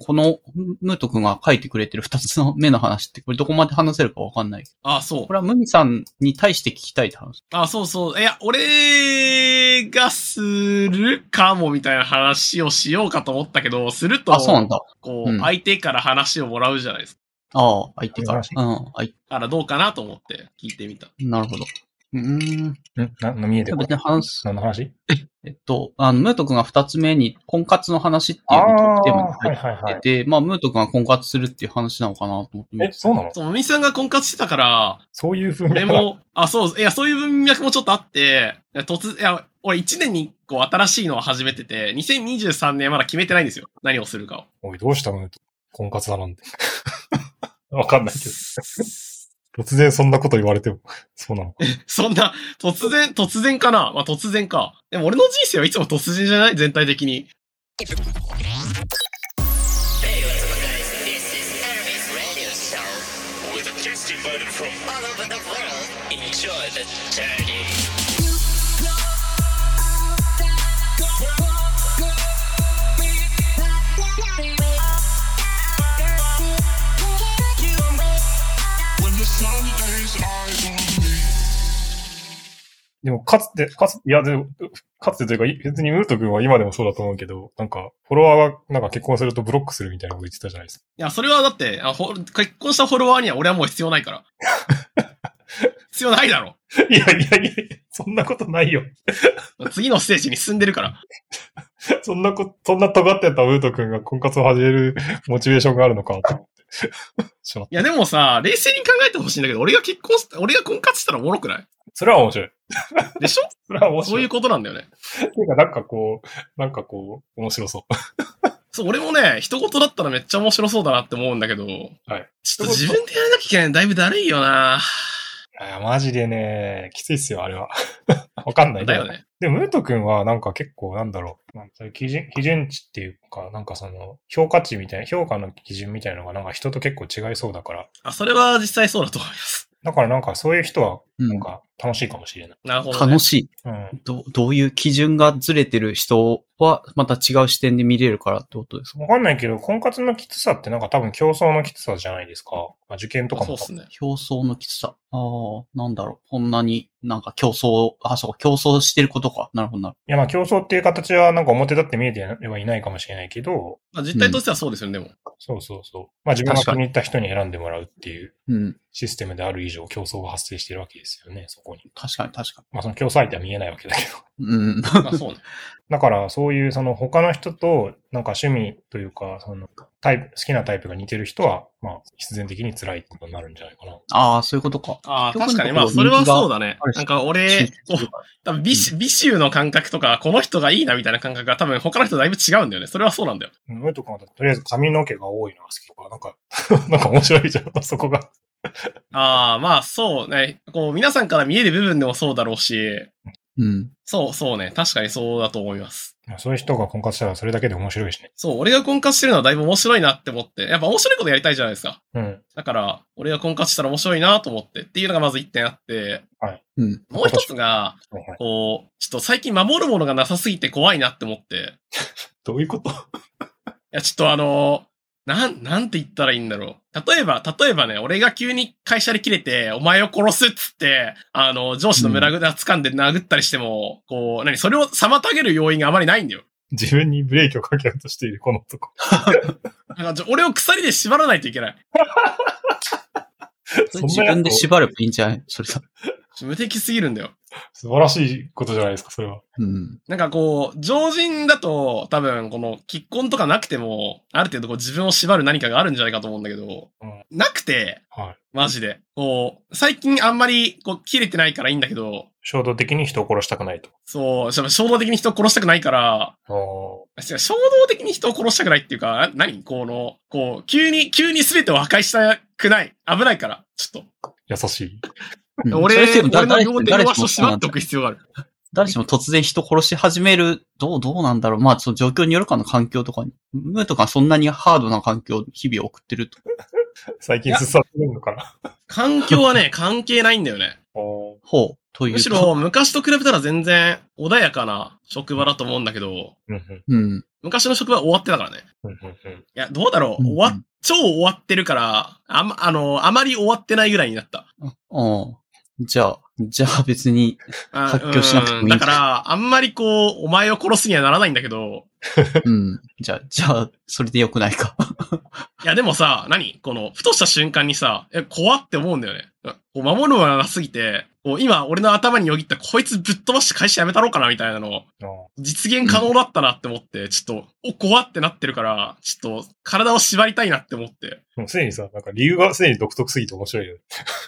このムート君が書いてくれてる二つの目の話って、これどこまで話せるかわかんない。 あ、そう。 これはムミさんに対して聞きたいって話。 あ、そうそう。いや、俺がするかもみたいな話をしようかと思ったけど、すると、 あ、そうなんだ。 こう、相手から話をもらうじゃないですか。 ああ、相手から。 だからどうかなと思って聞いてみた。 なるほど。 見えてこない。何の話？ ムート君が二つ目に婚活の話っていうトークテーマに入ってて、まあ、ムート君が婚活するっていう話なのかなと思って。 そうなの？ そう、もみさんが婚活してたから、 そういう文脈俺も、そういう文脈もちょっとあって、俺1年に1個新しいのを始めてて、2023年まだ決めてないんですよ。何をするかを。 おい、どうしたの？婚活だなんて。わかんないけど。突然そんなこと言われても、そうなのか。 そんな、突然かな？まあ、突然か。でも俺の人生はいつも突然じゃない？全体的に。 でも、かつてというか、別にムート君は今でもそうだと思うけど、なんか、フォロワーがなんか結婚するとブロックするみたいなこと言ってたじゃないですか。 いや、それはだって、結婚したフォロワーには俺はもう必要ないから。必要ないだろ。 いや、そんなことないよ。 次のステージに進んでるから。 そんな尖ってたムート君が婚活を始めるモチベーションがあるのかと思って。 いや、でもさ、冷静に考えてほしいんだけど、俺が婚活したらおもろくない？ それは面白い。 でしょ？ それは面白い。 そういうことなんだよね。 ていうか、なんかこう、面白そう。 そう、俺もね、一言だったらめっちゃ面白そうだなって思うんだけど、はい。ちょっと自分でやらなきゃいけないのだいぶだるいよな。 マジでね、きついっすよ、あれは。わかんない。 だよね。 でも、ムート君はなんか結構なんだろう、基準値っていうか、なんかその、評価の基準みたいなのがなんか人と結構違いそうだから。 あ、それは実際そうだと思います。 だからなんかそういう人は、なんか楽しいかもしれない。 なるほど、ね。 楽しい。どういう基準がずれてる人はまた違う視点で見れるからってことですか？ わかんないけど、婚活のきつさってなんか多分競争のきつさじゃないですか。まあ、受験とかも。 そうですね。 競争のきつさ。なんだろう。こんなになんか競争してることか。なるほどな。 いや、まあ競争っていう形はなんか表立って見えてはいないかもしれないけど。 まあ実態としてはそうですよね、でも。 そう。まあ自分が気に入った人に選んでもらうっていうシステムである以上競争が発生してるわけですよね、そこに。 確かに。 まあその競争相手は見えないわけだけど。 まあそうね。 だからそういうその他の人となんか趣味というか、その好きなタイプが似てる人は、まあ必然的に辛いってことになるんじゃないかな。 そういうことか。 確かに。まあそれはそうだね。なんか俺、多分美醜の感覚とか、この人がいいなみたいな感覚が多分他の人とだいぶ違うんだよね。それはそうなんだよ。 ムート君はとりあえず髪の毛が多いのが好きとか、なんか面白いじゃん、そこが。 まあそうね。こう皆さんから見える部分でもそうだろうし、そうね。確かにそうだと思います。 そういう人が婚活したらそれだけで面白いしね。 そう、俺が婚活してるのはだいぶ面白いなって思って、やっぱ面白いことやりたいじゃないですか。だから、俺が婚活したら面白いなと思ってっていうのがまず一点あって、もう一つが、こう、ちょっと最近守るものがなさすぎて怖いなって思って。 どういうこと？ いや、ちょっとなんて言ったらいいんだろう。例えばね、俺が急に会社で切れて、お前を殺すっつって、上司の胸ぐら掴んで殴ったりしても、こう、それを妨げる要因があまりないんだよ。 自分にブレーキをかけようとしている、この男。 俺を鎖で縛らないといけない。 自分で縛ればいいんじゃない？それさ。 無敵すぎるんだよ。 素晴らしいことじゃないですか、それは。 なんかこう、常人だと多分この結婚とかなくても、ある程度こう自分を縛る何かがあるんじゃないかと思うんだけど、なくて、マジで。こう、最近あんまりこう切れてないからいいんだけど、 衝動的に人を殺したくないと。 そう、衝動的に人を殺したくないから、衝動的に人を殺したくないっていうか、急に全てを破壊したくない。危ないから、ちょっと。 優しい。 俺の両手の足を縛っておく必要がある。 誰しも突然人殺し始める、どうなんだろう。まあ、その状況によるかの環境とかに。ムーとかそんなにハードな環境を日々送ってると。 最近進んでるのかな。 環境はね、関係ないんだよね。むしろ昔と比べたら全然穏やかな職場だと思うんだけど、 昔の職場終わってたからね。いや、どうだろう。超終わってるから、あまり終わってないぐらいになった。 じゃあ別に発狂しなくてもいいんじゃん。 だから、あんまりお前を殺すにはならないんだけど。 じゃあ、それでよくないか。 いや、でもさ、ふとした瞬間にさ、怖って思うんだよね。守るものがなすぎて、今、俺の頭によぎったこいつぶっ飛ばして会社辞めたろうかなみたいなの、実現可能だったなって思って、ちょっと、怖ってなってるから、ちょっと、体を縛りたいなって思って。 もうすでにさ、なんか理由がすでに独特すぎて面白いよね。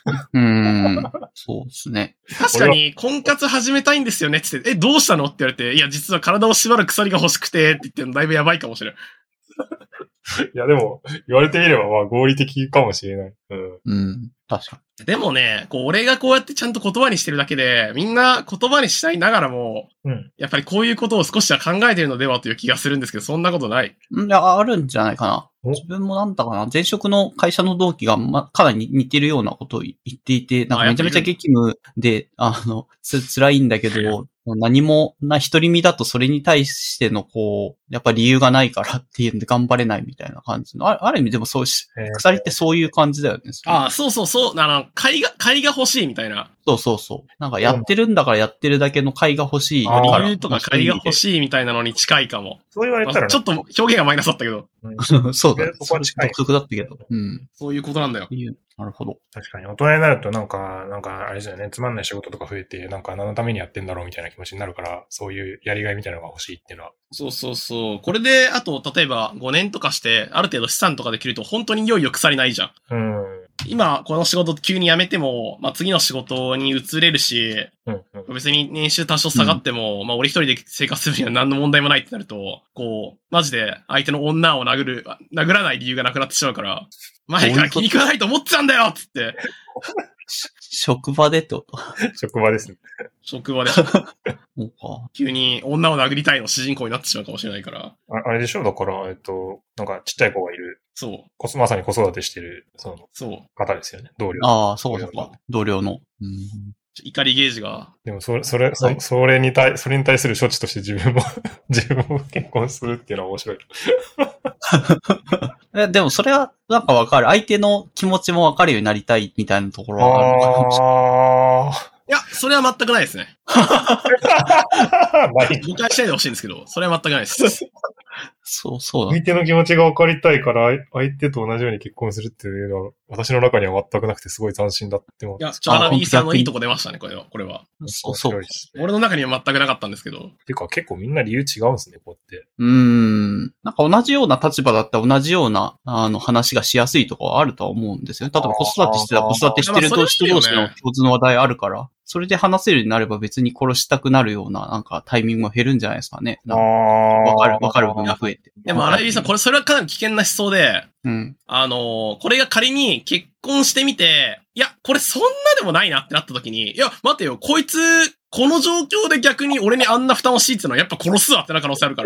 そうですね。 確かに、婚活始めたいんですよねって言って、どうしたのって言われて、いや、実は体を縛る鎖が欲しくて、って言ってるのだいぶやばいかもしれん。 いや、でも、言われてみれば、まあ、合理的かもしれない。 確かに。でもね、俺がこうやってちゃんと言葉にしてるだけで、みんな言葉にしたいながらも、やっぱりこういうことを少しは考えてるのではという気がするんですけど、そんなことない。 いや、あるんじゃないかな。自分もなんだかな、前職の会社の同期が、かなり似てるようなことを言っていて、なんかめちゃめちゃ激務で、辛いんだけど、何も独り身だとそれに対してのやっぱ理由がないからっていうんで頑張れないみたいな感じの。ある意味でもそうし、鎖ってそういう感じだよね。 そう。買いが欲しいみたいな。 そう。なんかやってるんだからやってるだけの買いが欲しいから。 理由とか買いが欲しいみたいなのに近いかも。 そう言われたら、 ちょっと表現がマイナスだったけど。 そうだね。そこは近い。独特だったけど。 そういうことなんだよ。 なるほど。 確かに、大人になるとなんか、あれですよね、つまんない仕事とか増えて、なんか何のためにやってんだろうみたいな気持ちになるから、そういうやりがいみたいなのが欲しいっていうのは。 そう。これで、あと、例えば5年とかして、ある程度資産とかできると、本当にいよいよ腐りないじゃん。今、この仕事急に辞めても、次の仕事に移れるし、別に年収多少下がっても、俺一人で生活するには何の問題もないってなると、マジで相手の女を殴らない理由がなくなってしまうから、前から気に食わないと思ってたんだよつって。 職場でってこと職場ですね。 職場で。急に女を殴りたいの主人公になってしまうかもしれないから。 あれでしょだから、なんかちっちゃい子がいる。 そう。 まさに子育てしてる、方ですよね。同僚。 そうか。同僚の。 怒りゲージが。でもそれに対する処置として自分も結婚するっていうのは面白い。 でもそれはなんかわかる。相手の気持ちもわかるようになりたいみたいなところはあるのかもしれない。 いや、それは全くないですね。誤解しないでほしいんですけど、それは全くないです。 そうだ。 相手の気持ちが分かりたいから、相手と同じように結婚するっていうのは、私の中には全くなくてすごい斬新だって思う。 いや、アラビーさんのいいとこ出ましたね、これは。 そう。 俺の中には全くなかったんですけど。 ていうか結構みんな理由違うんですね、こうやって。 なんか同じような立場だったら同じような、話がしやすいとかはあるとは思うんですよね。例えば子育てしてる人同士の共通の話題あるから、それで話せるようになれば別に殺したくなるような、なんかタイミングも減るんじゃないですかね。わかる部分が増えて。 でも、荒井さん、それはかなり危険な思想で、これが仮に結婚してみて、いや、これそんなでもないなってなった時に、いや、待てよ、こいつ、この状況で逆に俺にあんな負担を強いてたのはやっぱ殺すわってな可能性あるから。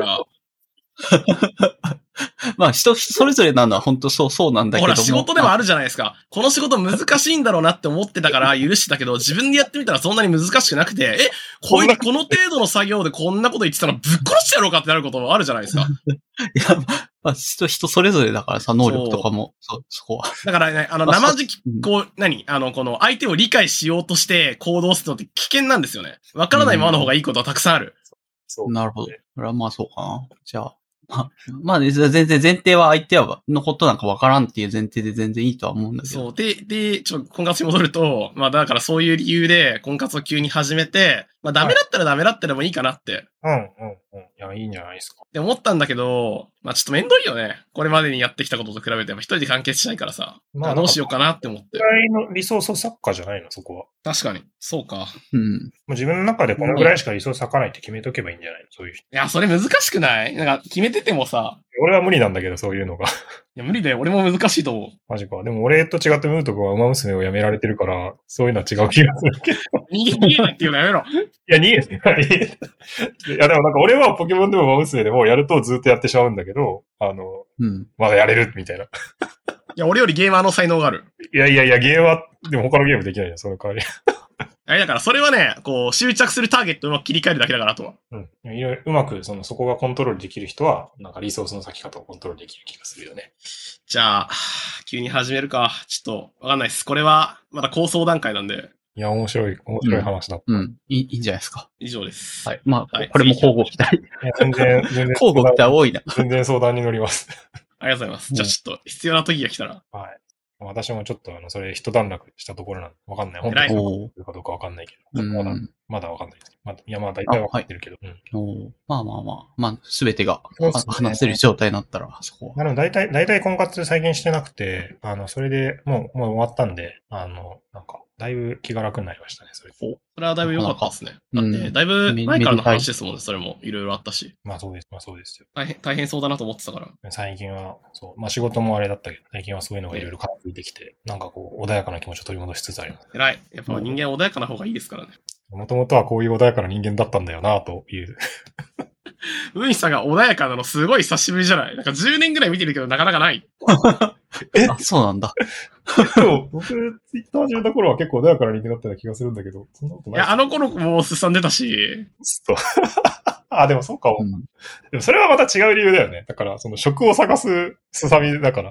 人それぞれなのは本当そうなんだけども。 ほら、仕事でもあるじゃないですか。この仕事難しいんだろうなって思ってたから許してたけど、自分でやってみたらそんなに難しくなくて、この程度の作業でこんなこと言ってたらぶっ殺してやろうかってなることもあるじゃないですか。 いや、人それぞれだからさ、能力とかも、そこは。 だからね、生じき、この相手を理解しようとして行動するのって危険なんですよね。わからないままの方がいいことはたくさんある。 なるほど。これはそうかな。じゃあ。全然前提は相手のことなんかわからんっていう前提で全然いいとは思うんだけど。 そう。で、婚活に戻ると、だからそういう理由で婚活を急に始めて、ダメだったらダメだったらもいいかなって。 いや、いいんじゃないですか。 って思ったんだけど、ちょっとめんどいよね。これまでにやってきたことと比べて、一人で完結しないからさ。どうしようかなって思って。 のリソース作家じゃないの、そこは。 確かに。そうか。 自分の中でこのぐらいしかリソース割かないって決めとけばいいんじゃないの、そういう人。 いや、それ難しくない？なんか決めててもさ。 俺は無理なんだけど、そういうのが。 いや、無理だよ。俺も難しいと思う。 マジか。でも俺と違ってムート君は馬娘をやめられてるから、そういうのは違う気がするけど。 逃げないっていうのやめろ。 いや、逃げない。いや、でもなんか俺はポケモンでも馬娘でもやるとずっとやってしまうんだけど、まだやれるみたいな。いや、俺よりゲーマーの才能がある。 いや、ゲームは、でも他のゲームできないじゃん、その代わり。 だからそれはね、こう、執着するターゲットをうまく切り替えるだけだから、あとは。 うん。いろいろうまく、そこがコントロールできる人は、なんかリソースの割き方をコントロールできる気がするよね。 じゃあ、急に始めるか。ちょっと、わかんないです。これは、まだ構想段階なんで。 いや、面白い話だった。 いいんじゃないですか。 以上です。 はい。まあ、これも交互期待。 全然。 交互期待多いな。 全然相談に乗ります。 ありがとうございます。じゃあちょっと、必要な時が来たら。 はい。私もちょっとそれ一段落したところなんで、わかんない。本当にそうかどうかわかんないけど。まだわかんないです。いや、まあ大体わかってるけど。 まあ、すべてが話せる状態になったら、そこは。 大体婚活最近してなくて、それでもう終わったんで、なんか、だいぶ気が楽になりましたね、それ。 それはだいぶ良かったですね。だって、だいぶ前からの話ですもんね、それもいろいろあったし。 まあそうですよ。 大変そうだなと思ってたから。 最近は、まあ仕事もあれだったけど、最近はそういうのがいろいろ傾いてきて、なんかこう、穏やかな気持ちを取り戻しつつあります。 偉い。やっぱ人間穏やかな方がいいですからね。 もともとはこういう穏やかな人間だったんだよな、という。 ウンさんが穏やかなのすごい久しぶりじゃない？なんか10年ぐらい見てるけどなかなかない。 あ、そうなんだ。 僕、ツイッター始めた頃は結構穏やかな人間だったような気がするんだけど、そんなことない。 いや、あの頃もすさんでたし。 あ、でもそうかも。でもそれはまた違う理由だよね。だから、職を探すすさみだから。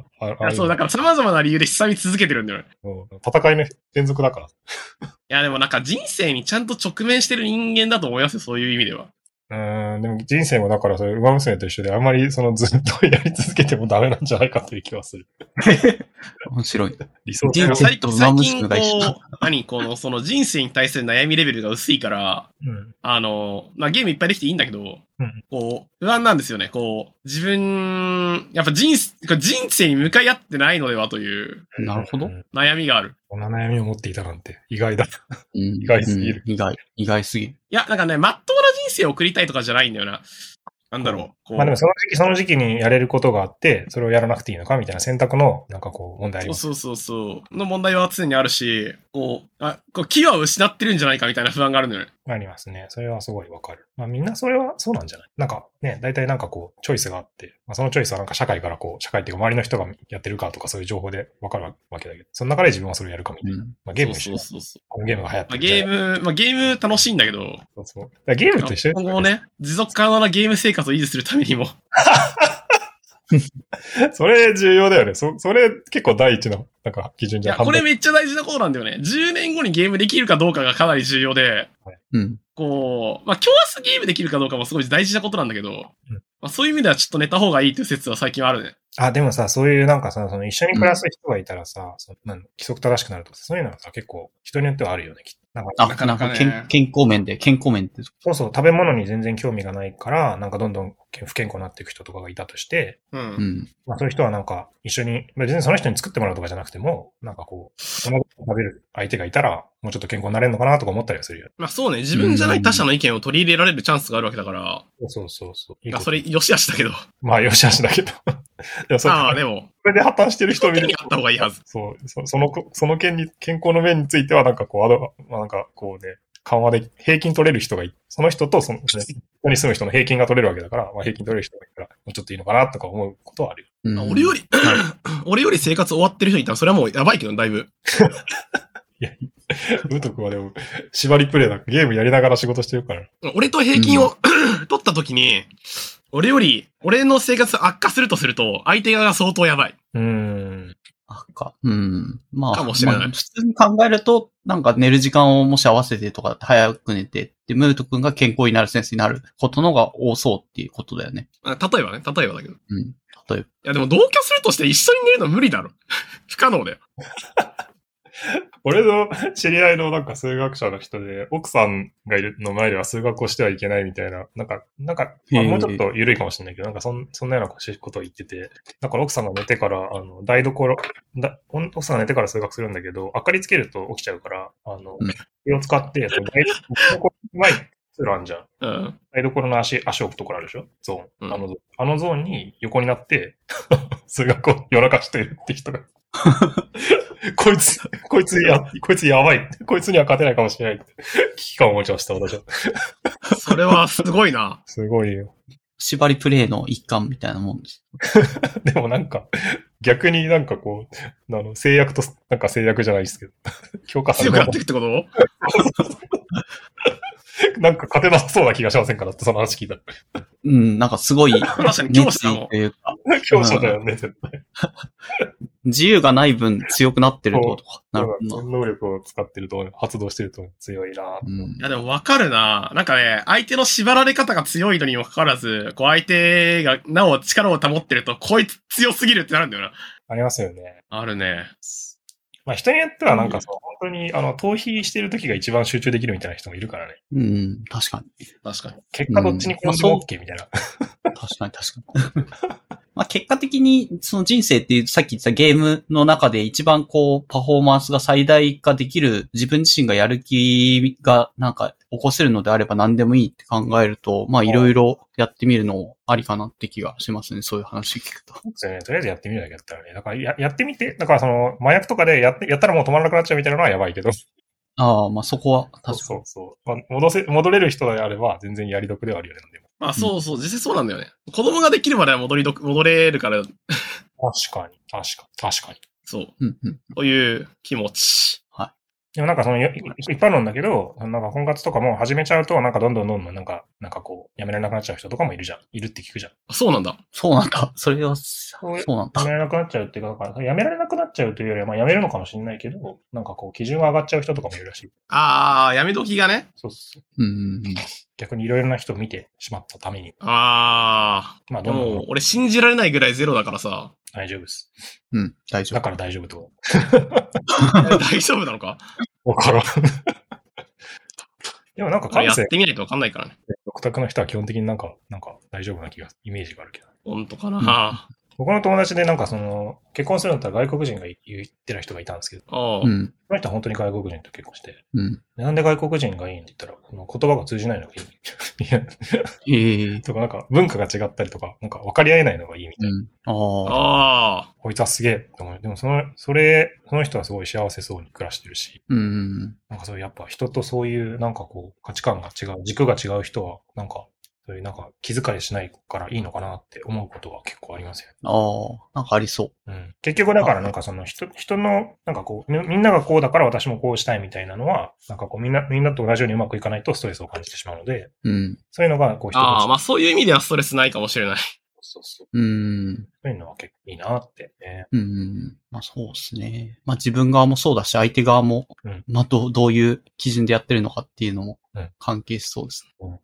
そう、だから様々な理由で久み続けてるんだよね。 戦いの連続だから。 いや、でもなんか人生にちゃんと直面してる人間だと思いますよ、そういう意味では。 でも人生もだからそれ、馬娘と一緒であんまりずっとやり続けてもダメなんじゃないかという気はする。 面白い。 理想人生と馬娘が一緒。その人生に対する悩みレベルが薄いから、まあ、ゲームいっぱいできていいんだけど、こう、不安なんですよね。こう、自分、やっぱ人生に向かい合ってないのではという。 なるほど。 悩みがある。 こんな悩みを持っていたなんて意外だ。意外すぎる。 意外すぎる。 いや、なんかね、まっとうな人生を送りたいとかじゃないんだよな。なんだろう。 まあでもその時期にやれることがあって、それをやらなくていいのかみたいな選択の、なんかこう、問題あります。 そうの問題は常にあるし、こう、気は失ってるんじゃないかみたいな不安があるのよね。 ありますね。それはすごいわかる。まあみんなそれはそうなんじゃない？なんかね、大体なんかこう、チョイスがあって、まあそのチョイスはなんか社会から社会っていうか周りの人がやってるかとかそういう情報でわかるわけだけど、その中で自分はそれをやるかみたいな。まあゲーム一緒。このゲームが流行ってる。 ゲーム楽しいんだけど。 ゲームと一緒今後もね、持続可能なゲーム生活を維持するためにも。 それ重要だよね。それ結構第一のなんか基準じゃん。いや、 これめっちゃ大事なことなんだよね。10年後にゲームできるかどうかがかなり重要で、こう、まあ、今日明日ゲームできるかどうかもすごい大事なことなんだけど、まあ、そういう意味ではちょっと寝た方がいいっていう説は最近はあるね。 あ、でもさ、そういうなんかさ、一緒に暮らす人がいたらさ、規則正しくなるとか、そういうのはさ、結構人によってはあるよね、きっと。 なんか健康面って。 そう、食べ物に全然興味がないから、なんかどんどん不健康になっていく人とかがいたとして、まあそういう人はなんか一緒に、別にその人に作ってもらうとかじゃなくても、なんかこう、その食べる相手がいたら、もうちょっと健康になれるのかなとか思ったりはするよ。 まあそうね、自分じゃない他者の意見を取り入れられるチャンスがあるわけだから。 そう。 それ、よしあしだけど。 まあ、よしあしだけど。 でも。 それで破綻してる人を見ると。あった方がいいはず。 そう。その健康の面については、なんかこう、なんかこうね、緩和で平均取れる人がいて、その人とここに住む人の平均が取れるわけだから、まあ平均取れる人がいたら、もうちょっといいのかなとか思うことはあるよ。 俺より生活終わってる人いたら、それはもうやばいけど、だいぶ。 いや、ムト君はでも、縛りプレイだ。ゲームやりながら仕事してるから。 俺と平均を、取った時に、俺の生活悪化するとすると、相手側が相当やばい。 まあ、 かもしれない。 普通に考えると、なんか寝る時間をもし合わせてとか、早く寝て、で、ムート君が健康になるセンスになることのが多そうっていうことだよね。 例えばだけど。 例えば。いや、でも同居するとして一緒に寝るの無理だろ。不可能だよ。 俺の知り合いのなんか数学者の人で、奥さんがいるの前では数学をしてはいけないみたいな、なんか、まあ、もうちょっと緩いかもしれないけど、なんかそんなようなことを言ってて、だから奥さんが寝てから、奥さんが寝てから数学するんだけど、明かりつけると起きちゃうから、火を使って、台所前に通路あんじゃん。台所の足置くところあるでしょ？ゾーン。あのゾーンに横になって、数学を夜中してるって人が。こいつやばい。こいつには勝てないかもしれないって。危機感を持ちました、私は。 それはすごいな。 すごいよ。 縛りプレイの一環みたいなもんです。 でもなんか、 逆になんかこう、制約と、なんか制約じゃないですけど、強化され強くなっていくってことなんか勝てなさそうな気がしませんかだってその話聞いたら。 うん、なんかすごい、 確かに強者だもんというか、 強者だよね、絶対。 自由がない分強くなってるってことか。なるほどな。 能力を使ってると、発動してると強いな。 うんいやでもわかるな。なんかね、相手の縛られ方が強いのにもかかわらず、こう相手がなお力を保ってると、こいつ強すぎるってなるんだよな。 ありますよね。 あるね。 まあ人によってはなんかそう、本当に逃避してる時が一番集中できるみたいな人もいるからね。 うん、確かに。 確かに。 結果どっちに転んでも OK みたいな。 確かに確かに。まあ結果的にその人生っていうさっき言ったゲームの中で一番こうパフォーマンスが最大化できる自分自身がやる気がなんか起こせるのであれば何でもいいって考えると、まあいろいろやってみるのありかなって気がしますね。そういう話聞くと。 そうですよね。とりあえずやってみるだけだったらね。だからやってみて、だからその麻薬とかでやったらもう止まらなくなっちゃうみたいなのはやばいけど。 ああ、まあそこは確かに。 そう。まあ、戻れる人であれば全然やり得ではあるよね。でもまあそうそう、実際そうなんだよね。子供ができるまでは戻れるから、 確かに。 そう。 うんうん。 という気持ち。 でもなんかその一般論だけど、なんか婚活とかも始めちゃうと、なんかどんどんなんかこう、やめられなくなっちゃう人とかもいるって聞くじゃん。 そうなんだ。 そうなんだ。それは、そうなんだ。 やめられなくなっちゃうっていうか、だからやめられなくなっちゃうというよりは、まあやめるのかもしれないけど、なんかこう、基準が上がっちゃう人とかもいるらしい。 やめ時がね。 そう。 うん。 逆にいろいろな人を見てしまったために。 まあどんどん。 もう、俺信じられないぐらいゼロだからさ。 大丈夫です。 うん、大丈夫。 だから大丈夫と。 大丈夫なのかわからん。でもなんかやってみないとわかんないからね。 独特の人は基本的になんか大丈夫なイメージがあるけど。 本当かな、 僕の友達でなんか結婚するんだったら外国人が言ってる人がいたんですけど、 うん。 その人は本当に外国人と結婚して、 うん。 なんで外国人がいいんって言ったら、言葉が通じないのがいい。とかなんか文化が違ったりとか、なんか分かり合えないのがいいみたいな。こいつはすげえって思う。でもその人はすごい幸せそうに暮らしてるし、なんかそういうやっぱ人とそういうなんかこう価値観が違う、軸が違う人はなんか、そういうなんか気遣いしないからいいのかなって思うことが結構ありますよね。 なんかありそう。 うん。結局だからなんかその人のなんかこうみんながこうだから私もこうしたいみたいなのはなんかこうみんなと同じようにうまくいかないとストレスを感じてしまうので、そういうのがこう人とまあそういう意味ではストレスないかもしれない。 そう。 そういうのは結構いいなってね。 まあそうですね。まあ自分側もそうだし相手側も、まあどういう基準でやってるのかっていうのも関係しそうですね。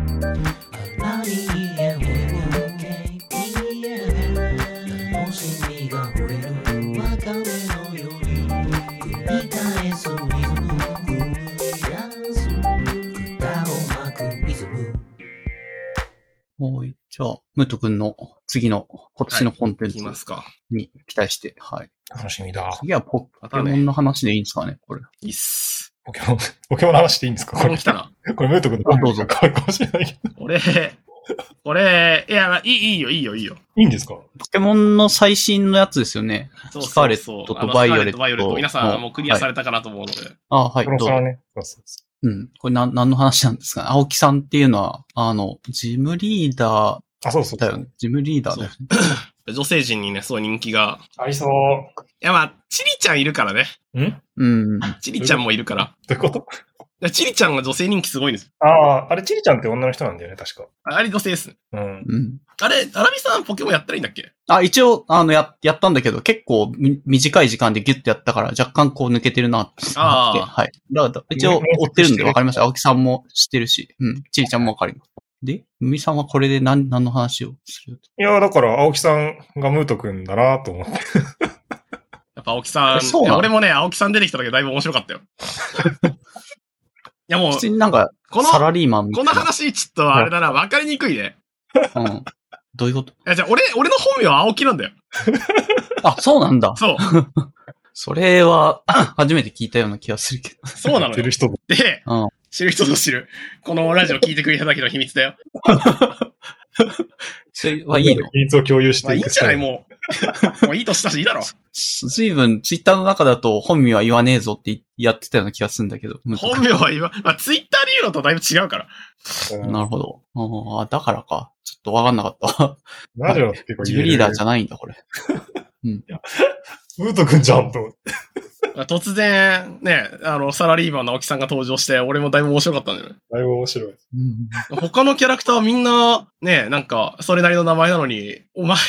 じゃあ、ムート君の次の今年のコンテンツに期待して、はい。 楽しみだ。 次はポケモンの話でいいんですかね、これ。 いいっす。 ポケモンの話でいいんですかこれ来たな。 これムート君のどうぞかもしれないけど。 いや、いいよ。いいいんですかポケモンの最新のやつですよね。 そうスカーレットとバイオレット。 皆さんもうクリアされたかなと思うので。 はい。 どうぞ。ね。 これ何の話なんですかね。青木さんっていうのは、ジムリーダー。 そうだよね。ジムリーダーだよね。 女性陣にね、すごい人気が。 ありそう。 いや、まあ、チリちゃんいるからね。チリちゃんもいるから。 どういうことチリちゃんが女性人気すごいんです。 あれチリちゃんって女の人なんだよね、確か。 あれ女性です。あれ、アラビさんポケモンやったらいいんだっけ一応、やったんだけど、結構短い時間でギュッとやったから、若干こう抜けてるなって。はい。だから、一応追ってるんで分かりました。青木さんも知ってるし、チリちゃんも分かります。で、海さんはこれで何の話をする？ いや、だから青木さんがムート君だなと思って。 やっぱ青木さん、俺もね、青木さん出てきた時だいぶ面白かったよ。いやもう、 普通になんか、サラリーマンみたいな。 この話ちょっとあれだな、分かりにくいね。 どういうこと？ じゃあ俺の本名は青木なんだよ。 そうなんだ。 そう。 それは、初めて聞いたような気がするけど。 そうなのよ。 知る人で、知る人ぞ知る。このラジオ聞いてくれただけの秘密だよ。 それはいいの？ 秘密を共有していいんじゃないもういいとしたしいいだろ。 随分、ツイッターの中だと本名は言わねえぞってやってたような気がするんだけど。 本名は言わ、ツイッターで言うのとだいぶ違うから。 なるほど。だからか。ちょっとわかんなかった。 ラジオってジムリーダーじゃないんだ、これ。 いやムートくんじゃんと思って。 突然、ね、サラリーマンの青木さんが登場して、俺もだいぶ面白かったんだよね。 だいぶ面白い。 他のキャラクターはみんな、ね、なんか、それなりの名前なのに、お前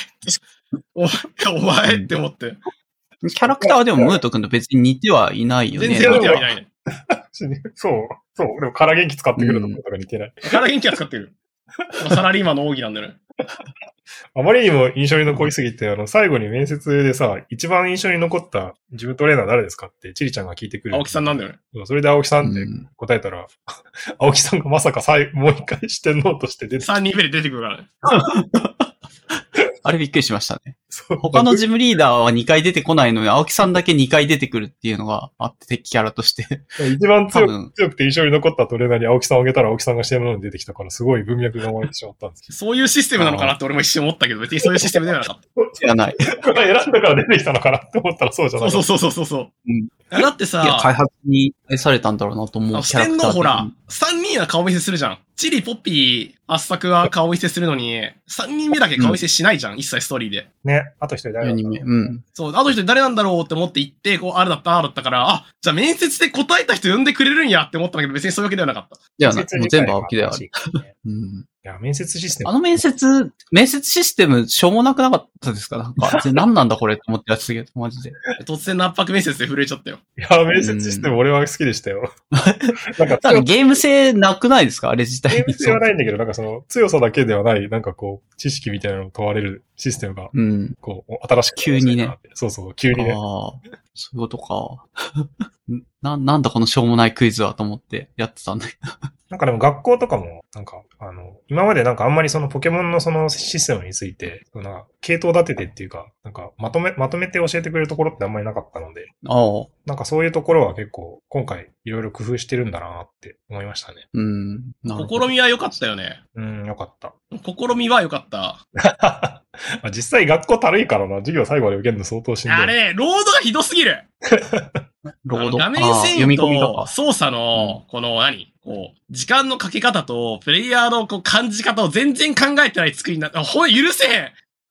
って思って。 キャラクターはでもムート君と別に似てはいないよね。 全然似てはいないね。 そう。でも、空元気使ってくるところとか似てない。 空元気は使ってる。サラリーマンの奥義なんだよね。 あまりにも印象に残りすぎて、最後に面接でさ、一番印象に残ったジムトレーナー誰ですかってチリちゃんが聞いてくる。 青木さんなんだよね。 それで青木さんって答えたら、青木さんがまさかもう一回四天王として出て 3人目で出てくるからね。 あれびっくりしましたね。他のジムリーダーは2回出てこないのに、青木さんだけ2回出てくるっていうのがあって、敵キャラとして。 一番強くて印象に残ったトレーナーに青木さんをあげたら青木さんが四天王に出てきたから、すごい文脈が生まれてしまったんですけど。 そういうシステムなのかなって俺も一瞬思ったけど、別にそういうシステムではなかった。 じゃない。 選んだから出てきたのかなって思ったらそうじゃない。 そう。だってさ、 いや、開発に愛されたんだろうなと思う。 四天王ほら、3人は顔見せするじゃん。チリ、ポッピー、アスタクは顔見せするのに、3人目だけ顔見せしないじゃん、一切ストーリーで。 ね、あと一人誰なんだろう。 そう、あと一人誰なんだろうって思って行って、あれだったから、じゃあ面接で答えた人呼んでくれるんやって思ったんだけど、別にそういうわけではなかった。 いや、もう全部青木である。 いや、面接システム。 面接システム、しょうもなくなかったですか？なんか、何なんだこれって思ってやつすげマジで。 突然の圧迫面接で震えちゃったよ。 いや、面接システム俺は好きでしたよ。 なんかゲーム性なくないですか？あれ自体。 ゲーム性はないんだけど、なんかその強さだけではない、なんかこう、知識みたいなのを問われるシステムが、こう、新しく。 急にね。 そう、急にね。 ああ、そういうことか。なんだこのしょうもないクイズはと思ってやってたんだけど。 なんかでも学校とかも、なんか、今までなんかあんまりそのポケモンのそのシステムについて、なんか系統立ててっていうか、なんかまとめて教えてくれるところってあんまりなかったので、なんかそういうところは結構今回いろいろ工夫してるんだなって思いましたね。 試みは良かったよね。 良かった。 試みは良かった。 実際学校たるいからな、授業最後まで受けるの相当しんどい。 あれね、ロードがひどすぎる。画面遷移と操作の、このこう、時間のかけ方と、プレイヤーのこう感じ方を全然考えてない作りになった。許せへん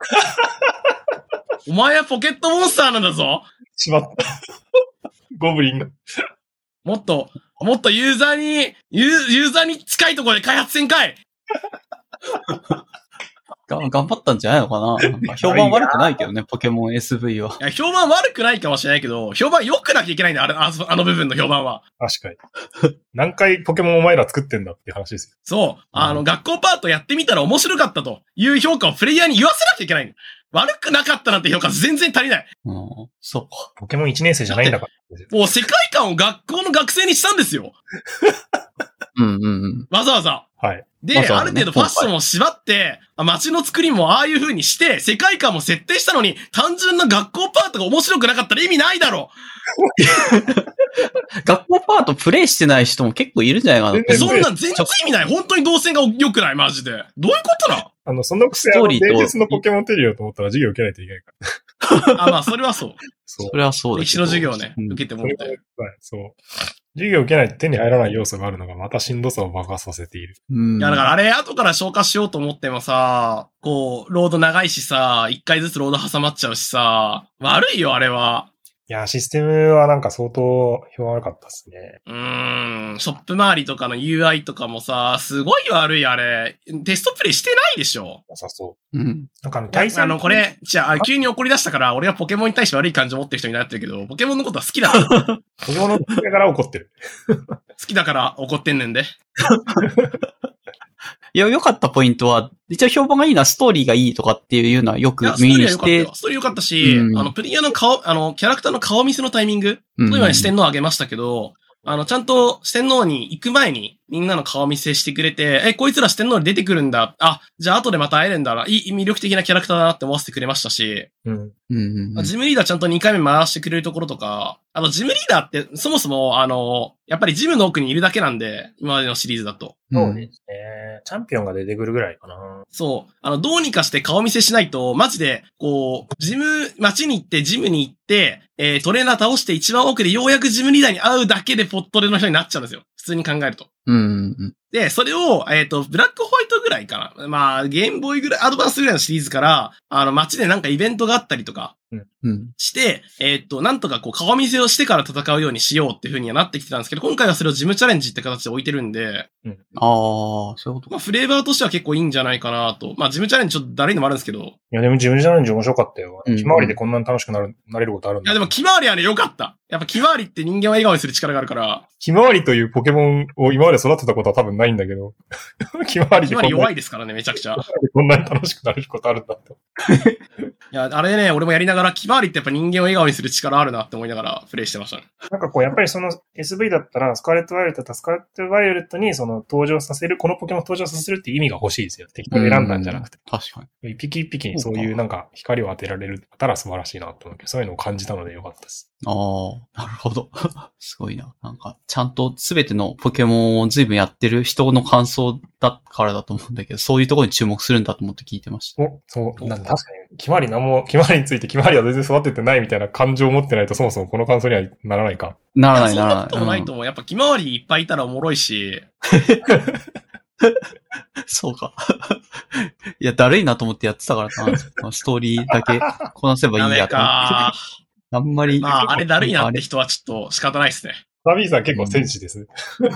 お前はポケットモンスターなんだぞしまった。ゴブリンが。 もっとユーザーに近いところで開発せんかい頑張ったんじゃないのかな。なんか評判悪くないけどね、ポケモン SV は。 いや、評判悪くないかもしれないけど、評判良くなきゃいけないんだよ、あの部分の評判は。 確かに。何回ポケモンお前ら作ってんだっていう話ですよ。 そう。学校パートやってみたら面白かったという評価をプレイヤーに言わせなきゃいけないんだ。悪くなかったなんて評価全然足りない。 そう。 ポケモン1年生じゃないんだから。 もう世界観を学校の学生にしたんですよ。わざわざ。 はい。 で、ある程度ファッションを縛って、街の作りもああいう風にして、世界観も設定したのに、単純な学校パートが面白くなかったら意味ないだろ学校パートプレイしてない人も結構いるんじゃないかな。 そんなん全然意味ない。本当に動線が良くない、マジで。どういうことなそのくせ伝説のポケモンテリオと思ったら授業受けないといけないから。 まあ、それはそう。 それはそうだ。 歴史の授業ね、受けてもらって。 そう。授業受けないと手に入らない要素があるのがまたしんどさを爆発させている。 いや、だからあれ後から消化しようと思ってもさ、こう、ロード長いしさ、一回ずつロード挟まっちゃうしさ、悪いよ、あれは。 いや、システムはなんか相当評判悪かったですね。 ショップ周りとかの UI とかもさ、すごい悪いあれ。テストプレイしてないでしょ。 なさそう。 なんか対戦。 これ、急に怒り出したから、俺はポケモンに対して悪い感情持ってる人になってるけど、ポケモンのことは好きだから。 ポケモンの好きだから怒ってる。 好きだから怒ってんねんで。 いや、良かったポイントは、一応評判がいいのはストーリーがいいとかっていうのはよく耳にして。 ストーリー良かったし、プレイヤーの顔、キャラクターの顔見せのタイミング、そういうのに四天王あげましたけど、ちゃんと四天王に行く前にみんなの顔見せしてくれて、こいつら四天王に出てくるんだ。じゃあ後でまた会えるんだな。魅力的なキャラクターだなって思わせてくれましたし、ジムリーダーちゃんと2回目回してくれるところとか、ジムリーダーってそもそもやっぱりジムの奥にいるだけなんで、今までのシリーズだと。 そうですね。チャンピオンが出てくるぐらいかな。 そう。どうにかして顔見せしないと、マジで、こう、街に行って、ジムに行って、トレーナー倒して一番奥でようやくジムリーダーに会うだけでポットレの人になっちゃうんですよ。普通に考えると。 で、それを、ブラックホワイトぐらいかな。まあ、ゲームボーイぐらい、アドバンスぐらいのシリーズから、街でなんかイベントがあったりとか、して、なんとかこう、顔見せをしてから戦うようにしようっていう風にはなってきてたんですけど、今回はそれをジムチャレンジって形で置いてるんで、 そういうことか。 まあ、フレーバーとしては結構いいんじゃないかなと。まあ、ジムチャレンジちょっとだるいのもあるんですけど。 いや、でもジムチャレンジ面白かったよ。ひまわりでこんなに楽しくなれることあるんだ。 いや、でもひまわりはね、良かった。やっぱひまわりって人間を笑顔にする力があるから。 ひまわりというポケモンを今まで育てたことは多分ないんだけど。ひまわり弱いですからね、めちゃくちゃ。 こんなに楽しくなれることあるんだって。 いや、あれね、俺もやりながら、ひまわりってやっぱ人間を笑顔にする力あるなって思いながらプレイしてましたね。 なんかこう、やっぱりその SV だったら、スカーレット・バイオレットだったら、スカーレット・バイオレットにその登場させる、このポケモン登場させるっていう意味が欲しいですよ。適当に選んだんじゃなくて。 確かに。 一匹一匹にそういうなんか光を当てられるったら素晴らしいなと思うけど、そういうのを感じたのでよかったです。 なるほど。すごいな。なんか、ちゃんとすべてのポケモンを随分やってる人の感想だからだと思うんだけど、そういうところに注目するんだと思って聞いてました。 そう。確かに、ひまわりについてひまわりは全然育ててないみたいな感情を持ってないとそもそもこの感想にはならないか。 ならない。 そんなこともないと思う。やっぱひまわりいっぱいいたらおもろいし。 そうか。いや、だるいなと思ってやってたからな。ストーリーだけこなせばいいやと思って。あんまり。 まあ、あれだるいなって人はちょっと仕方ないですね。 サビーさん結構戦士です。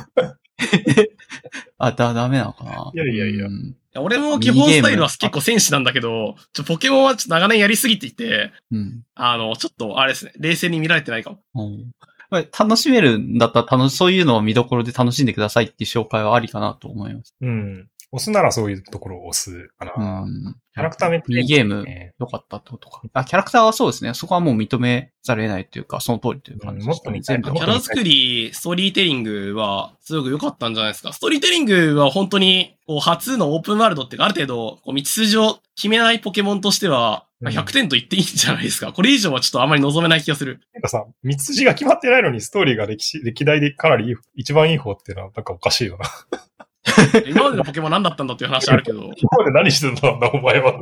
ダメなのかな。 いや。 俺も基本スタイルは結構戦士なんだけど、ポケモンはちょっと長年やりすぎていて、ちょっとあれですね、冷静に見られてないかも。 楽しめるんだったらそういうのを見どころで楽しんでくださいっていう紹介はありかなと思います。 押すならそういうところを押すかな。キャラクターめっちゃいいゲーム良かったってことか。キャラクターはそうですね。そこはもう認めざるを得ないというか、その通りという感じ。 もっと全部。 キャラ作り、ストーリーテリングはすごく良かったんじゃないですか。ストーリーテリングは本当にこう初のオープンワールドっていうか、ある程度こう道筋を決めないポケモンとしては、100点と言っていいんじゃないですか。これ以上はちょっとあまり望めない気がする。 なんかさ、道筋が決まってないのにストーリーが歴代でかなり一番いい方っていうのはなんかおかしいよな。 今までのポケモン何だったんだっていう話あるけど。 今まで何してたんだお前は。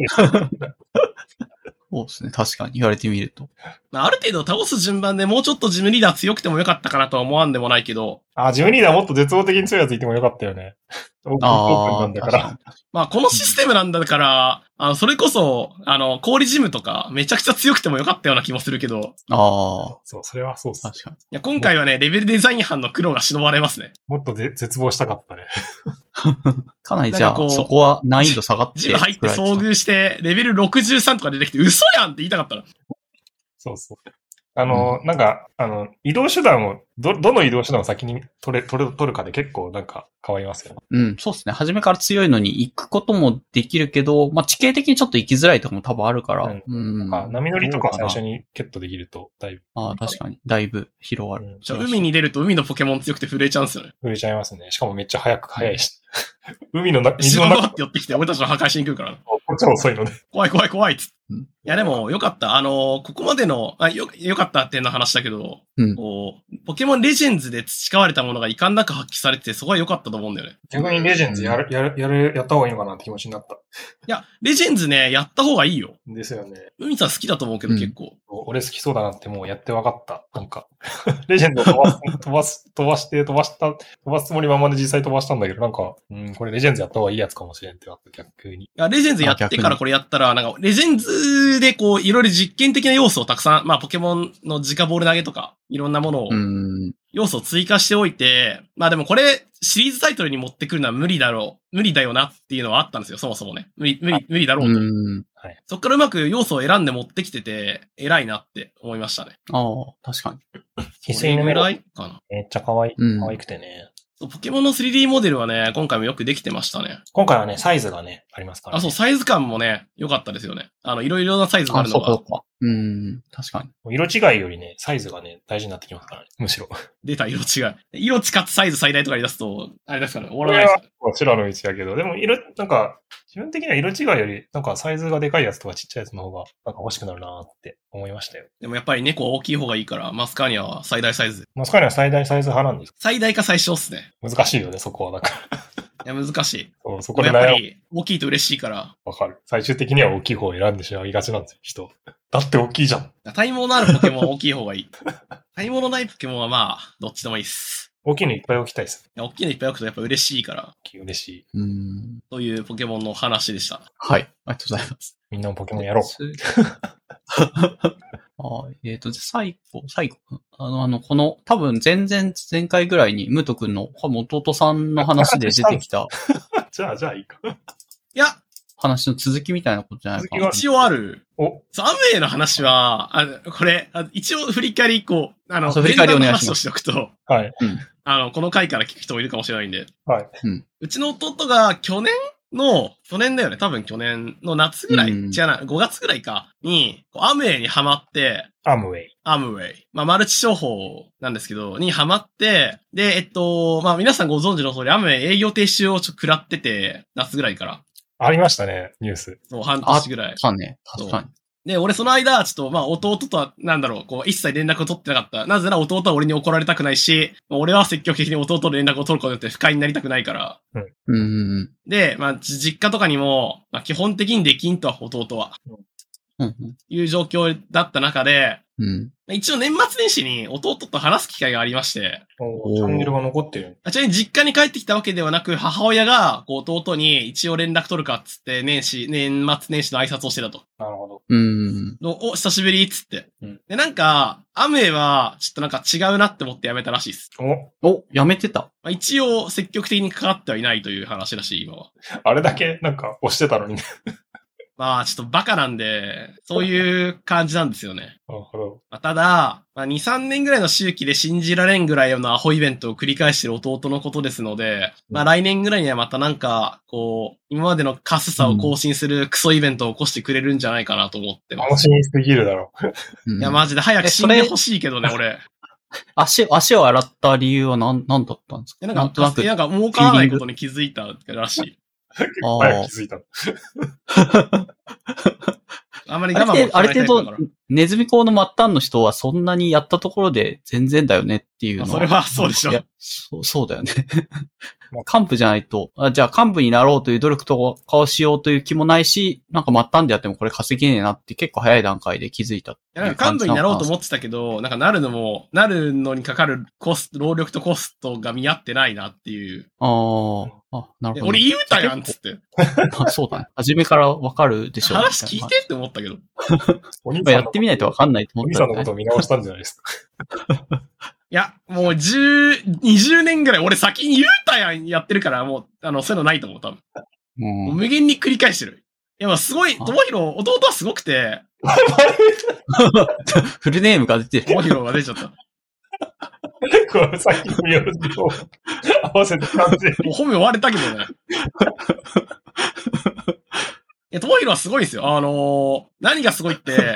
そうですね。確かに言われてみると。 ある程度倒す順番でもうちょっとジムリーダー強くてもよかったかなとは思わんでもないけど。 ジムリーダーもっと絶望的に強いやついてもよかったよね。オープンなんだから。 まあこのシステムなんだから、それこそ、氷ジムとかめちゃくちゃ強くてもよかったような気もするけど。 そう、それはそうっす。 確かに。いや、今回はね、レベルデザイン班の苦労が忍ばれますね。 もっと絶望したかったね。 かなりじゃあ、そこは難易度下がって。 ジム入って遭遇して、レベル63とか出てきて、嘘やんって言いたかったら。 そう。なんか、移動手段を、どの移動手段を先に取るかで結構なんか変わりますよね。 そうですね。初めから強いのに行くこともできるけど、まあ、地形的にちょっと行きづらいところも多分あるから。 波乗りとか最初にゲットできると、だいぶ。 確かに。だいぶ広がる。 海に出ると海のポケモン強くて震えちゃうんですよね。 震えちゃいますね。しかもめっちゃ速いし。水の中。 って寄ってきて、俺たちの破壊しに来るから。 こっちは遅いので。 怖いっつって。いやでも、よかった。ここまでの、よかったっていうの話だけど、ポケモンレジェンズで培われたものが遺憾なく発揮されてて、すごい良かったと思うんだよね。 逆にレジェンズやった方がいいのかなって気持ちになった。 いや、レジェンズね、やった方がいいよ。 ですよね。 海さん好きだと思うけど、結構。 俺好きそうだなってもうやって分かった。なんか、レジェンドを飛ばすつもりままで実際飛ばしたんだけど、なんか、これレジェンズやった方がいいやつかもしれんってなった、逆に。いや、レジェンズやってからこれやったら、なんか、レジェンズでこう、いろいろ実験的な要素をたくさん、まあ、ポケモンの直ボール投げとか、いろんなものを、要素を追加しておいて、まあでもこれ、シリーズタイトルに持ってくるのは無理だよなっていうのはあったんですよ、そもそもね。無理だろうと。はい、そっからうまく要素を選んで持ってきてて、偉いなって思いましたね。 確かに。 必須にぐらいかな。めっちゃ可愛くてね。 ポケモンの 3D モデルはね、今回もよくできてましたね。 今回はね、サイズがね、ありますからね。 そう、サイズ感もね、良かったですよね。いろいろなサイズがあるのが。 そうか。確かに。 色違いよりね、サイズがね、大事になってきますからね、むしろ。 出た、色違い。色違ってサイズ最大とか言い出すと、あれですからね、終わらないですよね。白の道やけど、でもなんか、自分的には色違いより、なんかサイズがでかいやつとかちっちゃいやつの方が、なんか欲しくなるなーって思いましたよ。 でもやっぱり猫は大きい方がいいから、マスカーニャは最大サイズ。 マスカーニャは最大サイズ派なんですか？ 最大か最小っすね。 難しいよね、そこは。なんかいや、難しい。 そこでやっぱり、大きいと嬉しいから。 わかる。最終的には大きい方を選んでしまいがちなんですよ、人。だって大きいじゃん。 体毛のあるポケモンは大きい方がいい。体毛のないポケモンはまあ、どっちでもいいっす。 大きいのいっぱい置きたいです。 大きいのいっぱい置くとやっぱ嬉しいから。 嬉しい。 というポケモンの話でした。 はい。ありがとうございます。 みんなもポケモンやろう。 最後。この、多分前回ぐらいに、ムト君の、弟さんの話で出てきた。 じゃあいいか。 いや、 話の続きみたいなことじゃないかな。 一応ある。アムウェイの話は、これ、一応振り返り振り返りお願いします。 話をしておくと、 はい。 この回から聞く人もいるかもしれないんで。 はい。 うちの弟が去年だよね。多分去年の夏ぐらい。違うな、5月ぐらいか。に、アムウェイにハマって、アムウェイ。マルチ商法なんですけど、にハマって、で、皆さんご存知の通り、アムウェイ営業停止を食らってて、夏ぐらいから。 ありましたね、ニュース。 そう、半年ぐらい。 あったね、確かに。 で、俺その間、ちょっと、弟とは、一切連絡を取ってなかった。なぜなら弟は俺に怒られたくないし、俺は積極的に弟と連絡を取ることによって不快になりたくないから。で、実家とかにも、基本的にできんと、弟は。いう状況だった中で、一応年末年始に弟と話す機会がありまして。 チャンネルが残ってる。 ちなみに実家に帰ってきたわけではなく、母親が弟に一応連絡取るかっつって、年末年始の挨拶をしてたと。 なるほど。 久しぶりっつって。で、アムウェイは、ちょっと違うなって思ってやめたらしいです。 やめてた。 一応積極的に関わってはいないという話らしい、今は。 あれだけ押してたのにね。 ちょっとバカなんで、そういう感じなんですよね。 なるほど。 ただ、2、3年ぐらいの周期で信じられんぐらいのアホイベントを繰り返している弟のことですので、来年ぐらいにはまた今までのカスさを更新するクソイベントを起こしてくれるんじゃないかなと思ってます。 楽しみすぎるだろ。 いや、マジで早く死んでほしいけどね、俺。 足を洗った理由は何だったんですか？ なんか儲からないことに気づいたらしい。 結構早く気づいた。 あまり我慢もしないタイプだから。 ある程度、ネズミ講の末端の人はそんなにやったところで全然だよねっていうのは。 それはそうでしょ。いや、 そうだよね。幹部じゃないと、じゃあ幹部になろうという努力とかをしようという気もないし、末端でやってもこれ稼げねえなって結構早い段階で気づいた。 幹部になろうと思ってたけど、なるのにかかる労力とコストが見合ってないなっていう。 なるほど。 俺言うたやんっつって。 そうだね。初めからわかるでしょう。 話聞いてって思ったけど。 やってみないとわかんないと思った、 お兄さんのことを見直したんじゃないですか。 いや、もう20年ぐらい俺先に言うたやんやってるから、もう、そういうのないと思う、多分。無限に繰り返してる。いや、すごい、ともひろ、弟はすごくて。 フルネームが出てる。 ともひろが出ちゃった。 これさっきの名字を合わせて完全に。 もう褒め終われたけどね。ともひろはすごいんですよ。何がすごいって、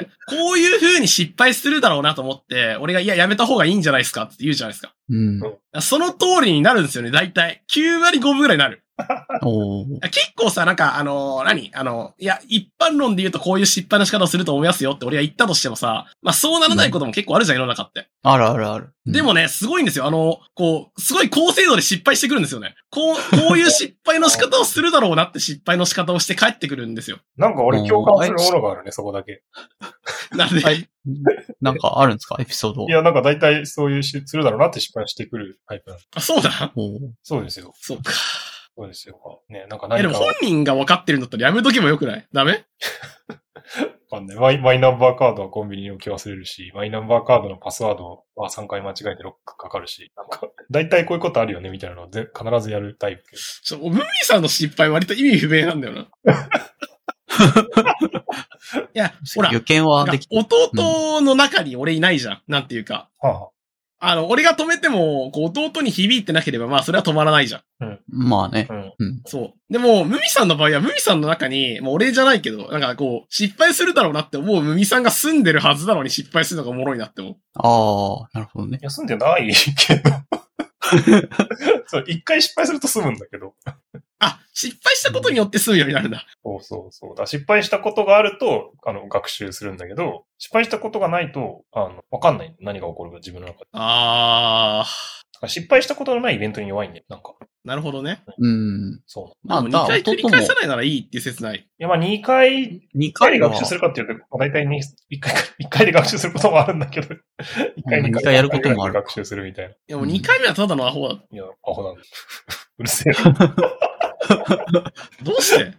こういう風に失敗するだろうなと思って、俺がやめた方がいいんじゃないですかって言うじゃないですか。その通りになるんですよね、大体。9割5分ぐらいになる。結構さ、いや、一般論で言うとこういう失敗の仕方をすると思いますよって俺が言ったとしてもさ、そうならないことも結構あるじゃん、世の中って。 ある。 でもね、すごいんですよ。すごい高精度で失敗してくるんですよね。こういう失敗の仕方をするだろうなって失敗の仕方をして帰ってくるんですよ。 俺共感するものがあるね、そこだけ。 なんでなんかあるんですかエピソード。 いや、大体そういうするだろうなって失敗してくるタイプなんです。 あ、そうだ。 そうですよ。 そうか。 そうですよ。ね、 でも本人が分かってるんだったらやめとけばよくない？ダメ？ わかんない。マイナンバーカードはコンビニに置き忘れるし、マイナンバーカードのパスワードは3回間違えてロックかかるし、大体こういうことあるよねみたいなのを必ずやるタイプ。 ムミさんの失敗割と意味不明なんだよな。いや、ほら、 予見はでき弟の中に俺いないじゃん。なんていうか。俺が止めても、弟に響いてなければ、それは止まらないじゃん。 まあね。 そう。でも、ムミさんの場合は、ムミさんの中に、もう俺じゃないけど、失敗するだろうなって思うムミさんが住んでるはずなのに失敗するのがおもろいなって思う。 なるほどね。 いや、住んでないけど。そう、一回失敗すると済むんだけど。 失敗したことによって済むようになるんだ。 そう。だ失敗したことがあると、学習するんだけど、失敗したことがないと、わかんない。何が起こるか自分の中で。失敗したことのないイベントに弱いんだよ、なんか。 なるほどね。 そう。 2回繰り返さないならいいっていう説ない。 いや、2回で学習するかっていうと、大体1回で学習することもあるんだけど、 2回やることもある。 学習するみたいな。いや、もう2回目はただのアホだ。 いや、アホなんだ。うるせえ。 どうして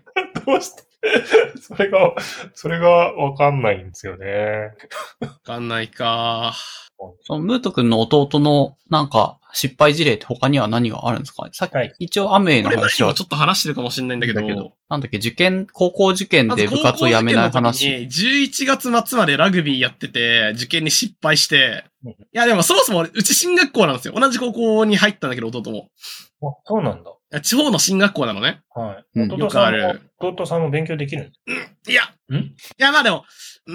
それがわかんないんですよね。 わかんないか。 そのムート君の弟のなんか失敗事例って他には何があるんですか？さっき、一応アムウェイの話はちょっと話してるかもしれないんだけど、 なんだっけ、高校受験で部活を辞めない話。 11月末までラグビーやってて、受験に失敗して、いやでもそもそもうち進学校なんですよ。同じ高校に入ったんだけど、弟も。 そうなんだ。 地方の進学校なのね。 はい。弟さんも勉強できるいや、まあでも、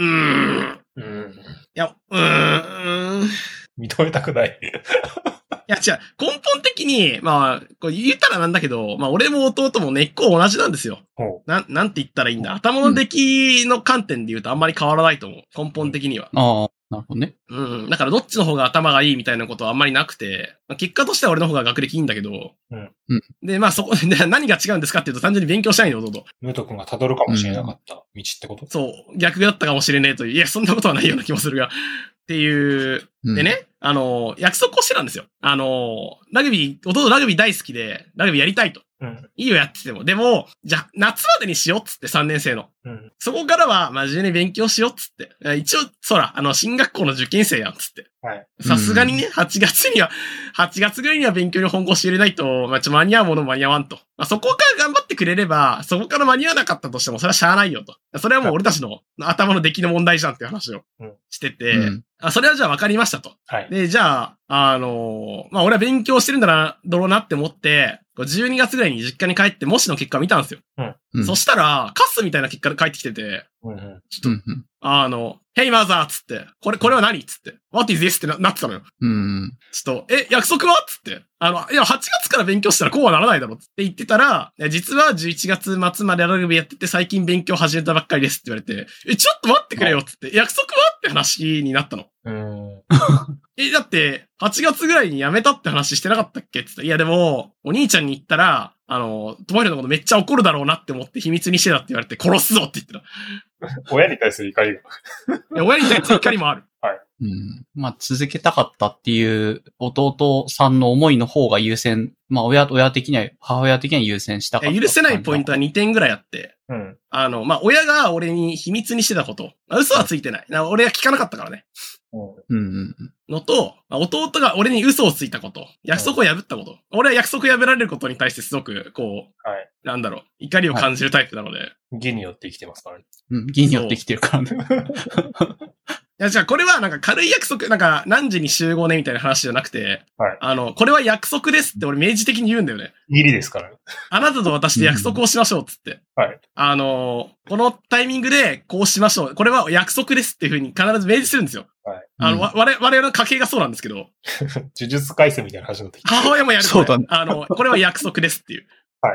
認めたくない。 いや、違う。根本的に、まあ、これ言ったらなんだけど、まあ、俺も弟も根っこ同じなんですよ。なんて言ったらいいんだ。頭の出来の観点で言うとあんまり変わらないと思う。根本的には。 なるほどね。 だからどっちの方が頭がいいみたいなことはあんまりなくて、結果としては俺の方が学歴いいんだけど、で、まあそこで何が違うんですかっていうと単純に勉強したいんだよ、弟。 ムート君が辿るかもしれなかった道ってこと？ そう。逆だったかもしれねえという。いや、そんなことはないような気もするが。っていう。でね、約束をしてたんですよ。弟ラグビー大好きで、ラグビーやりたいと。いいよやってても。でも、じゃあ、夏までにしようっつって3年生の。そこからは真面目に勉強しようっつって。一応、進学校の受験生やんっつって。さすがにね、8月ぐらいには勉強に本腰入れないと、間に合うもの間に合わんと。そこから頑張ってくれれば、そこから間に合わなかったとしても、それはしゃあないよと。それはもう俺たちの頭の出来の問題じゃんっていう話をしてて、それはじゃあ分かりましたと。で、じゃあ、俺は勉強してるんだろうなって思って、12月ぐらいに実家に帰って模試の結果見たんですよ。そしたら、カスみたいな結果で帰ってきてて、ちょっと、Hey mother! つって、これは何つって、What is this? ってなってたのよ。ちょっと、約束はつって、いや、8月から勉強したらこうはならないだろって言ってたら、実は11月末までラグビーやってて最近勉強始めたばっかりですって言われて、ちょっと待ってくれよつって、約束はって話になったの。だって、8月ぐらいに辞めたって話してなかったっけって言ったら、いやでも、お兄ちゃんに言ったら、ともひろのことめっちゃ怒るだろうなって思って秘密にしてたって言われて、殺すぞって言ってた。 親に対する怒りが。 いや、親に対する怒りもある。 まあ、続けたかったっていう弟さんの思いの方が優先、まあ、母親的には優先したかった。 許せないポイントは2点ぐらいあって、まあ、親が俺に秘密にしてたこと。嘘はついてない。俺は聞かなかったからね。のと、弟が俺に嘘をついたこと。約束を破ったこと。俺は約束破られることに対してすごく、怒りを感じるタイプなので。 義によって生きてますからね。 義によって生きてるからね。 いや、じゃあこれは軽い約束、何時に集合ねみたいな話じゃなくて、これは約束ですって俺明示的に言うんだよね。 義理ですからね。あなたと私で約束をしましょうっつって。このタイミングでこうしましょう。これは約束ですっていう風に必ず明示するんですよ。我々の家系がそうなんですけど。 呪術廻戦みたいな話になってきて。 母親もやる。 そうだね。 これは約束ですっていう。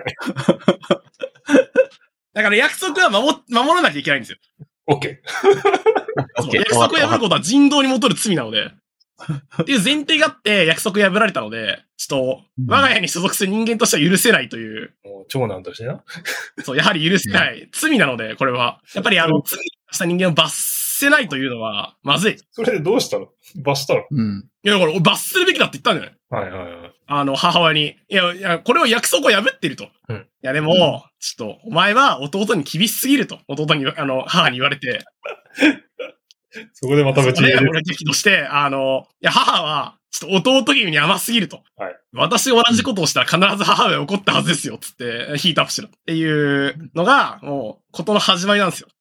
だから約束は守らなきゃいけないんですよ。 OK。 約束を破ることは人道に戻る罪なので。っていう前提があって約束破られたので、ちょっと、我が家に所属する人間としては許せないという。 長男としてな。 そう、やはり許せない。罪なので、これは。やっぱり罪した人間を罰せないというのは、まずい。 それでどうしたの？罰したの？ いや、だから俺罰するべきだって言ったんじゃない？母親に。いや、これは約束を破っていると。いや、でも、ちょっと、お前は弟に厳しすぎると。弟に、母に言われて。 そこでまた別に。 俺激怒して、いや、母は、ちょっと弟君に甘すぎると。私が同じことをしたら必ず母上怒ったはずですよ、つって、ヒートアップしろ。っていうのが、もう、ことの始まりなんですよ。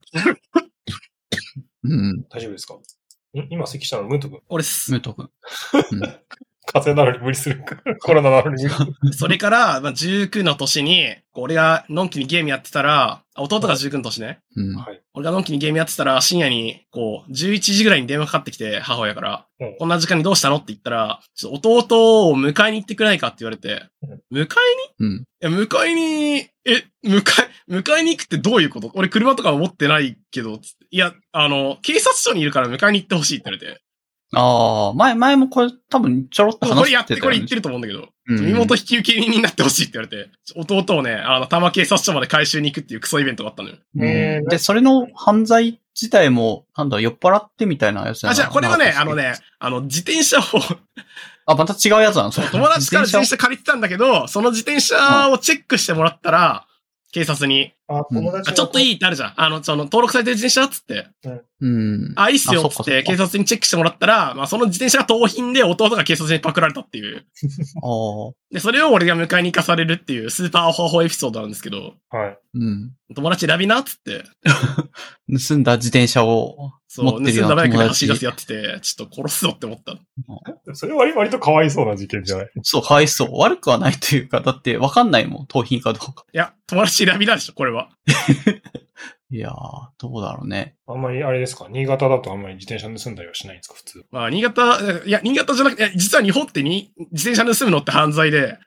大丈夫ですか？今、咳したのムート君。 俺っす。 ムート君。 風邪なのに無理する。コロナなのに無理する。 それから、まあ、19の年に、俺がのんきにゲームやってたら、弟が19の年ね。 うん。 はい。 俺がのんきにゲームやってたら、深夜に、11時ぐらいに電話かかってきて、母親から、 うんこんな時間にどうしたのって言ったら、ちょっと弟を迎えに行ってくれないかって言われて、迎えにうん。 いや、迎えに行くってどういうこと？俺車とか持ってないけど、いや、警察署にいるから迎えに行ってほしいって言われて。 ああ、前もこれ多分ちょろっと話してたよね。 これ言ってると思うんだけど、 うん身元引き受け人になってほしいって言われて、弟をね、多摩警察署まで回収に行くっていうクソイベントがあったのよ。 で、それの犯罪自体も、酔っ払ってみたいなやつじゃあ、これはね、自転車をまた違うやつなんですか？ 友達から自転車借りてたんだけど、その自転車をチェックしてもらったら、警察に、 友達ちょっといいってあるじゃん。登録されてる自転車っつって。 うん。 いいっすよっつって警察にチェックしてもらったら、まあその自転車が盗品で弟が警察にパクられたっていう。で、それを俺が迎えに行かされるっていうスーパーアホアホエピソードなんですけど。 はい。 うん。 友達選びなっつって。 盗んだ自転車を持ってるような友達。 盗んだバイクで走り出すやってて、ちょっと殺すぞって思った。 それは割とかわいそうな事件じゃない？ そう、かわいそう。悪くはないというか、だってわかんないもん、盗品かどうか。 いや、友達選びなでしょ、これは。 いやー、どうだろうね。 あんまりあれですか？新潟だとあんまり自転車盗んだりはしないんですか？普通。 まあ、新潟じゃなくて、実は日本って自転車盗むのって犯罪で。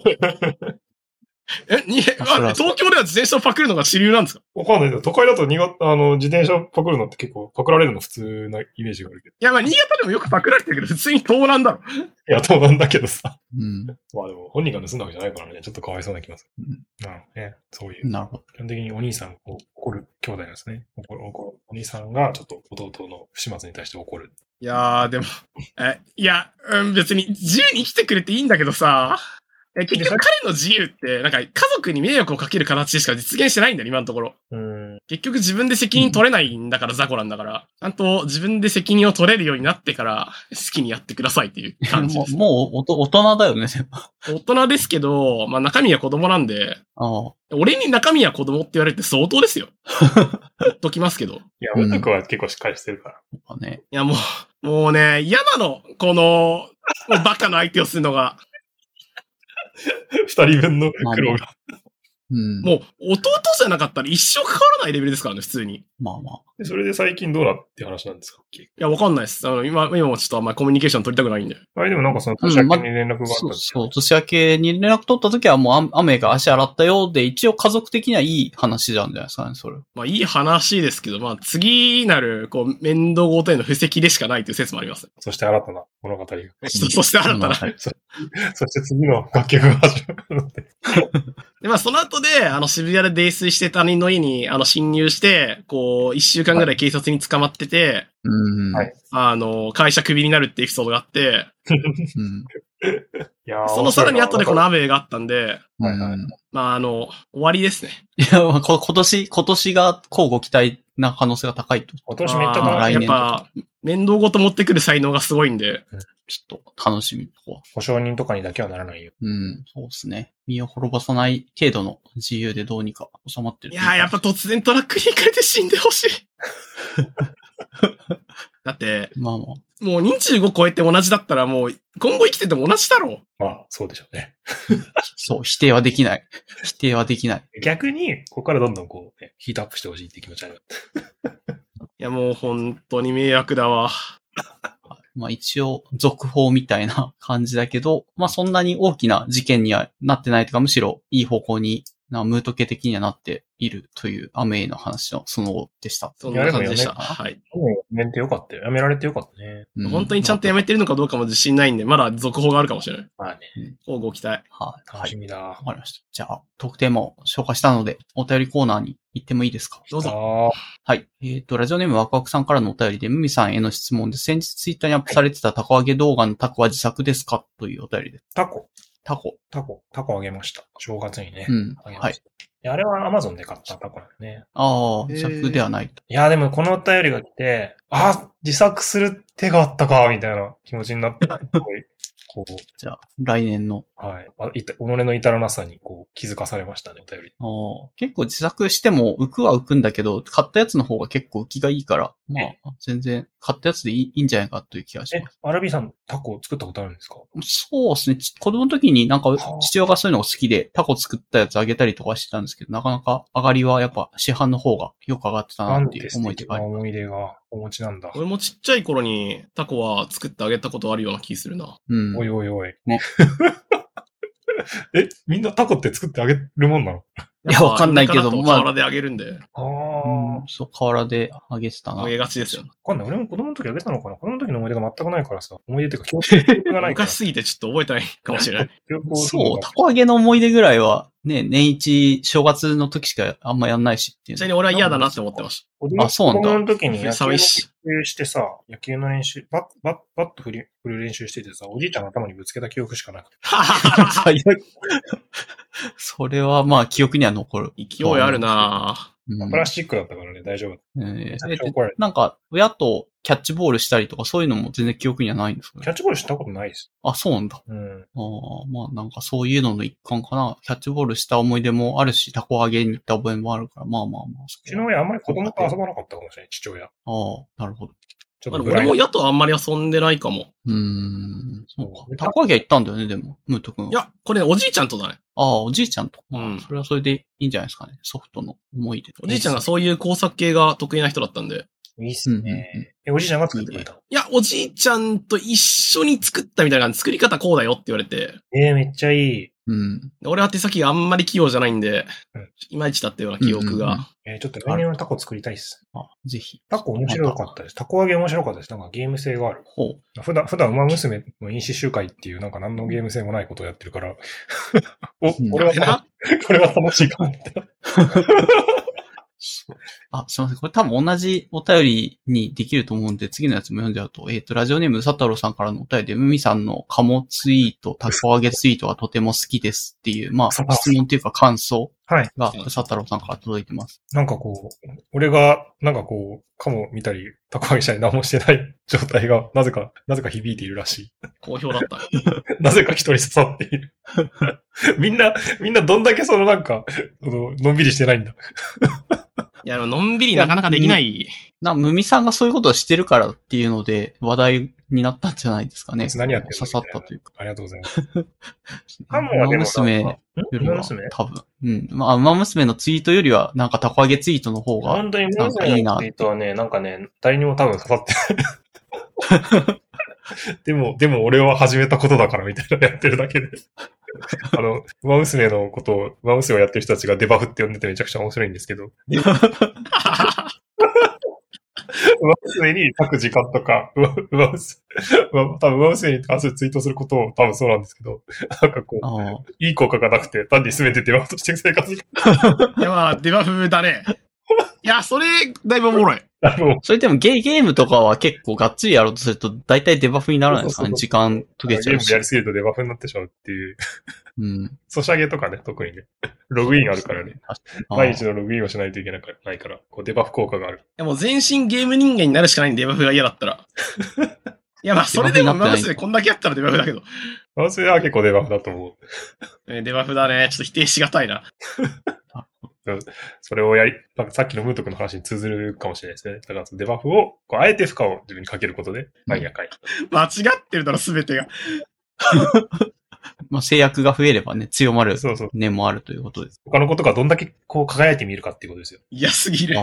東京では自転車をパクるのが主流なんですか？ わかんないけど、都会だと自転車をパクるのって結構パクられるの普通なイメージがあるけど。 いや、まあ、新潟でもよくパクられてるけど、普通に盗難だろ。 いや、盗難だけどさ。 うん。 まあでも、本人が盗んだわけじゃないからね、ちょっとかわいそうな気がする。なるほどね。そういう。 なるほど。 基本的にお兄さんを怒る兄弟なんですね。お兄さんがちょっと弟の不始末に対して怒る。 いやー、でも、別に自由に生きてくれていいんだけどさ、結局彼の自由って、なんか家族に迷惑をかける形でしか実現してないんだよ、今のところ。結局自分で責任取れないんだから、雑魚なんだから。ちゃんと自分で責任を取れるようになってから、好きにやってくださいっていう感じです。 もう大人だよね。 大人ですけど、まあ中身は子供なんで、俺に中身は子供って言われて相当ですよ。言っときますけど。 いや、文徳は結構しっかりしてるから。 いや、もうね、嫌なの。この、バカの相手をするのが。 二人分の苦労が。 もう、弟じゃなかったら一生関わらないレベルですからね、普通に。 まあまあ。 それで最近どうなって話なんですか？ いや、わかんないです。今もちょっとあんまりコミュニケーション取りたくないんで。 でもなんかその年明けに連絡があった、 そう、年明けに連絡取った時はもう雨が足洗ったようで、一応家族的にはいい話なんじゃないですかね、それ。 まあいい話ですけど、まあ次なる、面倒ごとへの布石でしかないという説もあります。 そして新たな物語が。 そして新たな。 そして次の楽曲が始まるので。 で、まあその後で、渋谷で泥酔して他人の家に、侵入して、一週間ぐらい警察に捕まってて、 はい、 会社クビになるってエピソードがあって、 いやそのさらに後でこの雨があったんで、まあ終わりですね。 いや、今年が交互期待な可能性が高いと。 今年めっちゃ楽しみ。 やっぱ、面倒ごと持ってくる才能がすごいんで、 ちょっと楽しみ。 保証人とかにだけはならないよ。 そうですね。身を滅ぼさない程度の自由でどうにか収まってる。 いやー、やっぱ突然トラックに行かれて死んでほしい。だって、 まあもう25超えて同じだったらもう今後生きてても同じだろう。 まあ、そうでしょうね。 そう、否定はできない。否定はできない。 逆に、ここからどんどんヒートアップしてほしいっていう気持ちある。 いや、もう本当に迷惑だわ。 まあ一応続報みたいな感じだけど、まあそんなに大きな事件にはなってないとか、むしろいい方向にムート系的にはなっているというアメイの話のその後でした。 そんな感じでした。はい。 やめてよかったよ。やめられてよかったね。 本当にちゃんとやめてるのかどうかも自信ないんで、まだ続報があるかもしれない。 まあね。 ご期待。 はい。 楽しみだ。 わかりました。じゃあ、特典も紹介したので、お便りコーナーに行ってもいいですか？ どうぞ。 はい。ラジオネームワクワクさんからのお便りで、ムミさんへの質問で、先日ツイッターにアップされてたタコ揚げ動画のタコは自作ですかというお便りです。 タコあげました。正月にね。 はい。 あれは Amazon で買ったタコなんだね。 自作ではないと。 いや、でもこのお便りが来て、自作する手があったか、みたいな気持ちになって、 こう。 じゃあ、来年の。 はい。己の至らなさにこう気づかされましたね、お便り。 結構自作しても浮くは浮くんだけど、買ったやつの方が結構浮きがいいから、まあ、全然買ったやつでいいんじゃないかという気がします。 アラビーさんタコ作ったことあるんですか？ そうですね。子供の時になんか父親がそういうのが好きで、タコ作ったやつあげたりとかしてたんですけど、なかなか上がりはやっぱ市販の方がよく上がってたなっていう思い出があります。 思い出がお持ちなんだ。 俺もちっちゃい頃にタコは作ってあげたことあるような気するな。 うん。 おいおいおい。 ね。 みんなタコって作ってあげるもんなの？ いや、わかんないけど、 まあ。河原であげるんで。 そう、河原であげてたな。 あげがちですよ。 わかんない。俺も子供の時あげたのかな？子供の時の思い出が全くないからさ。思い出っていうか、記憶がないから。 昔すぎてちょっと覚えてないかもしれない。 そう、タコ揚げの思い出ぐらいは、ね、年一、正月の時しかあんまやんないしっていう。 ちなみに俺は嫌だなって思ってました。 あ、そうなんだ。 子供の時に野球の練習寂ししてさ、野球の練習、バット振る練習しててさ、おじいちゃんの頭にぶつけた記憶しかなくて。 最悪。それはまあ記憶には残る。 勢いあるなぁ、プラスチックだったからね、大丈夫。 なんか、親とキャッチボールしたりとかそういうのも全然記憶にはないんですかね。 キャッチボールしたことないです。 あ、そうなんだ。 うん。 まあなんかそういうのの一環かな。キャッチボールした思い出もあるし、タコ揚げに行った覚えもあるから、まあ。うちの親あんまり子供と遊ばなかったかもしれない、父親。 なるほど。 ちょっと俺も親とあんまり遊んでないかも。 そうか。タコ揚げ行ったんだよね、でも、ムート君。 いや、これおじいちゃんとだね。 おじいちゃんと。それはそれでいいんじゃないですかね。ソフトの思い出。 おじいちゃんがそういう工作系が得意な人だったんで。 いいっすね。おじいちゃんが作ってくれた？ いや、おじいちゃんと一緒に作ったみたいな作り方こうだよって言われて。 めっちゃいい。 俺は手先があんまり器用じゃないんで、いまいちだったような記憶が。 ちょっと来年はタコ作りたいっす。 ぜひ。 タコ面白かったです。タコ揚げ面白かったです。なんかゲーム性がある。普段馬娘の飲酒集会っていうなんか何のゲーム性もないことをやってるから、これは楽しいかもって。 すいません。これ多分同じお便りにできると思うんで、次のやつも読んじゃうと、ラジオネーム佐太郎さんからのお便りで、ムミさんのカモツイート、タコ揚げツイートがとても好きですっていう、まあ、質問っていうか感想が佐太郎さんから届いてます。 なんかこう、俺が、なんかこう、カモ見たり、タコ揚げしたり何もしてない状態が、なぜか響いているらしい。 好評だった。 なぜか一人刺さっている。みんなどんだけなんか、のんびりしてないんだ。 いや、のんびりなかなかできない。 ムミさんがそういうことをしてるからっていうので、話題になったんじゃないですかね。 何やってるの？ 刺さったというか。 ありがとうございます。カモはでも娘よりは、多分。まあ、馬娘のツイートよりは、なんかタコ揚げツイートの方が、 本当に馬娘のツイートはね、なんかね、誰にも多分刺さってない。でも俺は始めたことだからみたいなのやってるだけで。馬娘のことを、馬娘をやってる人たちがデバフって呼んでてめちゃくちゃ面白いんですけど。馬娘に書く時間とか、多分馬娘に関するツイートすることを多分そうなんですけど、なんかこう、いい効果がなくて、単に全てデバフとして生活していやまあ、デバフだね。いや、それ、だいぶおもろい。 それでもゲームとかは結構がっつりやろうとすると、大体デバフにならないですかね。時間解けちゃうし。 ゲームやりすぎるとデバフになってしまうっていう。ソシャゲとかね、特にね。ログインあるからね。毎日のログインをしないといけないから、こうデバフ効果がある。 いやもう全身ゲーム人間になるしかないんで、デバフが嫌だったら。いやまあ、それでも馬娘こんだけやったらデバフだけど。 馬娘は結構デバフだと思う。デバフだね。ちょっと否定しがたいな。 それをさっきのムート君の話に通ずるかもしれないですね。だからデバフを、あえて負荷を自分にかけることで、間違ってるだろ、すべてが。 まあ制約が増えればね、強まる念もあるということです。 他のことがどんだけこう輝いて見えるかっていうことですよ。 嫌すぎる。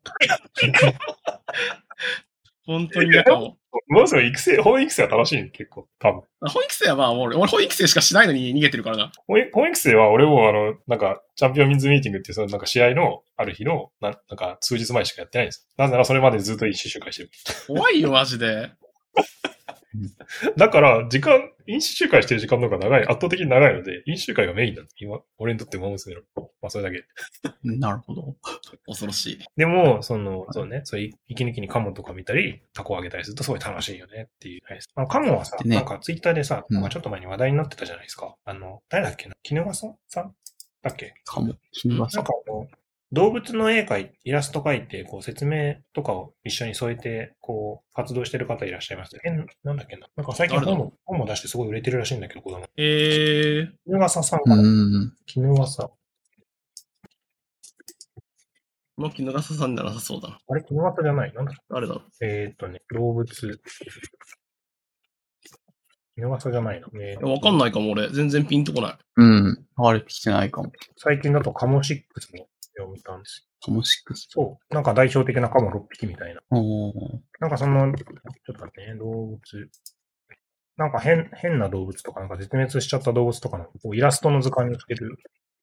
本当に嫌かも。 もうすぐ本育成は楽しいね、結構、多分。 本育成はまあ、俺本育成しかしないのに逃げてるからな。 本育成は俺もなんか、チャンピオンミンズミーティングっていう、なんか試合のある日の、なんか数日前しかやってないんです。なぜならそれまでずっと一周周回してる。 怖いよ、マジで。 だから、飲酒周回してる時間の方が圧倒的に長いので、飲酒周回がメインだ。今、俺にとって馬娘の。まあ、それだけ。 なるほど。 恐ろしい。 でも、そうね、そういう息抜きにカモとか見たり、タコをあげたりするとすごい楽しいよねっていう。カモはさ、なんかツイッターでさ、ちょっと前に話題になってたじゃないですか。誰だっけな絹笠さんだっけ？ 絹笠。 なんか動物の絵描いて、イラスト描いて、こう説明とかを一緒に添えて、こう活動してる方いらっしゃいます。なんだっけな。なんか最近本も出してすごい売れてるらしいんだけど、子供。絹笠さんかな。絹笠。 もう絹笠さんならなさそうだな。 あれ、絹笠じゃない。なんだろう。 誰だろう。動物。絹笠じゃないな。 わかんないかも、俺。全然ピンとこない。 うん。あれ来てないかも。 最近だとカモ6の絵を見たんですよ。 カモ6？ そう。なんか代表的なカモ6匹みたいな。 おー。 なんかちょっと待ってね、動物。なんか変な動物とか、なんか絶滅しちゃった動物とかの、こうイラストの図鑑にしてる。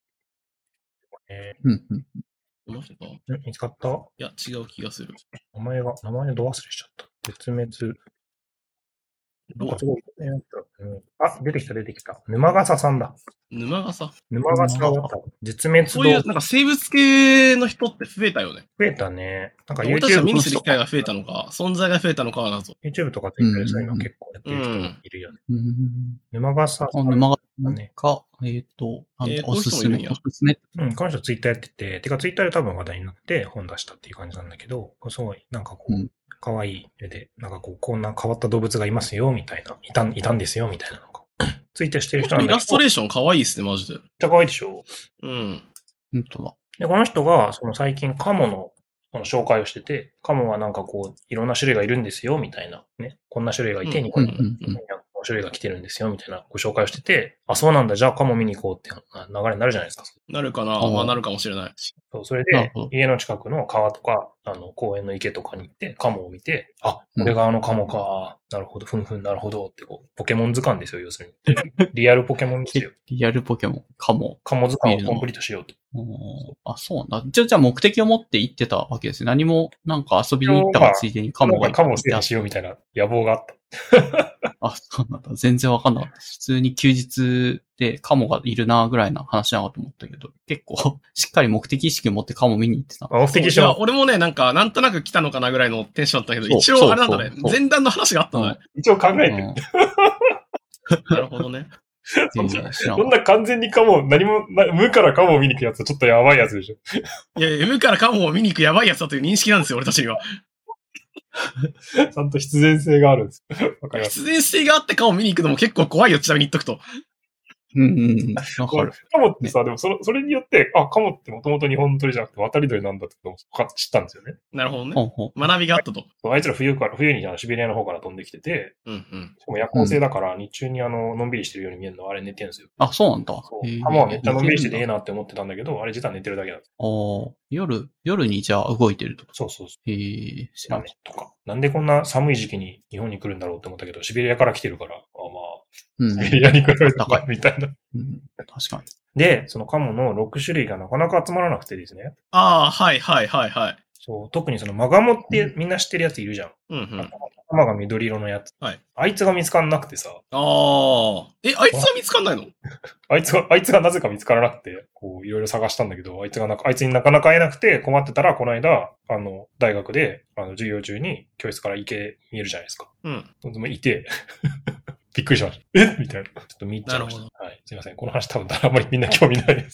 この人か？ 見つかった？いや、違う気がする。 名前ど忘れしちゃった。絶滅。なんかすごい、出てきた。沼笠さんだ。 沼笠だった。絶滅動物。 そういう、なんか生物系の人って増えたよね。 増えたね。なんか YouTube 俺たちが見にする機会が増えたのか、存在が増えたのかは謎。 YouTube とか Twitter でそういうの結構やってる人がいるよね。沼笠さん。 沼笠ね。おすすめ。 この人 Twitter やってて、てか Twitter で多分話題になって本出したっていう感じなんだけど、すごい、なんかこう、可愛い絵で、なんかこんな変わった動物がいますよ、みたいな。いたんですよ、みたいなのが。ツイッターしてる人なんだけど。 イラストレーション可愛いっすね、マジで。 めっちゃ可愛いでしょ？ うん。 本当だ。 で、この人が、最近カモの紹介をしてて、カモはなんかこう、いろんな種類がいるんですよ、みたいな。ね。こんな種類がいて、日本に種類が来てるんですよ、みたいなご紹介をしてて、あ、そうなんだ、じゃあカモ見に行こうって流れになるじゃないですか。 なるかな？まあなるかもしれない。 そう、それで、家の近くの川とか、公園の池とかに行って、カモを見て、あ、これがカモか、なるほど、なるほど、ってポケモン図鑑ですよ、要するに。リアルポケモンですよ。 リアルポケモン、カモ図鑑をコンプリートしようと。 あ、そうなんだ。じゃあ目的を持って行ってたわけですね。何も、なんか遊びに行ったがついでにカモがいた。 カモを整理しようみたいな野望があった。 あ、そうなんだ。全然わかんなかった。普通に休日でカモがいるなぐらいな話なのかと思ったけど、結構しっかり目的意識を持ってカモ見に行ってた。 目的意識は俺もね、なんとなく来たのかなぐらいのテンションだったけど、一応あれなんだね。前段の話があったんだね。 一応考えてる。 なるほどね。 そんな完全にカモ、無からカモを見に行くやつはちょっとやばいやつでしょ。 いや、無からカモを見に行くやばいやつだという認識なんですよ、俺たちには。 ちゃんと必然性があるんです。 必然性があってカモ見に行くのも結構怖いよ、ちなみに言っとくと。 わかる。カモってさ、でもそれによって、カモってもともと日本鳥じゃなくて渡り鳥なんだってことを知ったんですよね。 なるほどね。学びがあったと。 あいつら冬にシベリアの方から飛んできてて、しかも夜行性だから日中にのんびりしてるように見えるのはあれ寝てるんですよ。 あ、そうなんだ。 カモはめっちゃのんびりしててなって思ってたんだけど、あれ実は寝てるだけだった。 夜にじゃあ動いてると。 そう。 知らない。 とか。なんでこんな寒い時期に日本に来るんだろうって思ったけど、シベリアから来てるから、シベリアに来るみたいな。 確かに。 で、そのカモの6種類がなかなか集まらなくてですね。 はい。 そう、特にマガモってみんな知ってるやついるじゃん。頭が緑色のやつ。 はい。 あいつが見つかんなくてさ。 あいつが見つかんないの？ あいつがなぜか見つからなくて、いろいろ探したんだけど、あいつになかなか会えなくて困ってたら、この間、大学で、授業中に教室から池見えるじゃないですか。いて、びっくりしました。みたいな。ちょっと見ちゃいました。はい。すいません。この話多分あんまりみんな興味ないです。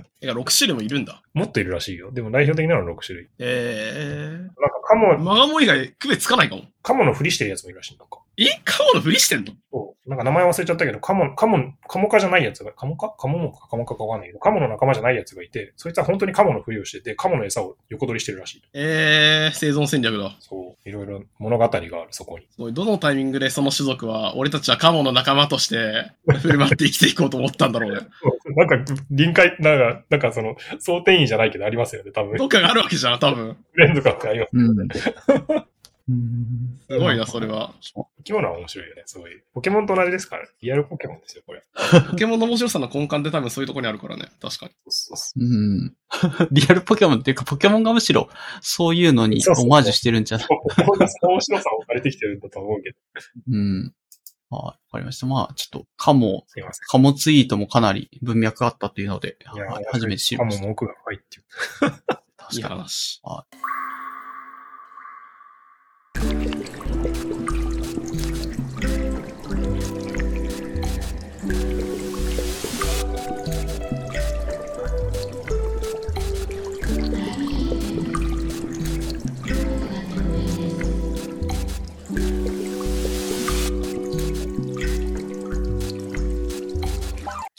6種類もいるんだ。 もっといるらしいよ。でも代表的なのは6種類。 なんかカモ。 マガモ以外区別つかないかも。 カモのふりしてるやつもいるらしい。なんか。 カモのふりしてんの？ そう。なんか名前忘れちゃったけど、カモ科じゃないやつが、カモかわかんないけど、カモの仲間じゃないやつがいて、そいつは本当にカモのふりをしてて、カモの餌を横取りしてるらしい。 生存戦略だ。 そう。いろいろ物語がある、そこに。 どのタイミングでその種族は、俺たちはカモの仲間として振る舞って生きていこうと思ったんだろうね。 なんか、なんか総転移じゃないけどありますよね、多分。 どっかがあるわけじゃん、多分。 連続ってありますよね。 すごいな、それは。 生き物は面白いよね、そういう。ポケモンと同じですからね。リアルポケモンですよ、これ。 ポケモンの面白さの根幹って多分そういうところにあるからね、確かに。 リアルポケモンっていうか、ポケモンがむしろそういうのにオマージュしてるんじゃない？ ポケモンがその面白さを借りてきてるんだと思うけど。 わかりました。ちょっと、カモツイートもかなり文脈あったというので、初めて知りました。 カモも奥が深いっていう。 いい話。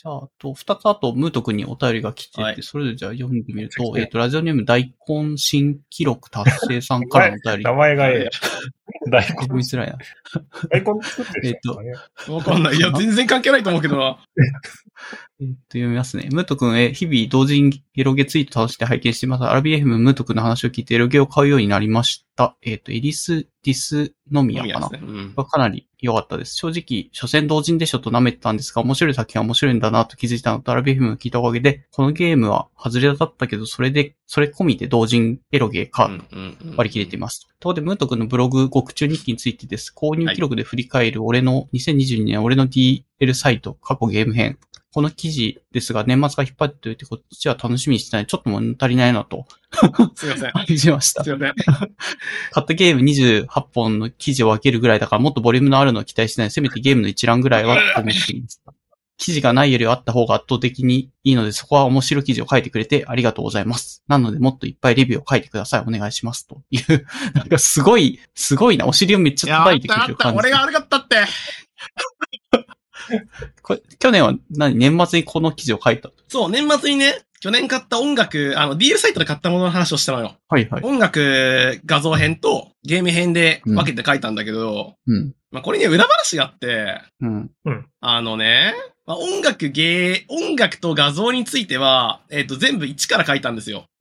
じゃあ、二つあと、ムート君にお便りが来てて、 はいそれでじゃあ読んでみると、ラジオネーム大根新記録達成さんからのお便り。 名前が大根。 読みづらいな。 大根作ってる人ですかね。 わかんない。いや、全然関係ないと思うけどな。 読みますね。ムート君日々同時にエロゲツイート楽しんで拝見してます。RBFM ムート君の話を聞いてエロゲを買うようになりました。エリス・ディスノミアかな、がかなり良かったです。正直、所詮同人でしょと舐めてたんですが、面白い作品は面白いんだなと気づいたのと、RBFM を聞いたおかげで、このゲームは外れだったけど、それ込みで同人エロゲか、割り切れています。ところで、ムート君のブログ、獄中日記についてです。購入記録で振り返る2022年俺の DL サイト、過去ゲーム編。この記事ですが、年末が引っ張っておいて、こっちは楽しみにしてない。ちょっと物足りないなと。 すいません。 感じました。 すいません。 買ったゲーム28本の記事を分けるぐらいだから、もっとボリュームのあるのを期待してない。せめてゲームの一覧ぐらいはと思っています。記事がないよりはあった方が圧倒的にいいので、そこは面白い記事を書いてくれてありがとうございます。なので、もっといっぱいレビューを書いてください。お願いします。という、なんかすごいな。お尻をめっちゃ叩いてくれる感じ。 俺が悪かったって。 去年は年末にこの記事を書いた？ そう、年末にね、去年買った音楽、DL サイトで買ったものの話をしたのよ。 はいはい。 音楽画像編とゲーム編で分けて書いたんだけど、まあこれには裏話があって、音楽と画像については、全部1から書いたんですよ。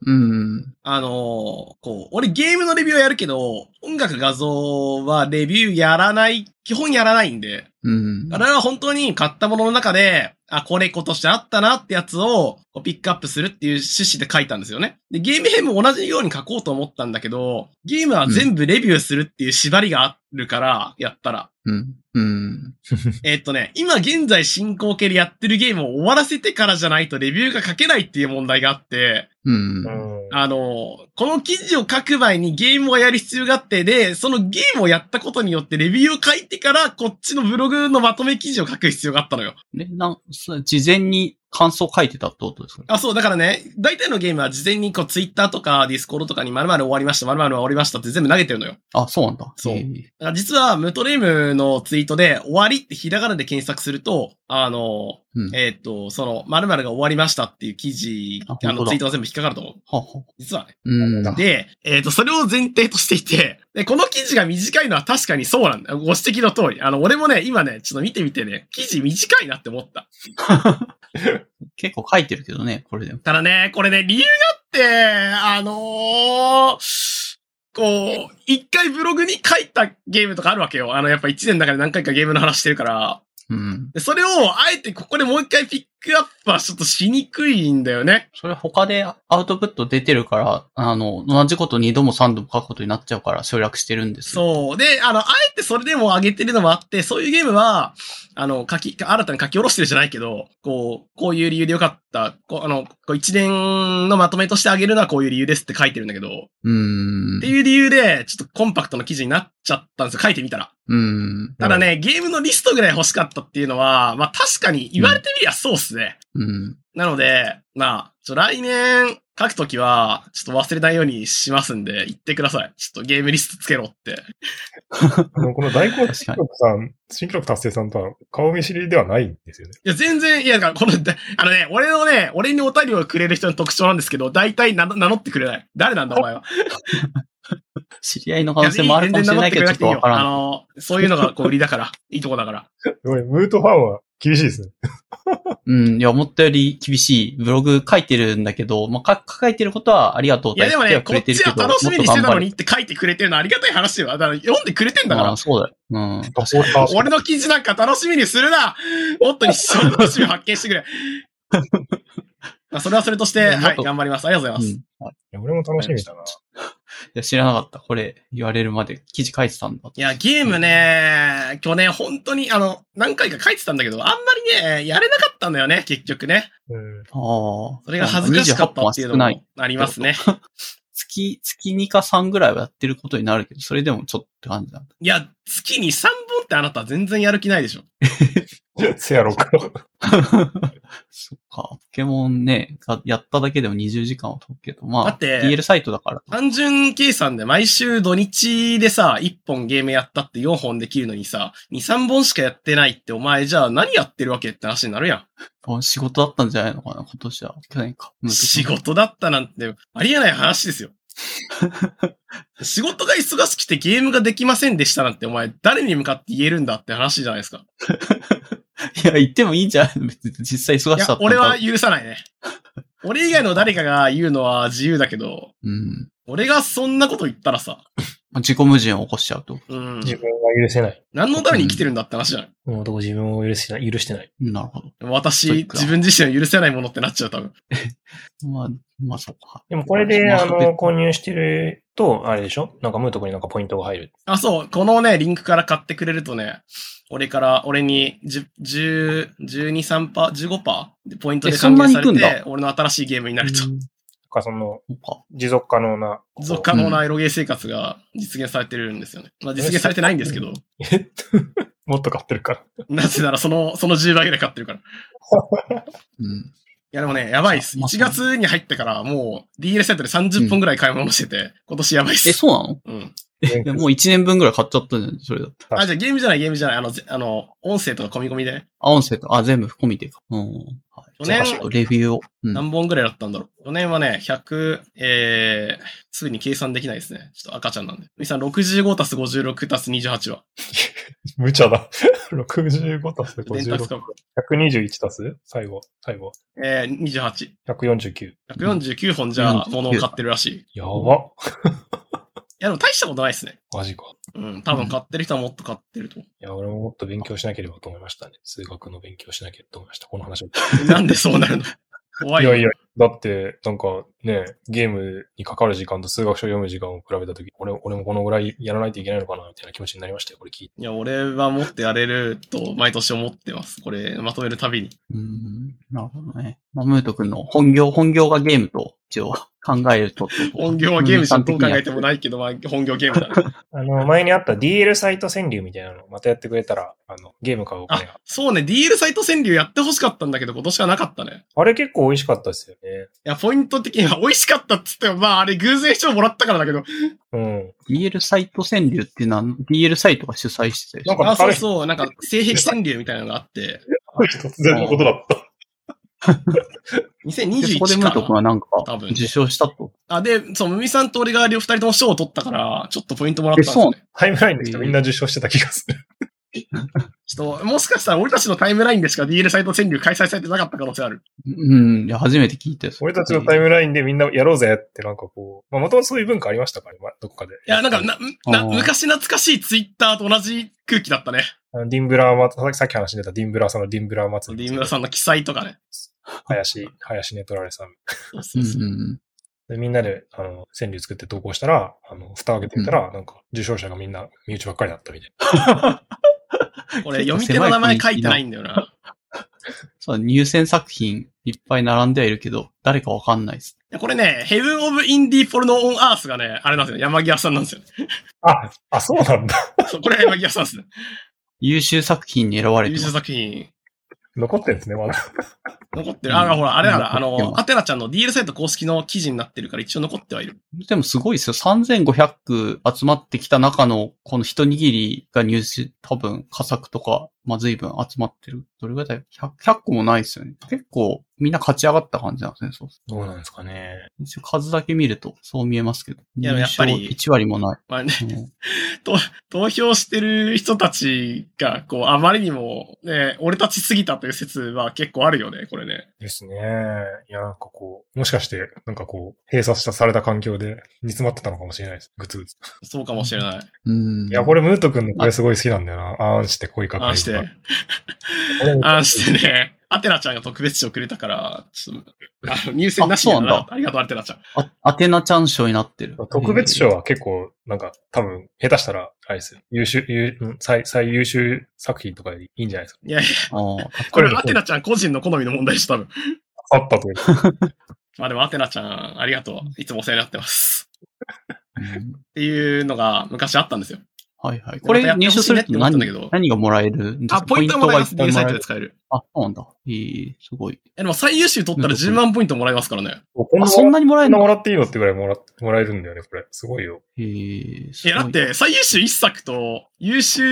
俺ゲームのレビューはやるけど、音楽画像はレビュー基本やらないんで。あれは本当に買ったものの中で、これ今年あったなってやつをピックアップするっていう趣旨で書いたんですよね。で、ゲーム編も同じように書こうと思ったんだけど、ゲームは全部レビューするっていう縛りがあるから、やったら。今現在進行形でやってるゲームを終わらせてからじゃないとレビューが書けないっていう問題があって、この記事を書く前にゲームをやる必要があって、で、そのゲームをやったことによってレビューを書いてから、こっちのブログのまとめ記事を書く必要があったのよ。 事前に感想書いてたってことですか？ そう、だからね、大体のゲームは事前にツイッターとかディスコードとかに〇〇終わりました、〇〇終わりましたって全部投げてるのよ。 そうなんだ。 そう。実は、ムトレームのツイートで、終わりってひらがなで検索すると、その、〇〇が終わりましたっていう記事、ツイートが全部引っかかると思う。実はね。で、それを前提としていて、で、この記事が短いのは確かにそうなんだ。ご指摘の通り。俺もね、今ね、ちょっと見てみてね、記事短いなって思った。 結構書いてるけどね、これでも。 ただね、これね、理由があって、一回ブログに書いたゲームとかあるわけよ。やっぱ一年の中で何回かゲームの話してるから。でそれを、あえてここでもう一回ピックアップはちょっとしにくいんだよね。 それ他でアウトプット出てるから、同じこと2度も3度も書くことになっちゃうから省略してるんですよ。 そう。で、あえてそれでも上げてるのもあって、そういうゲームは、新たに書き下ろしてるじゃないけど、こういう理由でよかった。一年のまとめとしてあげるのはこういう理由ですって書いてるんだけど。っていう理由で、ちょっとコンパクトな記事になっちゃったんですよ。書いてみたら。ただね、ゲームのリストぐらい欲しかったっていうのは、まあ確かに言われてみりゃそうっすね。なので、来年書くときは、ちょっと忘れないようにしますんで、言ってください。ちょっとゲームリストつけろって。 この大根新記録達成さんとは顔見知りではないんですよね。 いや、全然、だから俺にお便りをくれる人の特徴なんですけど、大体名乗ってくれない。誰なんだお前は。 知り合いの可能性もあるかもしれないけど、ちょっとわからん。 そういうのが売りだから、いいとこだから。 ムートファンは厳しいですね。 いや、思ったより厳しい。ブログ書いてるんだけど、書いてることはありがとうと言ってはくれてるけど。いや、でもね、こっちは楽しみにしてたのにって書いてくれてるのはありがたい話よ。だから読んでくれてんだから。 そうだよ。 俺の記事なんか楽しみにするな。もっと一緒に楽しみを発見してくれ。それはそれとして、はい、頑張ります。ありがとうございます。 俺も楽しみだな。 いや、知らなかった。これ言われるまで記事書いてたんだ。 いや、ゲームね、去年本当に何回か書いてたんだけど、あんまりね、やれなかったんだよね、結局ね。それが恥ずかしかったっていうのもありますね。 月2か3ぐらいはやってることになるけど、それでもちょっとって感じなんだ。 いや、月に3本ってあなた全然やる気ないでしょ。 せやろか。 そっか。ポケモンね、やっただけでも20時間は解くけど、まあ、 だって DL サイトだから。 単純計算で毎週土日でさ、1本ゲームやったって4本できるのにさ、2、3本しかやってないってお前じゃあ何やってるわけって話になるやん。 仕事だったんじゃないのかな、今年は。去年か。 仕事だったなんてありえない話ですよ。仕事が忙しくてゲームができませんでしたなんてお前誰に向かって言えるんだって話じゃないですか。 いや、言ってもいいんじゃないの別に実際忙しかったんだ。 俺は許さないね。俺以外の誰かが言うのは自由だけど、俺がそんなこと言ったらさ、 自己矛盾を起こしちゃうと。 自分は許せない。 何のために生きてるんだって話じゃない。 もう自分を許してない。 なるほど。 私、自分自身を許せないものってなっちゃう多分。 まあそうか。 でもこれで、購入してると、あれでしょなんかムート君になんかポイントが入る。 あ、そう。このね、リンクから買ってくれるとね、俺に12、3%、15%でポイントで還元されて、俺の新しいゲームになると。その、持続可能なエロゲー生活が実現されてるんですよね。まあ実現されてないんですけど。 もっと買ってるから。 なぜならその10倍ぐらい買ってるから。いやでもね、やばいっす。1月に入ってからもう DL サイトで30本ぐらい買い物してて、今年やばいっす。 そうなの？もう1年分ぐらい買っちゃったんじゃないそれだって。 じゃあゲームじゃない。音声とか込み込みでね。 音声と、全部込みでか。 去年、 レビューを。 何本ぐらいだったんだろう。去年はね、すぐに計算できないですね。ちょっと赤ちゃんなんで。みさん65足す56足す28は。 無茶だ。65足す56。121足す最後。 28。 149。 149本じゃあ、物を買ってるらしい。 やば。 いや、でも大したことないですね。 マジか。 多分買ってる人はもっと買ってると。いや、俺ももっと勉強しなければと思いましたね。数学の勉強しなきゃと思いました。この話を。 なんでそうなるの？怖い。 いや、だって、なんかね、ゲームにかかる時間と数学書読む時間を比べたとき、俺もこのぐらいやらないといけないのかな、みたいな気持ちになりましたよ、これ聞いて。 いや、俺はもっとやれると毎年思ってます。これ、まとめるたびに。 なるほどね。ムート君の本業がゲームと、一応考えると。 本業はゲームじゃどう考えてもないけど、本業ゲームだね。 前にあった DL サイト川柳みたいなのまたやってくれたら、ゲーム買うお金が。 そうね、DL サイト川柳やってほしかったんだけど、今年はなかったね。 あれ結構美味しかったですよね。 いや、ポイント的には美味しかったっつっても、あれ偶然賞もらったからだけど。 DL サイト川柳っていうのは、DL サイトが主催してたよ。そう、なんか、性癖川柳みたいなのがあって。 突然のことだった。 2021 そこでムート君はなんか、受賞したと。 で、ムミさんと俺が2人とも賞を取ったから、ちょっとポイントもらったんですよね。 タイムラインで人みんな受賞してた気がする。 ちょっと、もしかしたら俺たちのタイムラインでしか DL サイト川柳開催されてなかった可能性ある。 いや、初めて聞いて。 俺たちのタイムラインでみんなやろうぜってなんかこう、もともとそういう文化ありましたからね、どこかで。 いや、なんか昔懐かしいツイッターと同じ空気だったね。 ディンブラーさっき話してたディンブラーさんのディンブラー祭り。 ディンブラーさんの記載とかね。 林ネトラレさん。でみんなで、川柳作って投稿したら、蓋を開けてみたら、なんか、受賞者がみんな身内ばっかりだったみたいな。 これ、読み手の名前書いてないんだよな。 そう、入選作品いっぱい並んではいるけど、誰かわかんないです。 これね、ヘブン・オブ・インディ・ポルノ・オン・アースがね、あれなんですよ。山際さんなんですよね。 そうなんだ。 そう、これは山際さんですね。 優秀作品に選ばれてます。 優秀作品。 残ってるんですね、まだ。 残ってる。ほら、あれだな、アテナちゃんの DL サイト公式の記事になってるから一応残ってはいる。 でもすごいですよ。3500集まってきた中の、この一握りが入手、多分、佳作とか、随分集まってる。どれぐらいだよ。100個もないですよね。結構、みんな勝ち上がった感じなんですね、そう。 どうなんですかね。 一応数だけ見ると、そう見えますけど。 いや、やっぱり。 1割もない。 投票してる人たちが、あまりにも、ね、俺たちすぎたという説は結構あるよね、これね。 ですね。いや、なんかもしかして、なんか閉鎖された環境で煮詰まってたのかもしれないです。ぐつぐつ。 そうかもしれない。 いや、これムート君のこれすごい好きなんだよな。あーんして恋かかりとか。 あんしてね。アテナちゃんが特別賞くれたから、ちょっと、入選なしにならなかった。ありがとう、アテナちゃん。 アテナちゃん賞になってる。 特別賞は結構、なんか、多分、下手したら、あれですよ。最優秀作品とかでいいんじゃないですか。 いやいや。これ、アテナちゃん個人の好みの問題でしょ、多分。 あったという。 でも、アテナちゃん、ありがとう。いつもお世話になってます。っていうのが昔あったんですよ。 はいはい。これ入手すると何がもらえるんですか？ ポイントがもらえます。ディールサイトで使える。 あ、そうなんだ。すごい。 でも最優秀取ったら10万ポイントもらえますからね。 あ、そんなにもらえるの？ もらっていいのってぐらいもらえるんだよね、これ。すごいよ。 いや、だって、最優秀1作と、優秀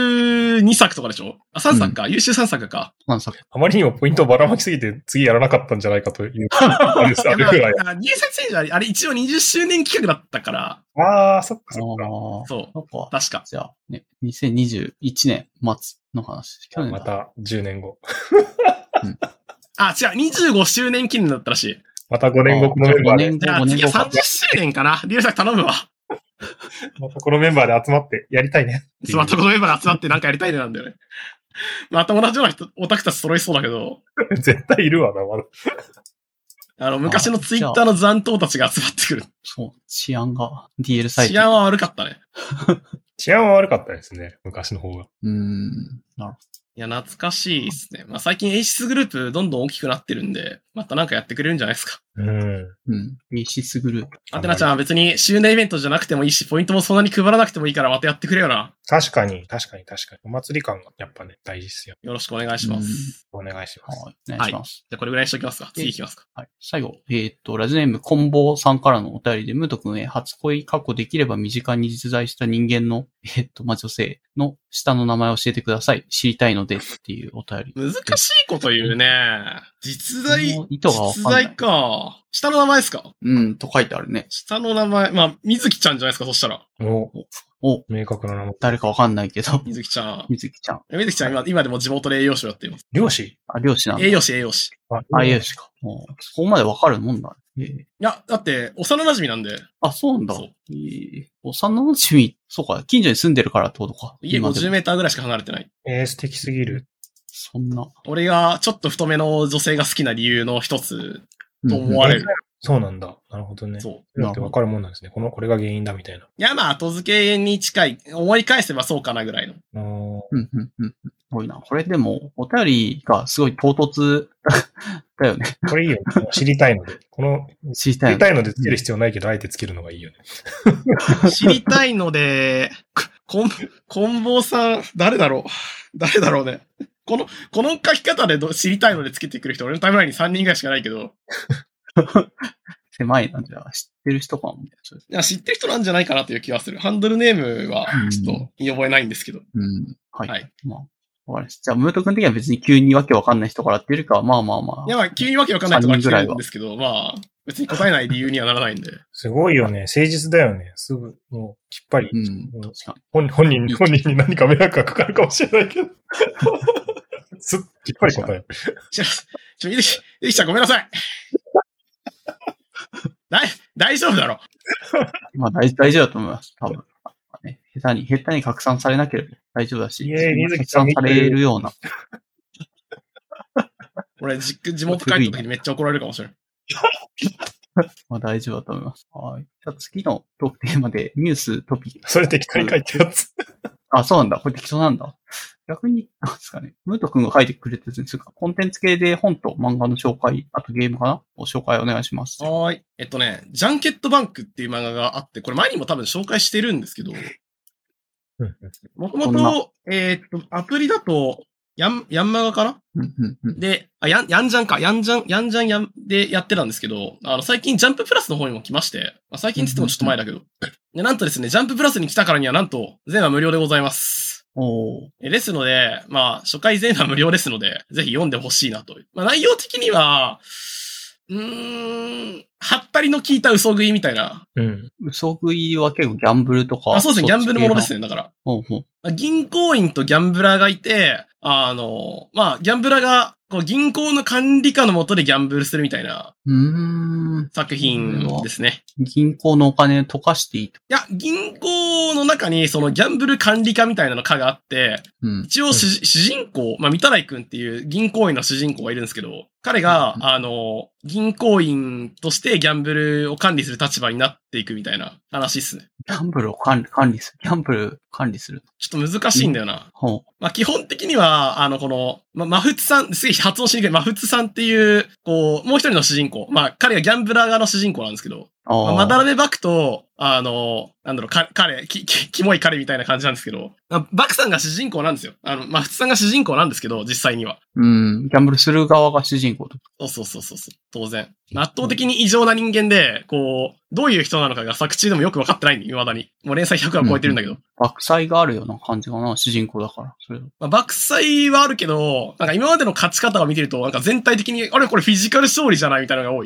2作とかでしょ？あ、3作か。優秀3作か。 3作。 あまりにもポイントをばらまきすぎて、次やらなかったんじゃないかという。あれぐらい。 リエサイチェンジあれ一応20周年企画だったから。 ああ、そっかそっか。 そう。確か。 じゃあ、ね、2021年末の話。去年また10年後。 あ、違う。25周年記念だったらしい。 また5年後このメンバーで。 じゃあ次は30周年かな。リエサイ頼むわ。 またこのメンバーで集まってやりたいね。 またこのメンバーで集まってなんかやりたいねなんだよね。また同じような人、オタクたち揃いそうだけど。 絶対いるわな、まだ。昔のツイッターの残党たちが集まってくる。 そう。治安が DL サイト。 治安は悪かったね。 治安は悪かったですね。昔の方が。 なるほど。 いや、懐かしいですね。まあ最近エイシスグループどんどん大きくなってるんで、またなんかやってくれるんじゃないですか。 エイシスグループ。 アテナちゃんは別に周年イベントじゃなくてもいいし、ポイントもそんなに配らなくてもいいからまたやってくれよな。 確かに。お祭り感がやっぱね、大事ですよ。 よろしくお願いします。 お願いします。 はい。お願いします。 じゃあこれぐらいにしときますか。次いきますか。 はい。最後、ラジオネームコンボさんからのお便りで、ムート君へ初恋過去できれば身近に実在した人間の、女性の下の名前を教えてください。知りたいのでっていうお便り。 難しいこと言うね。実在か。下の名前ですか？ と書いてあるね。 下の名前、まあ、水木ちゃんじゃないですか、そしたら。 明確な名前。 誰かわかんないけど。 水木ちゃん。 水木ちゃん今でも地元で栄養士をやっています。 漁師？ 漁師なんだ。 栄養士。 栄養士か。そこまでわかるもんだね。 いや、だって、幼馴染なんで。 あ、そうなんだ。幼馴染、そうか、近所に住んでるからってことか。 家50メーターぐらいしか離れてない。 素敵すぎる。 そんな。 俺がちょっと太めの女性が好きな理由の一つと思われる。 そうなんだ。なるほどね。そう。だってわかるもんなんですね。これが原因だみたいな。いや、まあ、後付けに近い。思い返せばそうかなぐらいの。 すごいな。これでも、お便りがすごい唐突だよね。 これいいよ。知りたいので。知りたいのでつける必要ないけど、あえてつけるのがいいよね。 知りたいので、コンボさん、誰だろうね。この書き方で知りたいのでつけてくる人、俺のタイムラインに3人ぐらいしかないけど。 狭いなんじゃ、知ってる人かもね。 いや、知ってる人なんじゃないかなという気がする。ハンドルネームは、ちょっと見覚えないんですけど。 はい。まあ、わかりました。じゃあ、ムート君的には別に急にわけわかんない人からっていうよりかは、まあ。 いや、急にわけわかんない人から来てるんですけど、まあ、別に答えない理由にはならないんで。 すごいよね。誠実だよね。すぐ、もう、きっぱり。 確かに。 本人に何か迷惑がかかるかもしれないけど。きっぱり答える。 ゆきちゃんごめんなさい。大丈夫だろ。 まあ、大丈夫だと思います。多分。下手に拡散されなければ大丈夫だし。拡散されるような。 俺、地元帰った時にめっちゃ怒られるかもしれない。 まあ大丈夫だと思います。はい。じゃあ次のトークテーマでニューストピック。 それ適当に書いてるやつ。 あ、そうなんだ。これ適当なんだ。逆に、なんですかね。ムート君が書いてくれてるんですが、コンテンツ系で本と漫画の紹介、あとゲームかなを紹介お願いします。 はい。ジャンケットバンクっていう漫画があって、これ前にも多分紹介してるんですけど、もともと、アプリだと、ヤンマガかなで、ヤンジャンか。ヤンジャンでやってたんですけど、最近ジャンププラスの方にも来まして、最近って言ってもちょっと前だけど、でなんとですね、ジャンププラスに来たからにはなんと、全話無料でございます。ですので、まあ、初回全話無料ですので、ぜひ読んでほしいなと。まあ、内容的には、はったりの効いた嘘食いみたいな。 嘘食いは結構ギャンブルとか。 そうですね、ギャンブルものですね、だから。銀行員とギャンブラーがいて、まあ、ギャンブラーが、銀行の管理下の下でギャンブルするみたいな。作品ですね。 銀行のお金溶かしていいと。 いや、銀行の中にそのギャンブル管理課みたいなの課があって、一応主人公、まあ、三たらいくんっていう銀行員の主人公がいるんですけど、彼が、銀行員としてギャンブルを管理する立場になっていくみたいな話っすね。 ギャンブルを管理する。ギャンブル管理する。 ちょっと難しいんだよな。まあ、基本的には、マフツさん、すげえ発音しにくいマフツさんっていう、もう一人の主人公。まあ、彼がギャンブラー側の主人公なんですけど、 まだらめバクと、彼、キモい彼みたいな感じなんですけど、バクさんが主人公なんですよ。普通さんが主人公なんですけど、実際には。 ギャンブルする側が主人公と。 そう。当然。圧倒的に異常な人間で、どういう人なのかが作中でもよく分かってないんで、未だに。もう連載100話超えてるんだけど。 爆災があるような感じかな、主人公だから。それ爆災はあるけど、なんか今までの勝ち方を見てると、なんか全体的に、あれこれフィジカル勝利じゃないみたいなのが多い。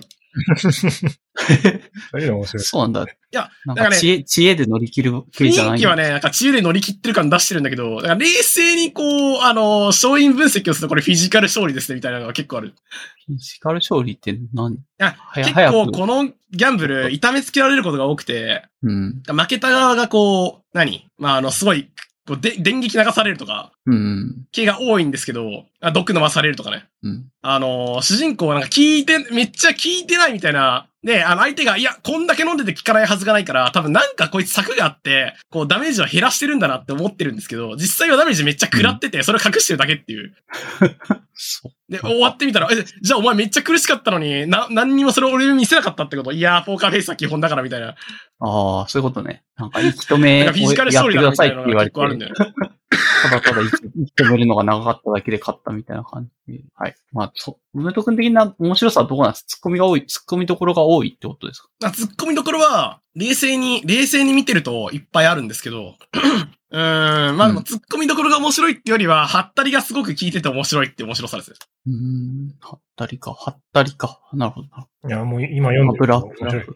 そうなんだ。 いや、 なんか知恵で乗り切る系じゃない。 雰囲気はね、なんか知恵で乗り切ってる感出してるんだけど、冷静に勝因分析をするとこれフィジカル勝利ですねみたいなのが結構ある。 フィジカル勝利って何？ いや、結構このギャンブル、痛めつけられることが多くて、負けた側がすごい、電撃流されるとか、系が多いんですけど、毒飲まされるとかね。主人公はなんかめっちゃ聞いてないみたいな、で、相手が、いや、こんだけ飲んでて効かないはずがないから、多分なんかこいつ策があって、ダメージを減らしてるんだなって思ってるんですけど、実際はダメージめっちゃ食らってて、それを隠してるだけっていう。で、終わってみたら、じゃあお前めっちゃ苦しかったのに、何にもそれを俺に見せなかったってこと？いやー、ポーカーフェイスは基本だからみたいな。 ああ、そういうことね。なんか、一目やってくださいって言われて、ただただ一目るのが長かっただけで勝ったみたいな感じ。はい。梅戸君的な面白さはどこなんですか？ツッコミどころが多いってことですか？ ツッコミどころは、冷静に見てるといっぱいあるんですけど、でもツッコミどころが面白いってよりは、ハッタリがすごく効いてて面白いって面白さです。 ハッタリか。なるほど。 いや、もう今読んでると面白い。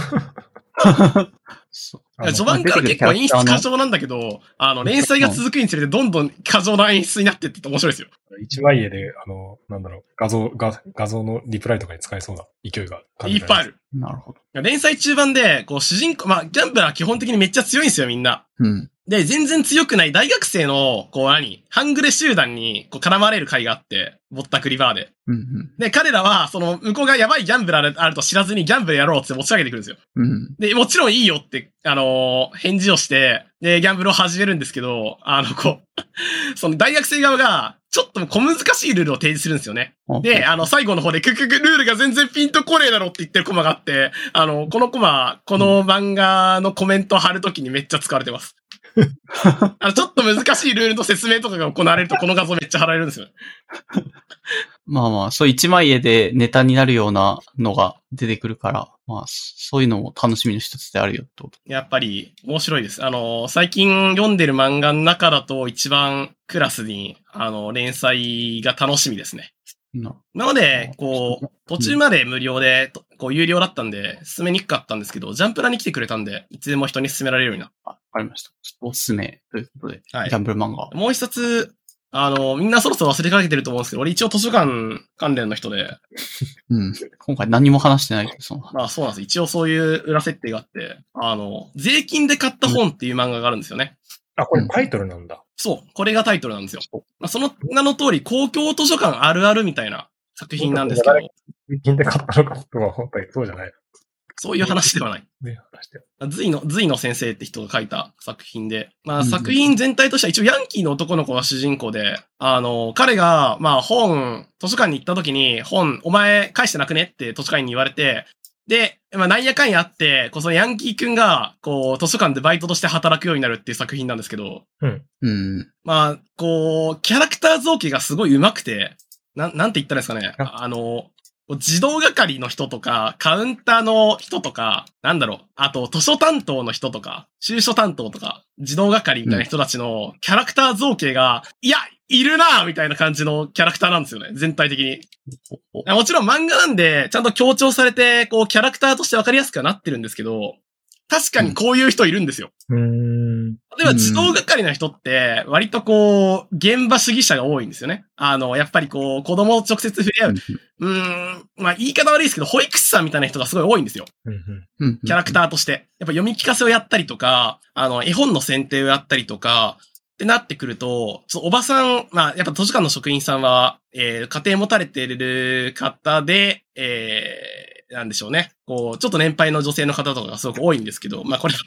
序盤から結構演出過剰なんだけど、連載が続くにつれてどんどん過剰な演出になってって面白いですよ。 一枚絵で、画像のリプライとかに使えそうな勢いが感じられます。 いっぱいある。 なるほど。 連載中盤で、主人公、ギャンブラー基本的にめっちゃ強いんですよ、みんな。で、全然強くない大学生の、半グレ集団に、絡まれる回があって、ぼったくりバーで。で、彼らは、向こうがやばいギャンブラーであると知らずにギャンブルやろうって持ち上げてくるんですよ。で、もちろんいいよって、返事をして、で、ギャンブルを始めるんですけど、その大学生側が、ちょっと小難しいルールを提示するんですよね。で、最後の方で、ルールが全然ピンとこねえだろって言ってるコマがあって、このコマ、この漫画のコメントを貼るときにめっちゃ使われてます。ちょっと難しいルールの説明とかが行われると、この画像めっちゃ貼られるんですよ。 そう一枚絵でネタになるようなのが出てくるから、そういうのも楽しみの一つであるよってこと。 やっぱり面白いです。最近読んでる漫画の中だと一番クラスに、連載が楽しみですね。なので、途中まで無料で、有料だったんで、進めにくかったんですけど、ジャンプラに来てくれたんで、いつでも人に勧められるようになった。 わかりました。おすすめということで、 はい、 ギャンブル漫画。 もう一冊、みんなそろそろ忘れかけてると思うんですけど、俺一応図書館関連の人で。 今回何も話してないけど、 そうなんです。一応そういう裏設定があって、税金で買った本っていう漫画があるんですよね。 これタイトルなんだ。 そう。これがタイトルなんですよ。その名の通り、公共図書館あるあるみたいな作品なんですけど。 税金で買ったのかとは本当にそうじゃない。 そういう話ではない。隋の先生って人が書いた作品で、作品全体としては一応ヤンキーの男の子が主人公で、彼が、図書館に行った時にお前返してなくねって図書館に言われて、で、なんやかんやあって、そのヤンキーくんが、図書館でバイトとして働くようになるっていう作品なんですけど、キャラクター造形がすごい上手くて、なんて言ったらいいですかね。自動係の人とか、カウンターの人とか、あと図書担当の人とか、収書担当とか、自動係みたいな人たちのキャラクター造形が、いるなぁみたいな感じのキャラクターなんですよね。全体的に。もちろん漫画なんで、ちゃんと強調されて、キャラクターとしてわかりやすくはなってるんですけど、確かにこういう人いるんですよ。例えば自動係の人って、割と現場主義者が多いんですよね。やっぱり子供と直接触れ合う。言い方悪いですけど、保育士さんみたいな人がすごい多いんですよ。キャラクターとして。やっぱ読み聞かせをやったりとか、絵本の選定をやったりとか、ってなってくると、おばさん、やっぱ図書館の職員さんは、家庭持たれている方で、なんでしょうね。ちょっと年配の女性の方とかがすごく多いんですけど、これ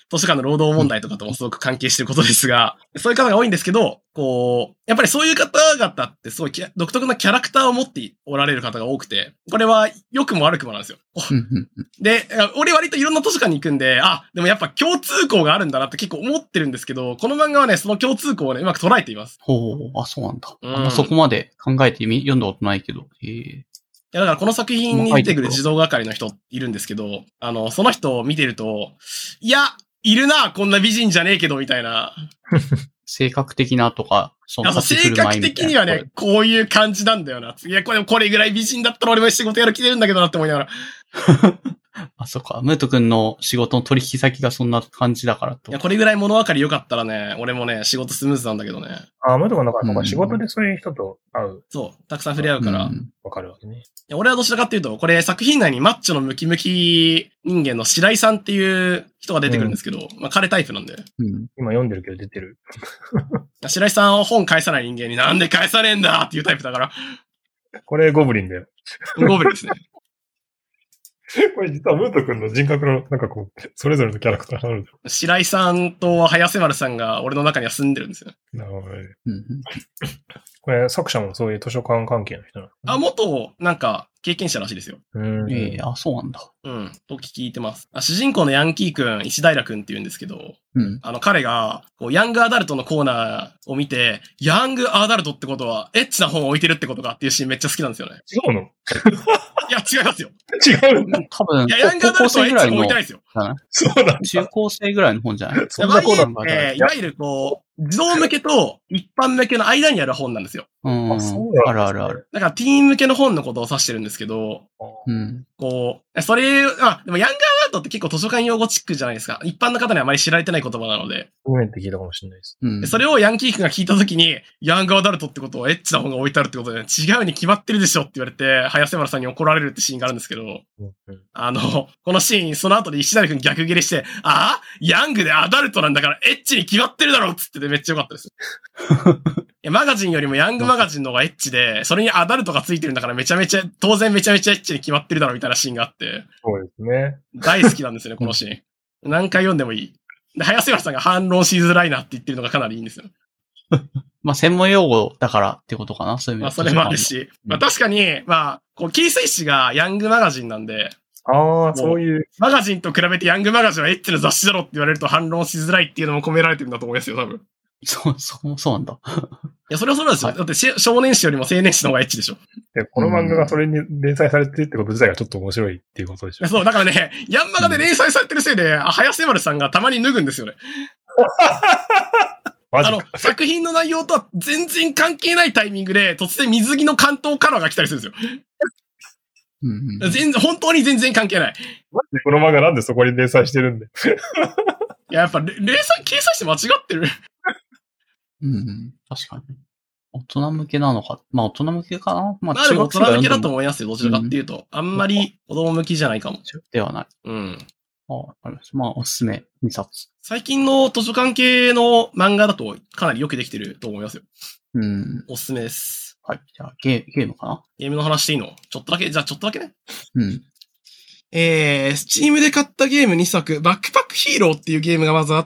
図書館の労働問題とかともすごく関係してることですが、そういう方が多いんですけど、こう、やっぱりそういう方々ってすごい独特なキャラクターを持っておられる方が多くて、これは良くも悪くもなんですよ。で、俺割といろんな図書館に行くんで、でもやっぱ共通項があるんだなって結構思ってるんですけど、この漫画はね、その共通項をね、うまく捉えています。 そうなんだ。そこまで考えて読んだことないけど。いや、だからこの作品に出てくる児童係の人いるんですけど、その人を見てると、いや、いるな、こんな美人じゃねえけど、みたいな。 性格的なとか、 性格的にはね、こういう感じなんだよな。いや、これぐらい美人だったら俺も仕事やる気出るんだけどなって思いながら。 そっか。ムート君の仕事の取引先がそんな感じだからと。 いや、これぐらい物分かり良かったらね、俺もね、仕事スムーズなんだけどね。 ムート君なんか仕事でそういう人と会う。 そう。たくさん触れ合うから。 わかるわけね。 俺はどちらかっていうと、これ作品内にマッチョのムキムキ人間の白井さんっていう人が出てくるんですけど、彼タイプなんで。 今読んでるけど出てる。 白井さんは本返さない人間になんで返さねえんだっていうタイプだから。 これゴブリンだよ。 ゴブリンですね。 これ実はムート君の人格のそれぞれのキャラクターがある。 白井さんと早瀬丸さんが俺の中には住んでるんですよ。 なるほどね。これ作者もそういう図書館関係の人なの？ 元、経験者らしいですよ。 そうなんだ。 と聞いてます。主人公のヤンキー君、石平君って言うんですけど、彼が、ヤングアダルトのコーナーを見て、ヤングアダルトってことは、エッチな本を置いてるってことかっていうシーンめっちゃ好きなんですよね。 違うの？ いや、違いますよ。 違うの？ 多分、 ヤングアダルトはエッチな本置いてないですよ。 そうなんだ。 中高生ぐらいの本じゃない？ いわゆる児童向けと一般向けの間にある本なんですよ。 あるあるある。 だからティーン向けの本のことを指してるんですけど、それ、でもヤングアダルトって結構図書館用語チックじゃないですか。一般の方にはあまり知られてない言葉なので。 初めて聞いたかもしれないです。 それをヤンキー君が聞いたときに、ヤングアダルトってことはエッチな本が置いてあるってことで、違うに決まってるでしょって言われて、早瀬村さんに怒られるってシーンがあるんですけど、このシーン、その後で石田君逆ギレして、ヤングでアダルトなんだからエッチに決まってるだろっつっててめっちゃ良かったです。マガジンよりもヤングマガジンの方がエッチで、それにアダルトがついてるんだから当然めちゃめちゃエッチに決まってるだろみたいなシーンがあって。 そうですね。 大好きなんですよね、このシーン。何回読んでもいい。で、早瀬村さんが反論しづらいなって言ってるのがかなりいいんですよ。 専門用語だからってことかな、そういう意味で。 それもあるし。確かに、キースイッシがヤングマガジンなんで、 そういう。 マガジンと比べてヤングマガジンはエッチな雑誌だろって言われると反論しづらいっていうのも込められてるんだと思いますよ、多分。 そうなんだ。 いや、それはそうですよ。だって少年誌よりも青年誌の方がエッチでしょ。 この漫画がそれに連載されてるってこと自体がちょっと面白いっていうことでしょ。 そう、だからね、ヤンマガで連載されてるせいで、早瀬丸さんがたまに脱ぐんですよね。作品の内容とは全然関係ないタイミングで、突然水着の関東カラーが来たりするんですよ。本当に全然関係ない。 この漫画なんでそこに連載してるんで。 いや、やっぱ、掲載して間違ってる。 確かに。大人向けなのか。大人向けかな。 でも大人向けだと思いますよ、どちらかっていうと。あんまり子供向きじゃないかも。 ではない。わかりました。おすすめ2冊。 最近の図書館系の漫画だとかなりよくできてると思いますよ。おすすめです。 はい。じゃあ、ゲームかな？ ゲームの話していいの？ちょっとだけね。スチームで買ったゲーム2作、バックパックヒーローっていうゲームがまずあって、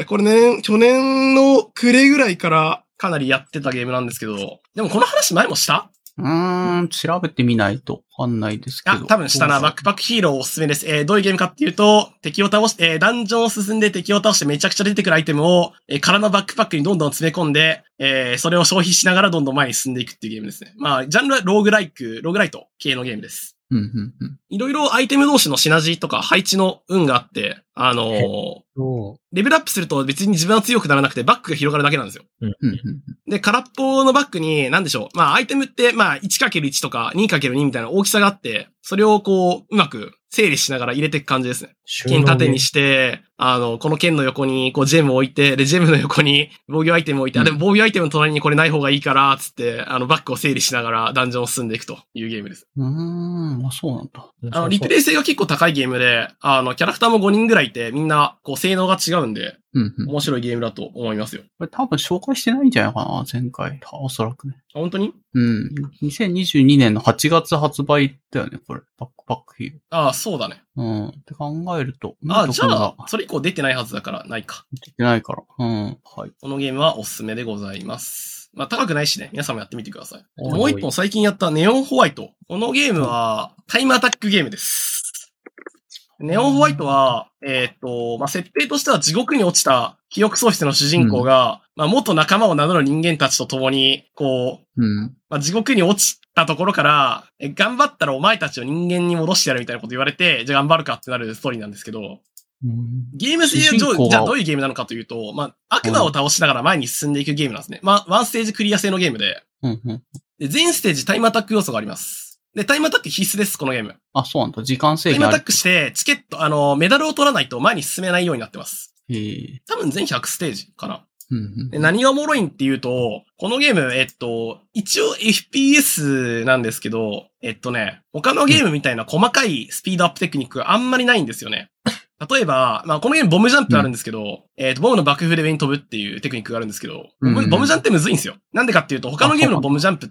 これね、去年の暮れぐらいからかなりやってたゲームなんですけど、でもこの話前もした？ 調べてみないとわかんないですけど。 多分したな。バックパックヒーローおすすめです。どういうゲームかっていうと、敵を倒して、ダンジョンを進んで敵を倒してめちゃくちゃ出てくるアイテムを、空のバックパックにどんどん詰め込んで、それを消費しながらどんどん前に進んでいくっていうゲームですね。ジャンルはローグライト系のゲームです。いろいろアイテム同士のシナジーとか配置の運があって、レベルアップすると別に自分は強くならなくてバックが広がるだけなんですよ。で、空っぽのバックに、なんでしょう。アイテムって、1×1 とか 2×2 みたいな大きさがあって、それをうまく整理しながら入れていく感じですね。剣縦にして、この剣の横にジェムを置いて、で、ジェムの横に防御アイテムを置いて、でも防御アイテムの隣にこれない方がいいから、つって、バックを整理しながらダンジョンを進んでいくというゲームです。 そうなんだ。 リプレイ性が結構高いゲームで、キャラクターも5人ぐらいいて、みんな、こう、性能が違うんで、 うんうん。 面白いゲームだと思いますよ。 これ多分紹介してないんじゃないかな、前回。おそらくね。 本当に？ うん。2022年の8月発売だよね、これ。バックパックヒーロー。 ああ、そうだね。 うん。って考えると。 ああ、じゃあ、それ以降出てないはずだからないか。 出てないから。うん。はい。 このゲームはおすすめでございます。まあ、高くないしね。皆さんもやってみてください。 おいもう一本最近やったネオンホワイト。このゲームは、タイムアタックゲームです。ネオンホワイトは、まあ、設定としては地獄に落ちた記憶喪失の主人公が、まあ、元仲間を名乗る人間たちと共に、こう、まあ、地獄に落ちたところから、頑張ったらお前たちを人間に戻してやるみたいなこと言われて、じゃあ頑張るかってなるストーリーなんですけど、ゲーム性上、じゃあどういうゲームなのかというと、まあ、悪魔を倒しながら前に進んでいくゲームなんですね。まあ、ワンステージクリア制のゲームで、で全ステージタイムアタック要素があります。で、タイムアタック必須です、このゲーム。 あ、そうなんだ。時間制限タイムアタックして、チケット、メダルを取らないと前に進めないようになってます。 多分全100ステージかな。で何がおもろいんっていうと、このゲーム、一応 FPS なんですけど、他のゲームみたいな細かいスピードアップテクニックがあんまりないんですよね。例えば、まあ、このゲームボムジャンプあるんですけど、ボムの爆風で上に飛ぶっていうテクニックがあるんですけど、ボムジャンってむずいんですよ。なんでかっていうと、他のゲームのボムジャンプって、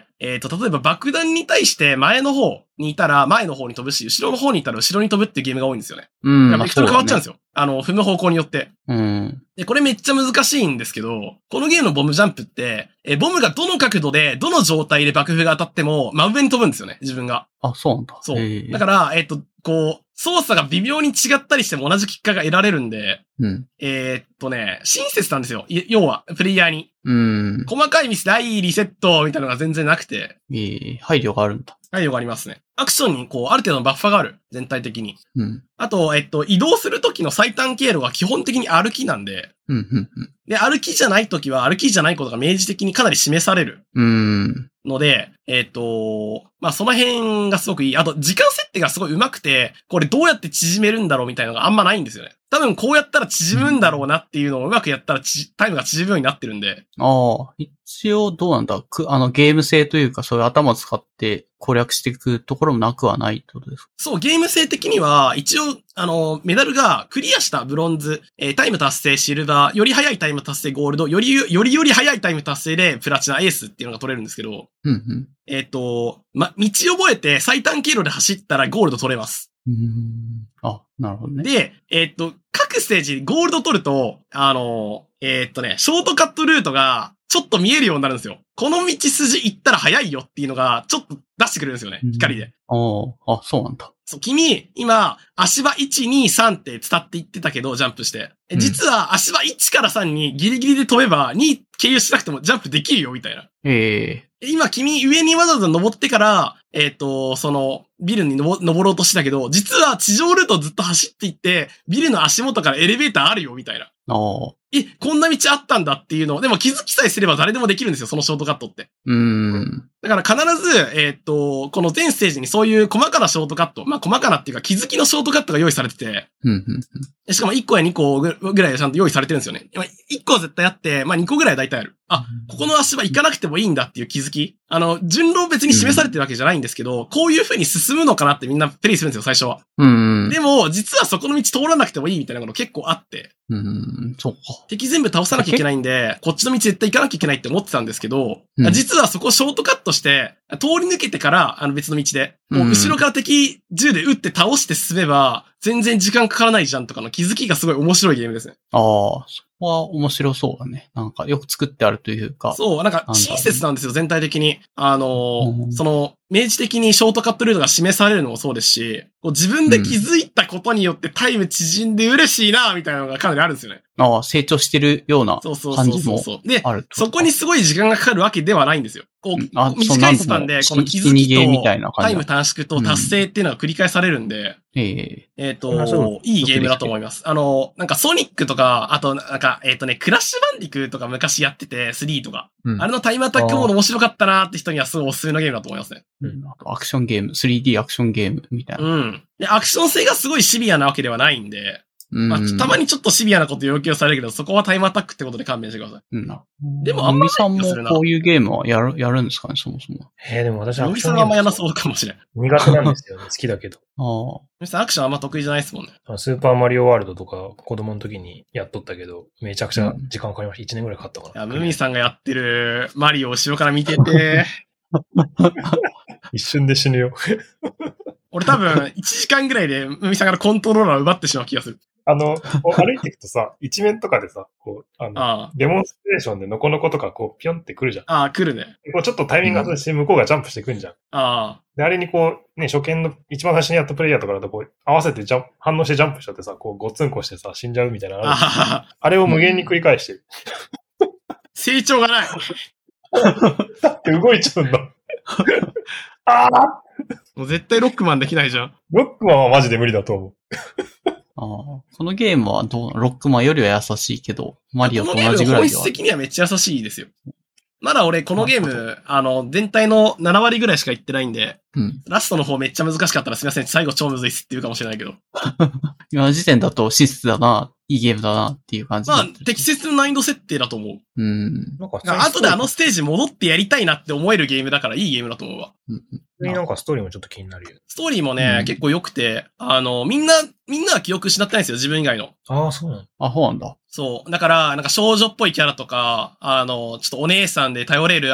例えば爆弾に対して前の方にいたら前の方に飛ぶし、後ろの方にいたら後ろに飛ぶっていうゲームが多いんですよね。ベクトル変わっちゃうんですよ。踏む方向によって。で、これめっちゃ難しいんですけど、このゲームのボムジャンプって、ボムがどの角度で、どの状態で爆風が当たっても、真上に飛ぶんですよね、自分が。 あ、そうなんだ。 そう。だから、こう、操作が微妙に違ったりしても同じ結果が得られるんで、親切なんですよ。要は、プレイヤーに。細かいミスで、リセットみたいなのが全然なくて。 配慮があるんだ。 配慮がありますね。アクションに、こう、ある程度のバッファがある。全体的に。あと、移動するときの最短経路が基本的に歩きなんで。で、歩きじゃないときは歩きじゃないことが明示的にかなり示される。ので、まあ、その辺がすごくいい。あと、時間設定がすごい上手くて、これどうやって縮めるんだろうみたいなのがあんまないんですよね。多分こうやったら縮むんだろうなっていうのをうまくやったらタイムが縮むようになってるんで。 一応どうなんだゲーム性というかそういう頭を使って攻略していくところもなくはないってことですか？ そう、ゲーム性的には一応、メダルがクリアしたブロンズ、タイム達成シルバー、より早いタイム達成ゴールド、より早いタイム達成でプラチナエースっていうのが取れるんですけど、道覚えて最短経路で走ったらゴールド取れます。 あ、なるほどね。 で、各ステージゴールド取ると、ショートカットルートがちょっと見えるようになるんですよ。この道筋行ったら早いよっていうのがちょっと出してくれるんですよね。光で。 あ、そうなんだ。 そう、君、今、足場1、2、3って伝って言ってたけど、ジャンプして。実は足場1から3にギリギリで飛べば、2経由しなくてもジャンプできるよ、みたいな。今、君、上にわざわざ登ってから、その、ビルに登ろうとしてたけど、実は地上ルートをずっと走っていって、ビルの足元からエレベーターあるよ、みたいな。こんな道あったんだっていうのを、でも気づきさえすれば誰でもできるんですよ、そのショートカットって。だから必ず、この全ステージにそういう細かなショートカット、まあ細かなっていうか気づきのショートカットが用意されてて、しかも1個や2個ぐらいちゃんと用意されてるんですよね。1個は絶対あって、まあ2個ぐらいは大体ある。ここの足場行かなくてもいいんだっていう気づき。順路別に示されてるわけじゃないんですけど、こういう風に進むのかなってみんなプレイするんですよ、最初は。でも、実はそこの道通らなくてもいいみたいなこと結構あって。 そうか。 敵全部倒さなきゃいけないんで、こっちの道絶対行かなきゃいけないって思ってたんですけど、実はそこショートカットして、通り抜けてから、別の道で、もう後ろから敵銃で撃って倒して進めば、全然時間かからないじゃんとかの気づきがすごい面白いゲームですね。 そこは面白そうだね。なんかよく作ってあるというか。 そう、なんか親切なんですよ、全体的に。その、明示的にショートカットルートが示されるのもそうですし、自分で気づいたことによってタイム縮んで嬉しいな、みたいなのがかなりあるんですよね。 成長してるような感じもで、そこにすごい時間がかかるわけではないんですよ。短いスパンで、この気づきとタイム短縮と達成っていうのが繰り返されるんで、いいゲームだと思います。なんかソニックとか、あとなんか、クラッシュバンディクーとか昔やってて、3とか。あれのタイムアタックモード面白かったなーって人にはすごいおすすめのゲームだと思いますね。 あとアクションゲーム、3D アクションゲームみたいな。 で、アクション性がすごいシビアなわけではないんで、 まあ、たまにちょっとシビアなこと要求されるけど、そこはタイムアタックってことで勘弁してください。でもあんまりさんもこういうゲームはやるんですかね、そもそも。 でも私はアクションはあんまやらそうかもしれん。 苦手なんですよね。好きだけど。 アクションあんま得意じゃないですもんね。 スーパーマリオワールドとか子供の時にやっとったけど、めちゃくちゃ時間かかりました。1年ぐらいかかったかな。 ムミさんがやってるマリオを後ろから見てて、 一瞬で死ぬよ。 俺多分1時間ぐらいでムミさんからコントローラーを奪ってしまう気がする。 歩いていくとさ、一面とかでさ、こう、デモンストレーションでノコノコとかこう、ピョンって来るじゃん。 来るね。 こうちょっとタイミング外して向こうがジャンプしてくんじゃん。で、あれにこう、ね、初見の一番最初にやったプレイヤーとかだとこう、合わせて反応してジャンプしちゃってさ、こう、ごつんこしてさ、死んじゃうみたいなのあれを無限に繰り返してる。 成長がない。 だって動いちゃうんだ。 もう絶対ロックマンできないじゃん。 ロックマンはマジで無理だと思う。 このゲームはロックマンよりは優しいけど、マリオと同じぐらいでは。 このゲーム本質的にはめっちゃ優しいですよ。まだ俺このゲーム、全体の7割ぐらいしか言ってないんで、ラストの方めっちゃ難しかったらすいません、最後超むずいっすって言うかもしれないけど。 今の時点だと質素だな、いいゲームだなっていう感じ。 まあ、適切な難易度設定だと思う。後であのステージ戻ってやりたいなって思えるゲームだからいいゲームだと思うわ。 なんかストーリーもちょっと気になるよ。 ストーリーもね、結構良くて、みんなは記憶失ってないんですよ、自分以外の。 そうなんだ。そうなんだ。 そう。だから、なんか少女っぽいキャラとか、ちょっとお姉さんで頼れる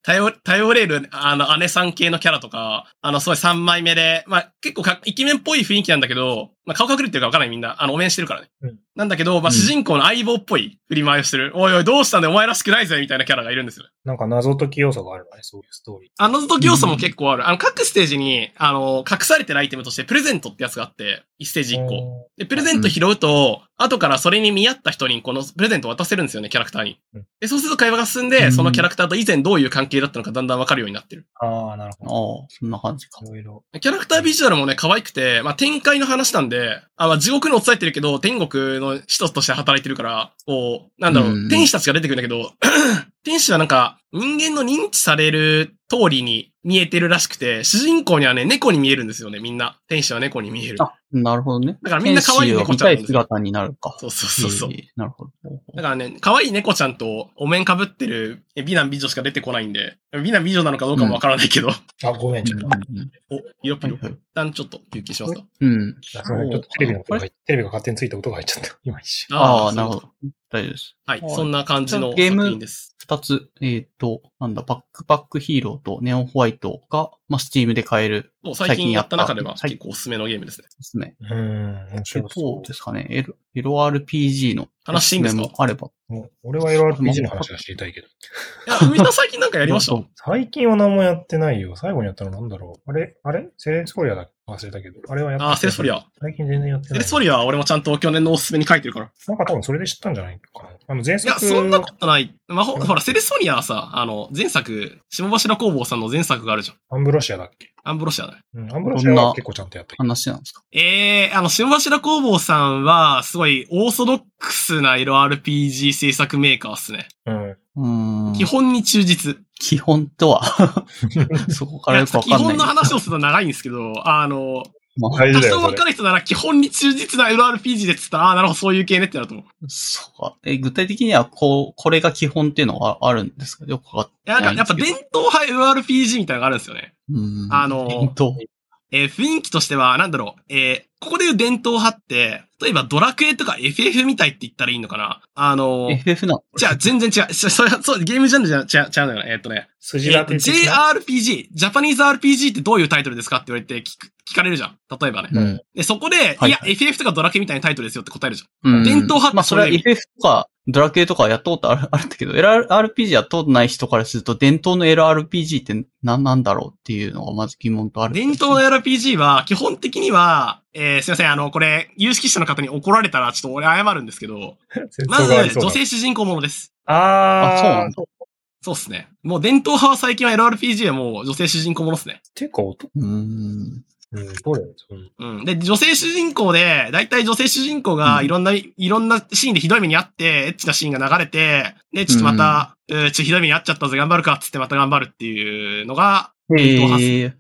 姉さん系のキャラとか、すごい3枚目で、まあ、結構イケメンっぽい雰囲気なんだけど、まあ、顔隠れてるか分からないみんな、お面してるからね。なんだけど、まあ、主人公の相棒っぽい振り回ししてる。おいおい、どうしたんだよ、お前らしくないぜ、みたいなキャラがいるんですよ。 なんか謎解き要素があるのね、そういうストーリー。 謎解き要素も結構ある。各ステージに、隠されてるアイテムとしてプレゼントってやつがあって、1ステージ1個。で、プレゼント拾うと、後からそれに見合った人にこのプレゼントを渡せるんですよね、キャラクターに。で、そうすると会話が進んで、そのキャラクターと以前どういう関係だったのかだんだんわかるようになってる。 なるほど。 そんな感じか。 キャラクタービジュアルもね、可愛くて、まあ、天界の話なんで、地獄に落とされてるけど、天国の使徒として働いてるから、こう、なんだろう、天使たちが出てくるんだけど、天使はなんか、人間の認知される通りに見えてるらしくて、主人公にはね、猫に見えるんですよね、みんな。天使は猫に見える。 なるほどね。 だからみんな可愛い猫ちゃんなんですよ。 姿になるか。 そう。 なるほど。 だからね、可愛い猫ちゃんとお面被ってる美男美女しか出てこないんで、美男美女なのかどうかもわからないけど。 ごめん、ちょっと。 ピロピロ。一旦ちょっと休憩しますか。 ちょっとテレビが勝手についた音が入っちゃった。今一瞬。 なるほど。大丈夫です。 はい。そんな感じのゲーム2つ、バックパックヒーローとネオンホワイトが、まあ、スチームで買える。 最近やった中では結構おすすめのゲームですね。 おすすめ。 面白そう。 どうですかね。LRPG の話していいんですか？ あれば。 俺は LRPG の話が知りたいけど。 いや、みんな最近なんかやりました最近は何もやってないよ。最後にやったのなんだろう。あれセレスフォリアだっけ忘れたけど。あれはやってない。 セレスフォリア。 最近全然やってない。 セレスフォリアは俺もちゃんと去年のおすすめに書いてるから。 なんか多分それで知ったんじゃないかな。前作。 いや、そんなことない。ほら、セレスフォリアはさ、前作、下柱工房さんの前作があるじゃん。 アンブロシアだっけ？ アンブロシアだね。 アンブロシアは結構ちゃんとやった。 話なんですか？ 下柱工房さんは、すごいオーソドックスな LRPG 制作メーカーっすね。基本に忠実。 基本とはそこからよくわかんない。 基本の話をすると長いんですけど、多少わかる人なら基本に忠実な LRPG でっつったら、なるほど、そういう系ねってなると思う。 そうか。具体的には、これが基本っていうのがあるんですか？よくわかってない。 やっぱ伝統派 LRPG みたいなのがあるんですよね。 伝統。 雰囲気としては、なんだろう、ここでいう伝統派って、例えばドラクエとか FF みたいって言ったらいいのかな FF なの？ じゃあ全然違う。そう、ゲームジャンルじゃ違うのよ。JRPG、ジャパニーズ RPG ってどういうタイトルですかって言われて聞かれるじゃん。例えばね。で、そこで、いや、FF とかドラクエみたいなタイトルですよって答えるじゃん。伝統派ってまあ、それは FF とかドラクエとかやったことあるんだけど、LRPG やったことない人からすると、伝統の LRPG って何なんだろうっていうのがまず疑問とある。 伝統の LRPG は、基本的には、すいません、これ、有識者の方に怒られたら、ちょっと俺謝るんですけど、まず、女性主人公ものです。 そうなんだ。 そうっすね。もう伝統派は最近は LRPG はもう女性主人公ものっすね。 てか、そうだよ。 で、女性主人公で、だいたい女性主人公がいろんなシーンでひどい目にあって、エッチなシーンが流れて、で、ちょっとまた、ひどい目にあっちゃったぜ、頑張るかっつってまた頑張るっていうのが、伝統派っす。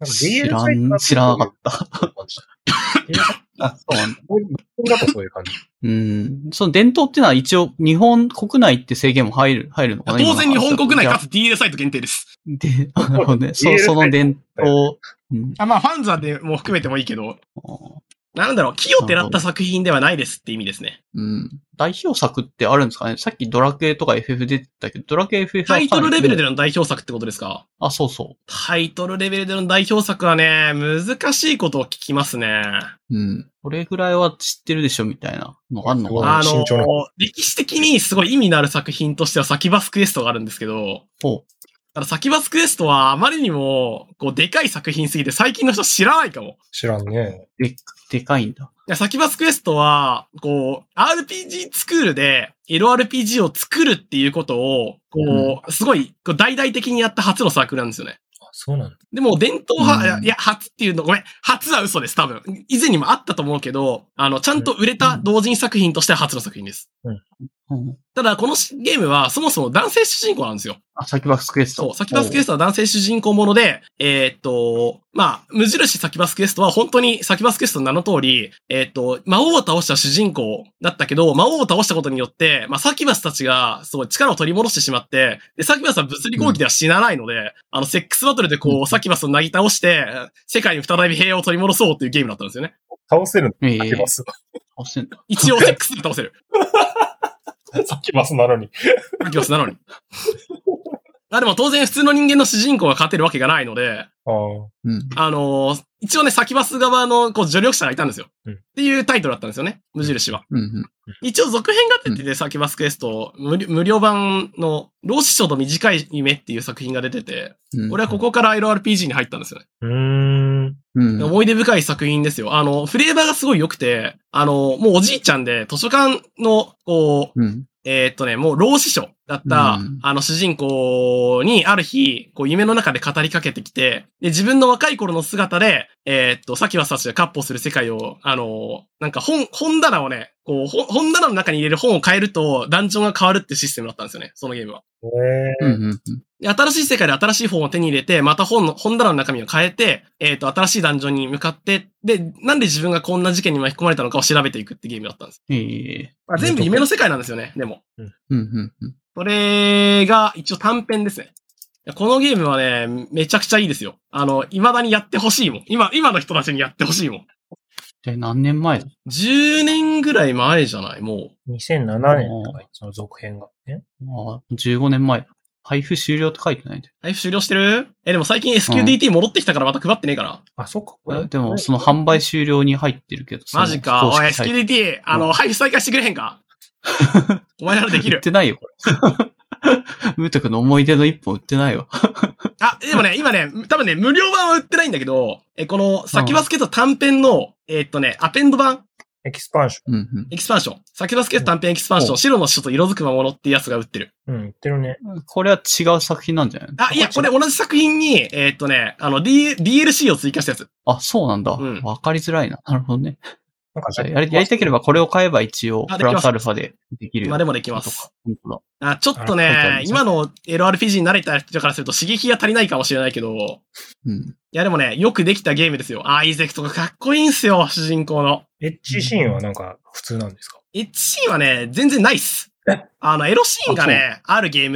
知らなかった。あ、そうなんだ。 だとそういう感じ。 その伝統っていうのは一応日本国内って制限も入るのかな？ 当然日本国内かつ DL サイト限定です。 で、なるほどね。その伝統。 まあファンザでも含めてもいいけど。なんだろう、木をてらった作品ではないですって意味ですね。 代表作ってあるんですかね？さっきドラクエとか FF 出てたけど、ドラクエ FF タイトルレベルでの代表作ってことですか？ あ、そうそう。 タイトルレベルでの代表作はね、難しいことを聞きますね。 これぐらいは知ってるでしょみたいなのあんのかな？ 歴史的にすごい意味のある作品としてはサキバスクエストがあるんですけど、サキバスクエストはあまりにもでかい作品すぎて最近の人知らないかも。 知らんね。 でかいんだ。 サキバスクエストは、RPG スクールで LRPG を作るっていうことを、すごい大々的にやった初のサークルなんですよね。 そうなんだ。 でも、伝統派、初っていうの、ごめん、初は嘘です、多分。以前にもあったと思うけど、ちゃんと売れた同人作品としては初の作品です。ただ、このゲームは、そもそも男性主人公なんですよ。 サキバスクエスト。 そう、サキバスクエストは男性主人公もので、無印サキバスクエストは本当にサキバスクエストの名の通り、魔王を倒した主人公だったけど、魔王を倒したことによって、サキバスたちがすごい力を取り戻してしまって、で、サキバスは物理攻撃では死なないので、セックスバトルでサキバスをなぎ倒して、世界に再び平和を取り戻そうというゲームだったんですよね。 倒せるの？サキバス。 倒せるんだ。 一応セックスで倒せる。 サキバスなのに。 サキバスなのに。でも当然普通の人間の主人公が勝てるわけがないので、一応ね、サキバス側の助力者がいたんですよ。っていうタイトルだったんですよね、無印は。一応続編が出てて、サキバスクエスト、無料版の、老子賞と短い夢っていう作品が出てて、俺はここから LRPG に入ったんですよね。思い出深い作品ですよ。フレーバーがすごい良くて、もうおじいちゃんで図書館の、もう老子賞だった、主人公にある日、夢の中で語りかけてきて、で、自分の若い頃の姿で、サキバスたちが割烹する世界を、なんか本棚をね、本棚の中に入れる本を変えると、ダンジョンが変わるってシステムだったんですよね、そのゲームは。で、新しい世界で新しい本を手に入れて、また本棚の中身を変えて、新しいダンジョンに向かって、で、なんで自分がこんな事件に巻き込まれたのかを調べていくってゲームだったんです。全部夢の世界なんですよね、でも。それが一応短編ですね。このゲームはね、めちゃくちゃいいですよ。未だにやってほしいもん。今の人たちにやってほしいもん。 何年前だ？ 10 年ぐらい前じゃない？もう。2007年とか、その続編が。 15年前。配布終了って書いてないんだよ。 配布終了してる？でも最近 SQDT 戻ってきたからまた配ってねえかな。 あ、そっか。 でも、その販売終了に入ってるけど。 マジか。おい、SQDT、配布再開してくれへんか？お前ならできる。 売ってないよ、これ。ムート君の思い出の一本売ってないわ。 でもね、今ね、多分ね、無料版は売ってないんだけど、この、サキバスケット短編の、アペンド版。 エキスパンション。エキスパンション。サキバスケット短編エキスパンション。白の書と色づく魔物っていうやつが売ってる。 売ってるね。 これは違う作品なんじゃない？ いや、これ同じ作品に、DLC を追加したやつ。 あ、そうなんだ。わかりづらいな。なるほどね。なんかやりたければこれを買えば一応、プラスアルファでできるよ。 今でもできます。ちょっとね、今の LRPG に慣れた人からすると刺激が足りないかもしれないけど、いやでもね、よくできたゲームですよ。アイゼクとかかっこいいんすよ、主人公の。 エッジシーンはなんか普通なんですか？ エッジシーンはね、全然ないっす。エロシーンがね、あるゲームって、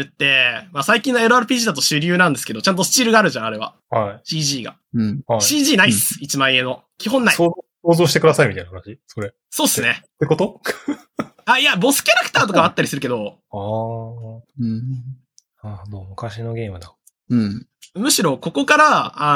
最近の LRPG だと主流なんですけど、ちゃんとスチールがあるじゃん、あれは。CG が。CG ないっす、1万円の。基本ない。 想像してくださいみたいな話？それ。 そうっすね。 ってこと？ いや、ボスキャラクターとかあったりするけど。 昔のゲームだ。 むしろ、ここから、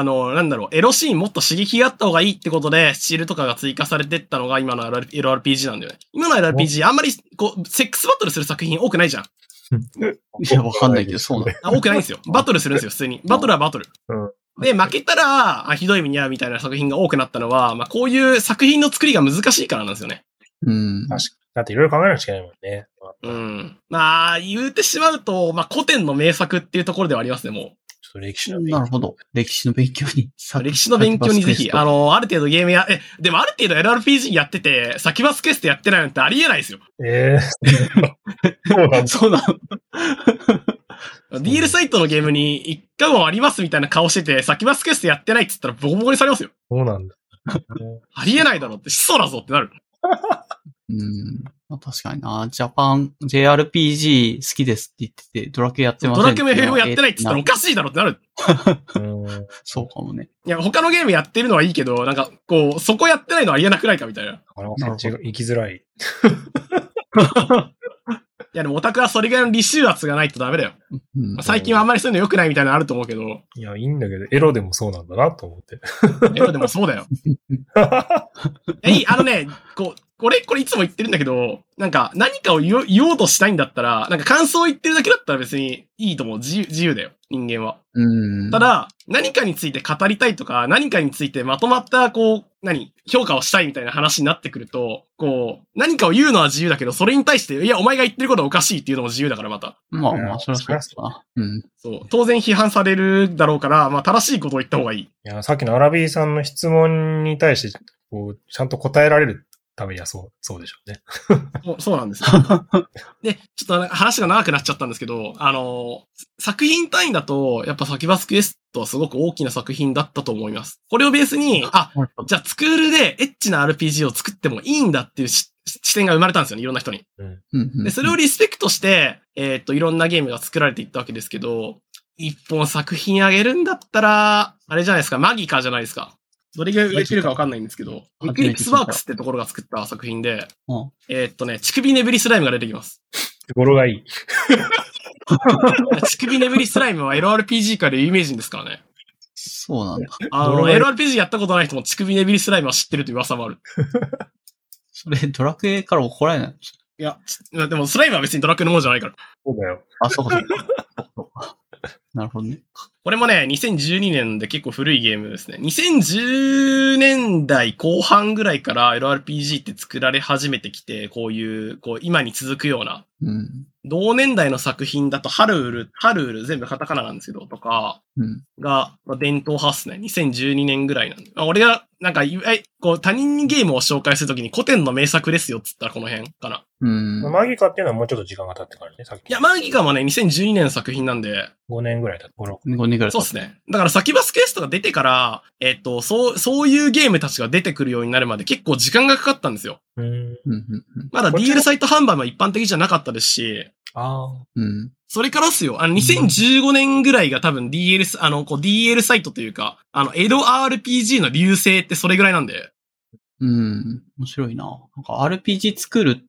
エロシーンもっと刺激があった方がいいってことで、スチールとかが追加されてったのが今の LRPG なんだよね。今の LRPG、あんまり、セックスバトルする作品多くないじゃん。 いや、わかんないけど、そうなの。多くないんですよ。バトルするんですよ、普通に。バトルはバトル。で、負けたら、ひどい目に遭うみたいな作品が多くなったのは、こういう作品の作りが難しいからなんですよね。 確かに。だっていろいろ考えなきゃいけないもんね。 言うてしまうと、古典の名作っていうところではありますね、もう。 歴史の勉強。 なるほど。歴史の勉強に。 歴史の勉強にぜひ、ある程度ゲームでもある程度 LRPG やってて、サキバスクエストやってないなんてありえないですよ。 そうなの。 DL サイトのゲームに一回もありますみたいな顔してて、サキュバスクエストやってないって言ったらボコボコにされますよ。 そうなんだ。 ありえないだろって、始祖だぞってなる。 確かにな。JRPG 好きですって言ってて、ドラクエやってませんドラクエも FF やってないって言ったらおかしいだろってなる。 そうかもね。 いや、他のゲームやってるのはいいけど、なんか、こう、そこやってないのは言えなくないかみたいな。 行きづらい。 いや、でもオタクはそれぐらいの履修圧がないとダメだよ。最近はあんまりそういうの良くないみたいなのあると思うけど。 いや、いいんだけど、エロでもそうなんだなと思って。 エロでもそうだよ。これいつも言ってるんだけど、なんか何かを言おうとしたいんだったら、なんか感想を言ってるだけだったら別にいいと思う。自由だよ、人間は。ただ、何かについて語りたいとか、何かについてまとまった、評価をしたいみたいな話になってくると、何かを言うのは自由だけど、それに対して、いや、お前が言ってることはおかしいっていうのも自由だからまた。 まあ、それはそうですかな。 そう。当然批判されるだろうから、正しいことを言った方がいい。 いや、さっきのアラビーさんの質問に対して、ちゃんと答えられるためにはそうでしょうね。 そうなんですよ。で、ちょっと話が長くなっちゃったんですけど、作品単位だと、やっぱサキュバスクエストはすごく大きな作品だったと思います。これをベースに、じゃあスクールでエッチな RPG を作ってもいいんだっていう視点が生まれたんですよね、いろんな人に。で、それをリスペクトして、いろんなゲームが作られていったわけですけど、一本作品あげるんだったら、あれじゃないですか、マギカじゃないですか。どれが売れてるかわかんないんですけど、エクリプスワークスってところが作った作品で、乳首ネブリスライムが出てきます。 語呂がいい。 乳首ネブリスライムは LRPG 界で有名人ですからね。 そうなんだ。 LRPG やったことない人も乳首ネブリスライムは知ってるという噂もある。 それ、ドラクエから怒られない？ いや、でもスライムは別にドラクエのものじゃないから。 そうだよ。 あ、そうか。なるほどね。 これもね、2012年で結構古いゲームですね。2010年代後半ぐらいから LRPG って作られ始めてきて、今に続くような。同年代の作品だと、ハルウル、全部カタカナなんですけど、とか、が、伝統派っすね。2012年ぐらいなんで。俺が、他人にゲームを紹介するときに古典の名作ですよっつったらこの辺かな。 マギカっていうのはもうちょっと時間が経ってからね、さっき。 いや、マギカもね、2012年の作品なんで。 5年ぐらい経って、 5年ぐらい。 そうですね。だからサキュバスクエストが出てから、そういうゲームたちが出てくるようになるまで結構時間がかかったんですよ。まだ DL サイト販売も一般的じゃなかったですし、それからっすよ。2015年ぐらいが多分 DL サイトというか、LRPG の流星ってそれぐらいなんで。 面白いな。なんか RPG 作るって、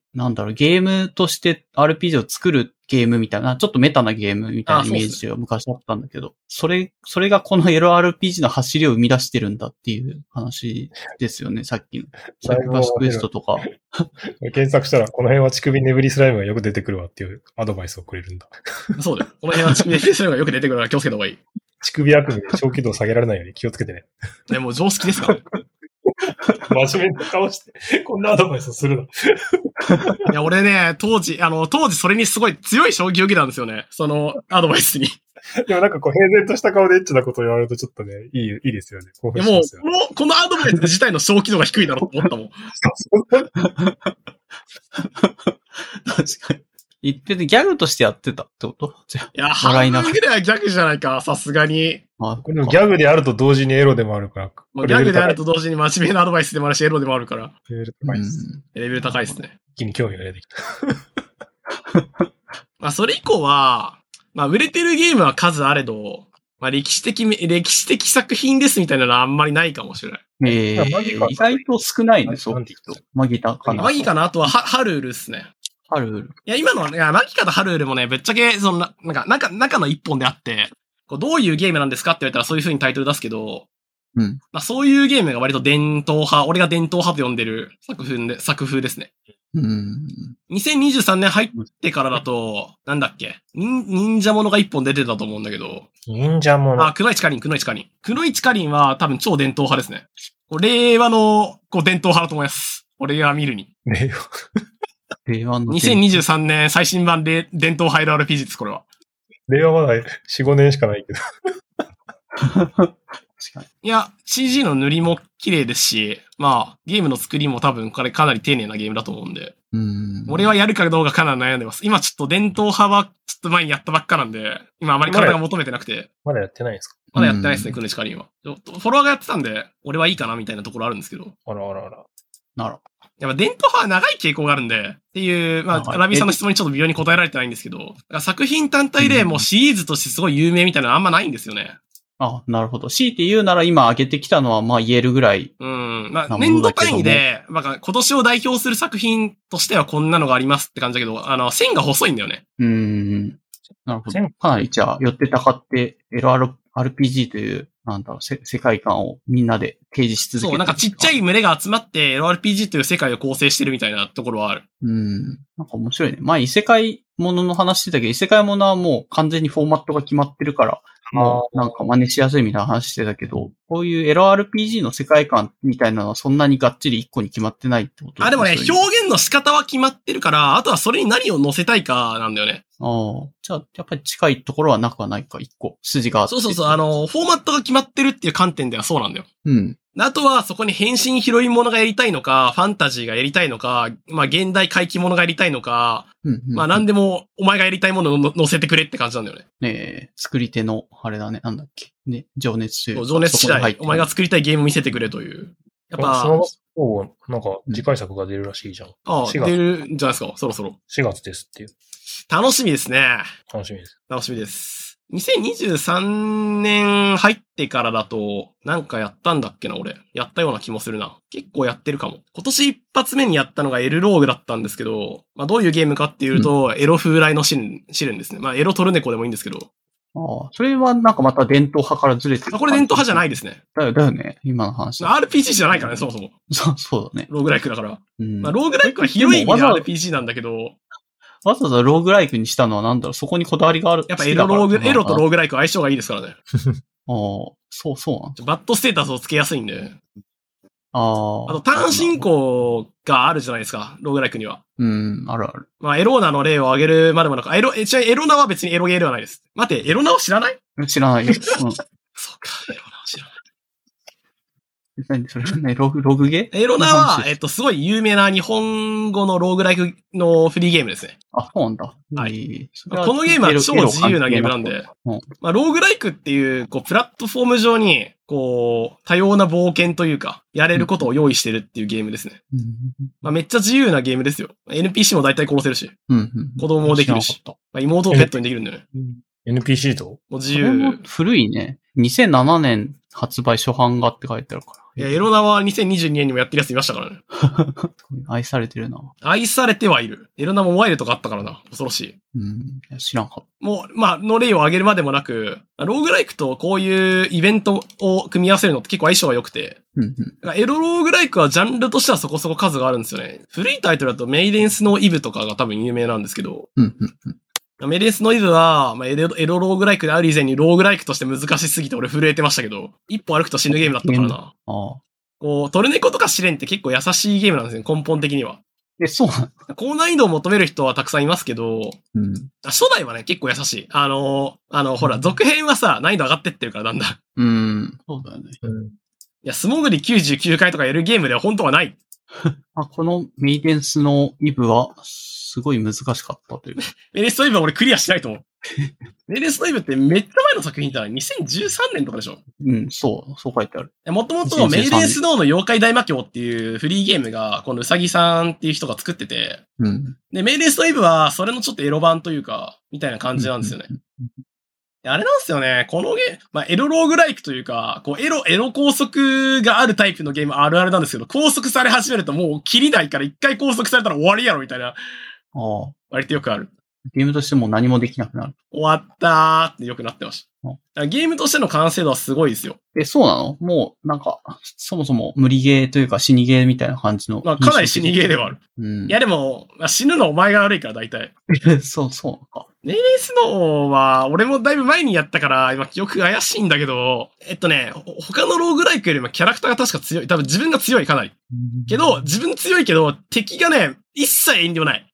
ゲームとして RPG を作るゲームみたいな、ちょっとメタなゲームみたいなイメージが昔あったんだけど、それがこの LRPG の走りを生み出してるんだっていう話ですよね、さっきの。サキュバスクエストとか。 検索したら、この辺は乳首ネブリスライムがよく出てくるわっていうアドバイスをくれるんだ。 そうだよ。この辺は乳首ネブリスライムがよく出てくるから気をつけた方がいい。 乳首悪夢で小気度を下げられないように気をつけてね。 もう常識ですからね。 真面目な顔して、こんなアドバイスをするの。いや、俺ね、当時それにすごい強い衝撃を受けたんですよね。そのアドバイスに。 でも平然とした顔でエッチなことを言われるとちょっとね、いいですよね。 いやもう、このアドバイス自体の正気度が低いだろうと思ったもん。 確かに。言っててギャグとしてやってたってことじゃあ。 いや、半分ぐらいはギャグじゃないか、さすがに。 これギャグであると同時にエロでもあるから。 ギャグであると同時に真面目なアドバイスでもあるし、エロでもあるから。 レベル高いです。 レベル高いですね。 一気に興味が出てきた。 それ以降は、売れてるゲームは数あれど、歴史的作品ですみたいなのはあんまりないかもしれない。 意外と少ないね、そう。マギカかな。 マギカの後はハルウルっすね。 ハルウル。 いや、今のはね、マギカとハルウルもね、ぶっちゃけ、中の一本であって、どういうゲームなんですかって言われたらそういう風にタイトル出すけど、そういうゲームが割と伝統派、俺が伝統派と呼んでる作風ですね。2023年入ってからだと、なんだっけ、忍者ものが一本出てたと思うんだけど。 忍者もの。 くのいちかりん。くのいちかりんは多分超伝統派ですね。令和の伝統派だと思います。俺が見るに。 令和の 2023年最新版で伝統派 LRPG です、これは。 令和まだ4、5年しかないけど。 確かに。 いや、CG の塗りも綺麗ですし、まあ、ゲームの作りも多分これかなり丁寧なゲームだと思うんで。俺はやるかどうかかなり悩んでます。今ちょっと伝統派はちょっと前にやったばっかなんで、今あまり体が求めてなくて。 まだやってないですか？ まだやってないですね、くるしかりんは。フォロワーがやってたんで、俺はいいかなみたいなところあるんですけど。 あら。 なる。 やっぱ伝統派は長い傾向があるんで、っていう、まあ、ラビーさんの質問にちょっと微妙に答えられてないんですけど、作品単体でもうシリーズとしてすごい有名みたいなのあんまないんですよね。 あ、なるほど。強いて言うなら今挙げてきたのはまあ言えるぐらい。 まあ、年度単位で、まあ、今年を代表する作品としてはこんなのがありますって感じだけど、線が細いんだよね。 なるほど。かなりじゃあ、寄ってたかって、LRPG という、なんだろう、世界観をみんなで提示し続けてる。 そう、なんかちっちゃい群れが集まって LRPG という世界を構成してるみたいなところはある。 なんか面白いね。まあ、異世界ものの話してたけど、異世界ものはもう完全にフォーマットが決まってるから、もうなんか真似しやすいみたいな話してたけど、こういう LRPG の世界観みたいなのはそんなにがっちり一個に決まってないってことでもね、表現の仕方は決まってるから、あとはそれに何を載せたいかなんだよね。 じゃあ、やっぱり近いところはなくはないか、一個、筋があって。 そう。フォーマットが決まってるっていう観点ではそうなんだよ。あとはそこに変身ヒロインものがやりたいのか、ファンタジーがやりたいのか、まあ現代回帰ものがやりたいのか、まあ何でもお前がやりたいものを載せてくれって感じなんだよね。 作り手の、あれだね、なんだっけ。ね、情熱という。 情熱次第、お前が作りたいゲーム見せてくれという。やっぱ、 なんか次回作が出るらしいじゃん。 出るんじゃないですか、そろそろ。 4月ですっていう。 楽しみですね。 楽しみです。 2023年入ってからだと、なんかやったんだっけな、俺。やったような気もするな。結構やってるかも。今年一発目にやったのがエルローグだったんですけど、まあどういうゲームかっていうと、エロ風来の試練ですね。まあエロトルネコでもいいんですけど。 それはなんかまた伝統派からずれてる。 これ伝統派じゃないですね。 だよね、今の話。 RPG じゃないからね、そもそも。 そうだね。 ローグライクだから。まあローグライクは広い意味で RPG なんだけど、 わざわざローグライクにしたのはなんだろう、そこにこだわりがある。 やっぱエロとローグライク相性がいいですからね。 そうなんだ。 バッドステータスをつけやすいんで。あと単進行があるじゃないですか、ローグライクには。 あるある。 まあエローナの例を挙げるまでもなく、エロナは別にエロゲーではないです。待って、エロナを知らない？ 知らないよ。 そうか、エロナを知らない。 何それログゲー？ エロナは、すごい有名な日本語のローグライクのフリーゲームですね。 そうなんだ。 はい。このゲームは超自由なゲームなんで、まあ、ローグライクっていう、プラットフォーム上に、多様な冒険というか、やれることを用意してるっていうゲームですね。まあ、めっちゃ自由なゲームですよ。NPC も大体殺せるし、子供もできるし、まあ、妹をペットにできるんだよね。 NPC ともう自由。 古いね。2007年発売初版がって書いてあるから。 いや、エロナは2022年にもやってるやついましたからね。 愛されてるな。 愛されてはいる。エロナもモバイルとかあったからな。恐ろしい。知らんかった。 もう、まあ、の例を挙げるまでもなく、ローグライクとこういうイベントを組み合わせるのって結構相性が良くて。エロローグライクはジャンルとしてはそこそこ数があるんですよね。古いタイトルだとメイデンスのイブとかが多分有名なんですけど。メイデンスのイブは、まあ、エロローグライクである以前にローグライクとして難しすぎて俺震えてましたけど、一歩歩くと死ぬゲームだったからな。トルネコとか試練って結構優しいゲームなんですね、根本的には。 そうなの？ 高難易度を求める人はたくさんいますけど、初代はね、結構優しい。ほら、続編はさ、難易度上がってってるからなんだ。 そうだよね。 いや、素潜り99回とかやるゲームでは本当はない。 このメイデンスのイブは、すごい難しかったという。 メイデンスのイブは俺クリアしないと思う。メイデンスのイブってめっちゃ前の作品じゃない ?2013 年とかでしょ？ そう書いてある。 もともとメイデンスノーの妖怪大魔教っていうフリーゲームが、このうさぎさんっていう人が作ってて、で、メイデンスのイブはそれのちょっとエロ版というか、みたいな感じなんですよね。あれなんですよね。このゲーム、まあ、エロローグライクというか、エロ拘束があるタイプのゲームあるあるなんですけど、拘束され始めるともう切りないから一回拘束されたら終わりやろみたいな。割とよくある。 ゲームとしても何もできなくなる。 終わったーってよくなってました。ゲームとしての完成度はすごいですよ。 そうなの？もう、なんか、そもそも無理ゲーというか死にゲーみたいな感じの。 まあ、かなり死にゲーではある。いやでも、死ぬのお前が悪いから大体。 そうか。 メイデンスノーは、俺もだいぶ前にやったから、今記憶怪しいんだけど、他のローグライクよりもキャラクターが確か強い。多分自分が強い、かなり。自分強いけど、敵がね、一切遠慮ない。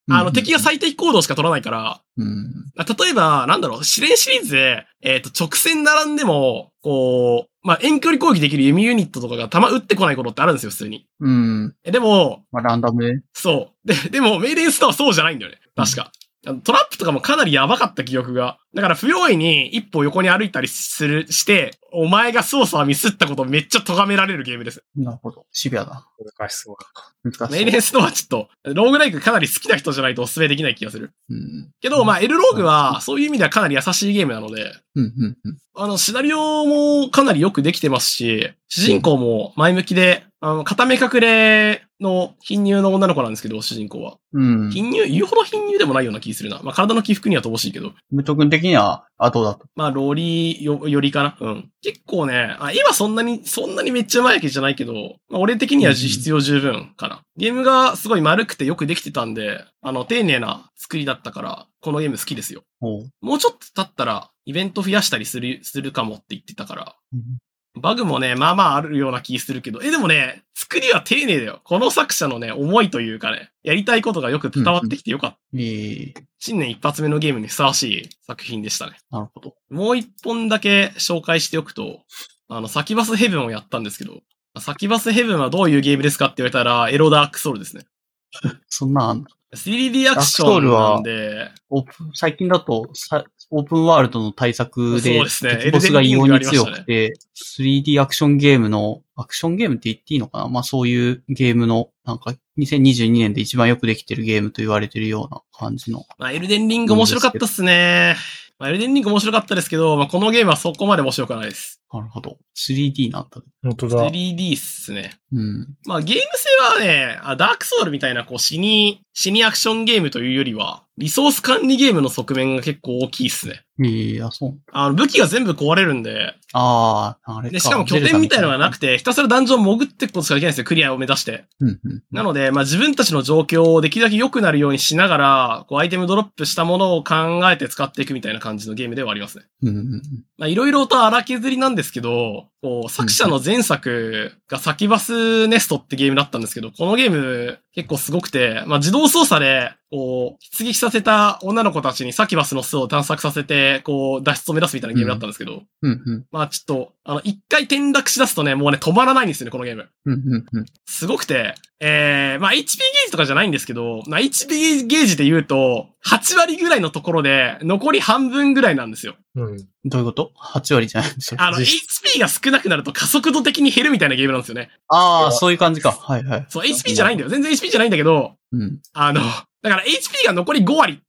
敵が最適行動しか取らないから、例えば、試練シリーズで、直線並んでも、遠距離攻撃できる弓ユニットとかが弾撃ってこないことってあるんですよ、普通に。でも、 ランダムね。 そう。でも、メイデンスターはそうじゃないんだよね。確か。トラップとかもかなりやばかった記憶が。だから不用意に一歩横に歩いたりして、お前が操作をミスったことをめっちゃ咎められるゲームです。 なるほど。シビアだ。 難しそう。 メイデンストはちょっと、ローグライクかなり好きな人じゃないとお勧めできない気がする。けど、エルローグはそういう意味ではかなり優しいゲームなので、シナリオもかなりよくできてますし、主人公も前向きで、片目隠れの貧乳の女の子なんですけど、主人公は。貧乳、言うほど貧乳でもないような気するな。体の起伏には乏しいけど。 無徳的には後だと。 ローリーよりかな。結構ね、絵はそんなにめっちゃ上手いわけじゃないけど、俺的には必要十分かな。ゲームがすごい丸くてよくできてたんで、丁寧な作りだったから、このゲーム好きですよ。もうちょっと経ったら、イベント増やしたりするかもって言ってたから。バグもね、あるような気するけど、でもね、作りは丁寧だよ。この作者のね、思いというかね、やりたいことがよく伝わってきてよかった。新年一発目のゲームにふさわしい作品でしたね。 なるほど。 もう一本だけ紹介しておくと、サキバスヘブンをやったんですけど、サキバスヘブンはどういうゲームですかって言われたら、エロダークソウルですね。 そんなあんだ。 3D アクションなんで、 最近だと、オープンワールドの対策で、 そうですね。 敵ボスが異様に強くて、3D アクションゲームって言っていいのかな？そういうゲームの、2022年で一番よくできてるゲームと言われてるような感じの。 エルデンリング面白かったっすね。エルデンリング面白かったですけど、このゲームはそこまで面白くないです。 なるほど。3D なんだ。 本当だ。 3D っすね。 ゲーム性はね、ダークソウルみたいな、死にアクションゲームというよりは、リソース管理ゲームの側面が結構大きいっすね。 そう。 武器が全部壊れるんで。 あれか。 で、しかも拠点みたいなのがなくて、ひたすらダンジョン潜っていくことしかできないんですよ、クリアを目指して。なので、自分たちの状況をできるだけ良くなるようにしながら、アイテムドロップしたものを考えて使っていくみたいな感じのゲームではありますね。いろいろと荒削りなんですけど、作者の前作がサキバスネストってゲームだったんですけど、このゲーム結構すごくて、自動操作で、出撃させた女の子たちにサキバスの巣を探索させて、脱出を目指すみたいなゲームだったんですけど、ちょっと、一回転落し出すとね、もうね、止まらないんですよね、このゲーム。すごくて、HP ゲージとかじゃないんですけど、HP ゲージで言うと、8割ぐらいのところで、残り半分ぐらいなんですよ。 どういうこと ?8 割じゃないんですよ。 HP が少なくなると加速度的に減るみたいなゲームなんですよね。 そういう感じか。はいはい。 そう、HP じゃないんだよ。全然 HP じゃないんだけど、だから HP が残り5割って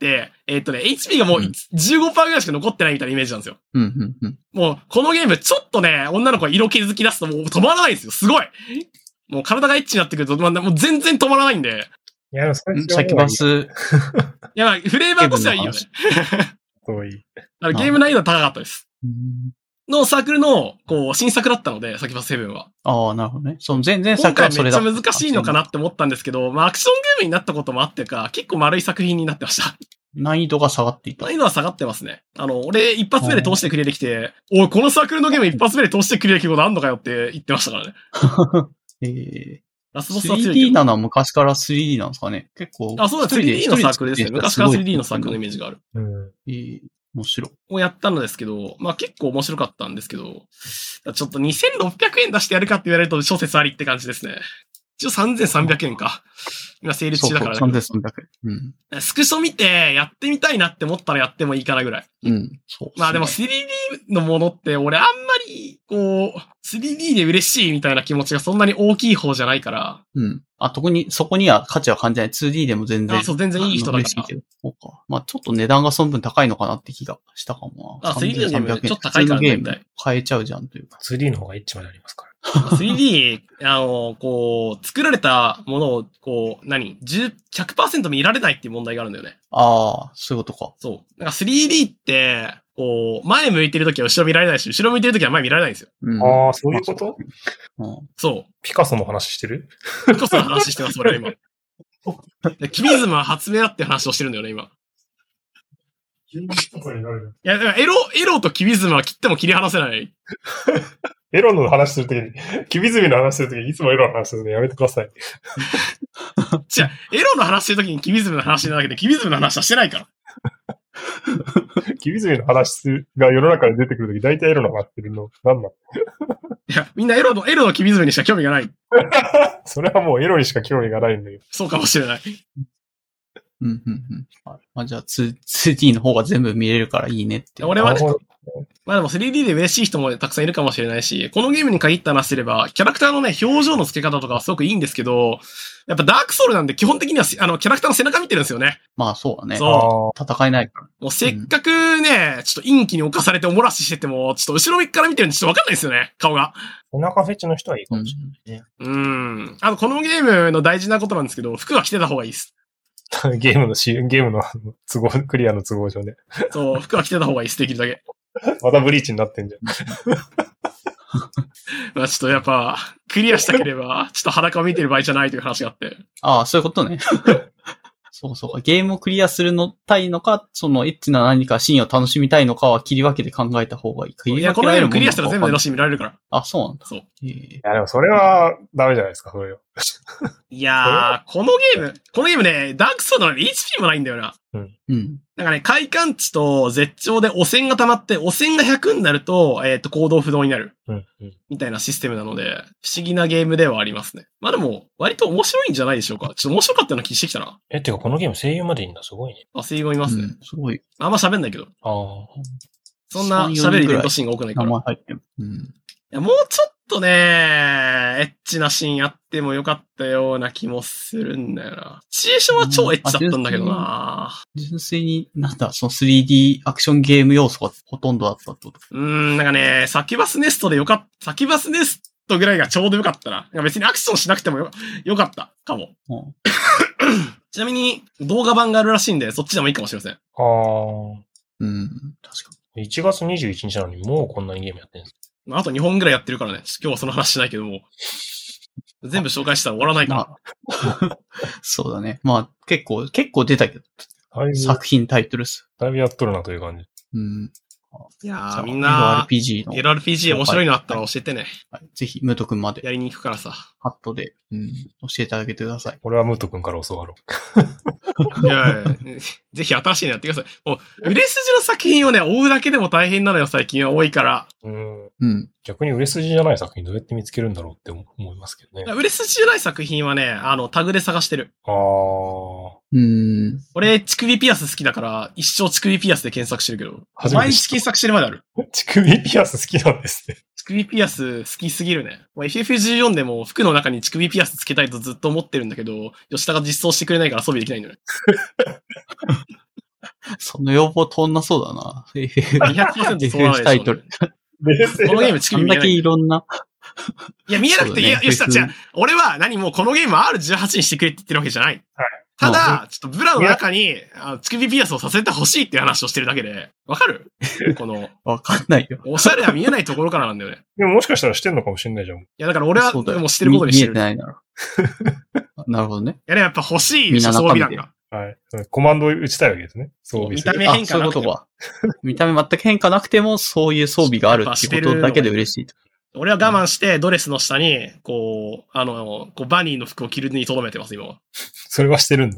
、HP がもう15%ぐらいしか残ってないみたいなイメージなんですよ。もう、このゲームちょっとね、女の子が色気づき出すともう止まらないんですよ。すごい。もう体がエッチになってくると、もう全然止まらないんで。 いや、 サキバス。 いや、フレーバーとしてはいいよね。 遠い。 ゲーム難易度高かったです。のサークルの、新作だったので、サキバス7は。 なるほどね。前作はそれだ。 今回めっちゃ難しいのかなって思ったんですけど、アクションゲームになったこともあってか、結構丸い作品になってました。 難易度が下がっていた。 難易度は下がってますね。俺、一発目で通してくれてきて、おい、このサークルのゲーム一発目で通してくれることあんのかよって言ってましたからね。ラスボスは強いけど。 3D なのは昔から 3D なんですかね結構。 そうだ、3D のサークルですね。昔から 3D のサークルのイメージがある。 面白い。 をやったのですけど、結構面白かったんですけど、ちょっと2600円出してやるかって言われると諸説ありって感じですね。一応3300円か。今セール中だから、 ね。3300円。 スクショ見てやってみたいなって思ったらやってもいいかなぐらい。 そう。 でも 3D のものって俺あんまり、3D で嬉しいみたいな気持ちがそんなに大きい方じゃないから。 特にそこには価値は感じない。2D でも全然。 全然いい人だから。 そうか。ちょっと値段がその分高いのかなって気がしたかもな。 3D のゲームちょっと高いからゲーム買えちゃうじゃんというか。 3D の方がエッチまでありますから。 3D、作られたものを、100% 見られないっていう問題があるんだよね。 そういうことか。 そう。3D って、前向いてるときは後ろ見られないし、後ろ向いてるときは前見られないんですよ。 そういうこと？ そう。 ピカソの話してる？ ピカソの話してます、俺は今。キュビズムは発明だって話をしてるんだよね、今。いや、だからエロとキュビズムは切っても切り離せない。 エロの話するときに、キビズミの話するときにいつもエロの話するのやめてください。 じゃあ、エロの話してるときにキビズムの話なだけで、キビズムの話はしてないから。 キビズミの話が世の中に出てくるとき、大体エロの話してるの、なんなんいや、みんなエロのキビズムにしか興味がない。 それはもうエロにしか興味がないんだけど。 そうかもしれない。 まあ、じゃあ 2D の方が全部見れるからいいねって。 俺はね、まあでも 3D で嬉しい人もたくさんいるかもしれないし、このゲームに限った話すれば、キャラクターのね、表情の付け方とかはすごくいいんですけど、やっぱダークソウルなんで基本的にはキャラクターの背中見てるんですよね。 まあそうだね。 そう。戦えないから。 もうせっかくね、ちょっと陰気に侵されておもらししてても、ちょっと後ろから見てるんでちょっとわかんないですよね、顔が。 お腹フェチの人はいいかもしれないね。 このゲームの大事なことなんですけど、服は着てた方がいいです。 ゲームの都合、クリアの都合上ね。 そう、服は着てた方がいいです、できるだけ。 またブリーチになってんじゃん。 まあちょっとやっぱ、クリアしたければ、ちょっと裸を見てる場合じゃないという話があって。 ああ、そういうことね。そうそうか。ゲームをクリアするのたいのか、そのエッチな何かシーンを楽しみたいのかは切り分けて考えた方がいい。 いや、このゲームクリアしたら全部のシーン見られるから。 あ、そうなんだ。 そう。 いや、でもそれはダメじゃないですか、それは。 いやー、このゲームね、ダークソウルの HP もないんだよな。なんかね、快感値と絶頂で汚染が溜まって、汚染が100になると、行動不能になる。みたいなシステムなので、不思議なゲームではありますね。まあでも、割と面白いんじゃないでしょうか。ちょっと面白かったような気してきたな。 てかこのゲーム声優までいいんだ、すごいね。 あ、声優もいますね。 すごい。 あんま喋んないけど。そんな喋るイベントシーンが多くないから。 名前入ってる。 いや、もうちょっとね、エッチなシーンあってもよかったような気もするんだよな。シチュエーションは超エッチだったんだけどな。 純粋に、その 3D アクションゲーム要素がほとんどあったってこと。 なんかね、サキュバスネストぐらいがちょうどよかったな。別にアクションしなくてもよかったかも。ちなみに動画版があるらしいんで、そっちでもいいかもしれません。 確かに。1月21日なのにもうこんなにゲームやってるんですか？ あと2本ぐらいやってるからね。今日はその話しないけども。全部紹介したら終わらないから。 そうだね。まあ、結構出たけど。作品タイトル数。 だいぶやっとるなという感じ。 いやー、みんな、LRPG 面白いのあったら教えてね。 ぜひ、ムート君まで。 やりに行くからさ。 ハットで、教えていただけてください。 俺はムート君から教わろう。いやぜひ新しいのやってください。もう、売れ筋の作品をね、追うだけでも大変なのよ、最近は多いから。 逆に売れ筋じゃない作品どうやって見つけるんだろうって思いますけどね。 売れ筋じゃない作品はね、タグで探してる。俺、乳首ピアス好きだから、一生乳首ピアスで検索してるけど、毎日検索してるまである。 乳首ピアス好きなんですね。 乳首ピアス好きすぎるね。FF14 でも服の中に乳首ピアスつけたいとずっと思ってるんだけど、吉田が実装してくれないから装備できないんだよね。 その要望通んなそうだな。 200% そうなタイトル。 このゲーム乳首見えない。 あんだけいろんな。 いや、見えなくていい。吉田、俺はもうこのゲーム R18 にしてくれって言ってるわけじゃない。ただ、ちょっとブラの中に、乳首ピアスをさせてほしいっていう話をしてるだけで、わかる？ わかんないよ。 おしゃれは見えないところからなんだよね。 でももしかしたらしてんのかもしれないじゃん。いや、だから俺はもうしてることにしてる。 見えてないなら。なるほどね。 いや、やっぱ欲しい装備なんだ。 はい。コマンドを打ちたいわけですね。 見た目変化なくても。 そういうことか。見た目全く変化なくても、そういう装備があるってことだけで嬉しい。 俺は我慢してドレスの下に、バニーの服を着るに留めてます、今は。 それはしてるんだ。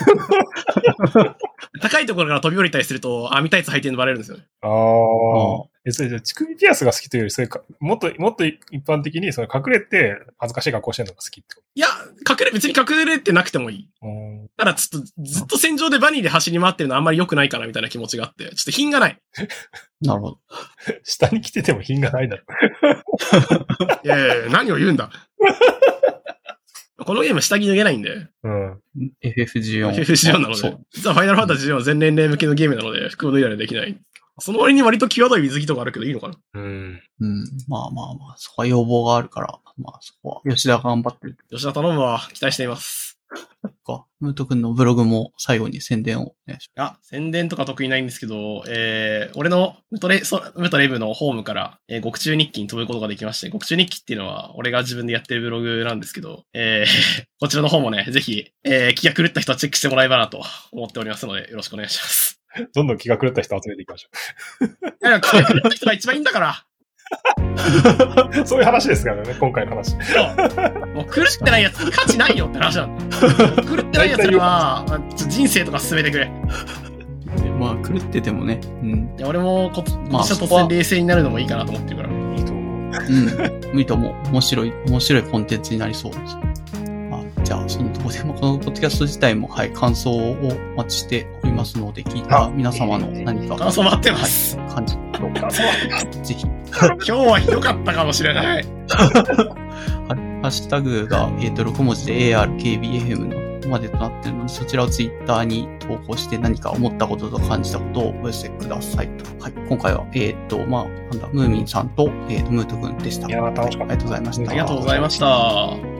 高いところから飛び降りたりすると、網タイツ履いてるのバレるんですよね。 それじゃ乳首ピアスが好きというより、それか、もっと一般的に、それ隠れて恥ずかしい格好してるのが好きってこと？ いや、別に隠れてなくてもいい。ただ、ちょっと、ずっと戦場でバニーで走り回ってるのはあんまり良くないかなみたいな気持ちがあって、ちょっと品がない。 なるほど。 下に着てても品がないだろ。 いや、何を言うんだ。このゲーム下着脱げないんで。 FF14。 FF14 なので。実はファイナルファンタジー14は全年齢向けのゲームなので、服を脱いだりできない。その割に割と際どい水着とかあるけどいいのかな？ まあ、そこは要望があるから、まあそこは吉田が頑張ってる。 吉田頼むわ。期待しています。 ムート君のブログも最後に宣伝をお願いします。宣伝とか得意ないんですけど、俺のムトレブのホームから、獄中日記に飛ぶことができまして、獄中日記っていうのは俺が自分でやってるブログなんですけど、こちらの方もね、ぜひ、気が狂った人はチェックしてもらえばなと思っておりますので、よろしくお願いします。 どんどん気が狂った人集めていきましょう。いや、気が狂った人が一番いいんだから。 そういう話ですからね、今回の話。 もう狂ってないやつ価値ないよって話なんだ。狂ってないやつには、人生とか進めてくれ。 まあ、狂っててもね。うん。 いや俺も今年は突然冷静になるのもいいかなと思ってるから。 いいと思う。 うん。いいと思う。面白いコンテンツになりそうです。じゃあ、そのところで、このポッドキャスト自体も、はい、感想をお待ちしておりますので、聞いた皆様の何か。 感想待ってます。 はい、感じ。 感想待ってます。 ぜひ。 今日はひどかったかもしれない。 ハッシュタグが、6文字で ARKBFM のまでとなっているので、そちらをツイッターに投稿して何か思ったことと感じたことをお寄せくださいと。はい。今回は、ムーミンさんと、ムート君でした。 いや、楽しかった。 ありがとうございました。 ありがとうございました。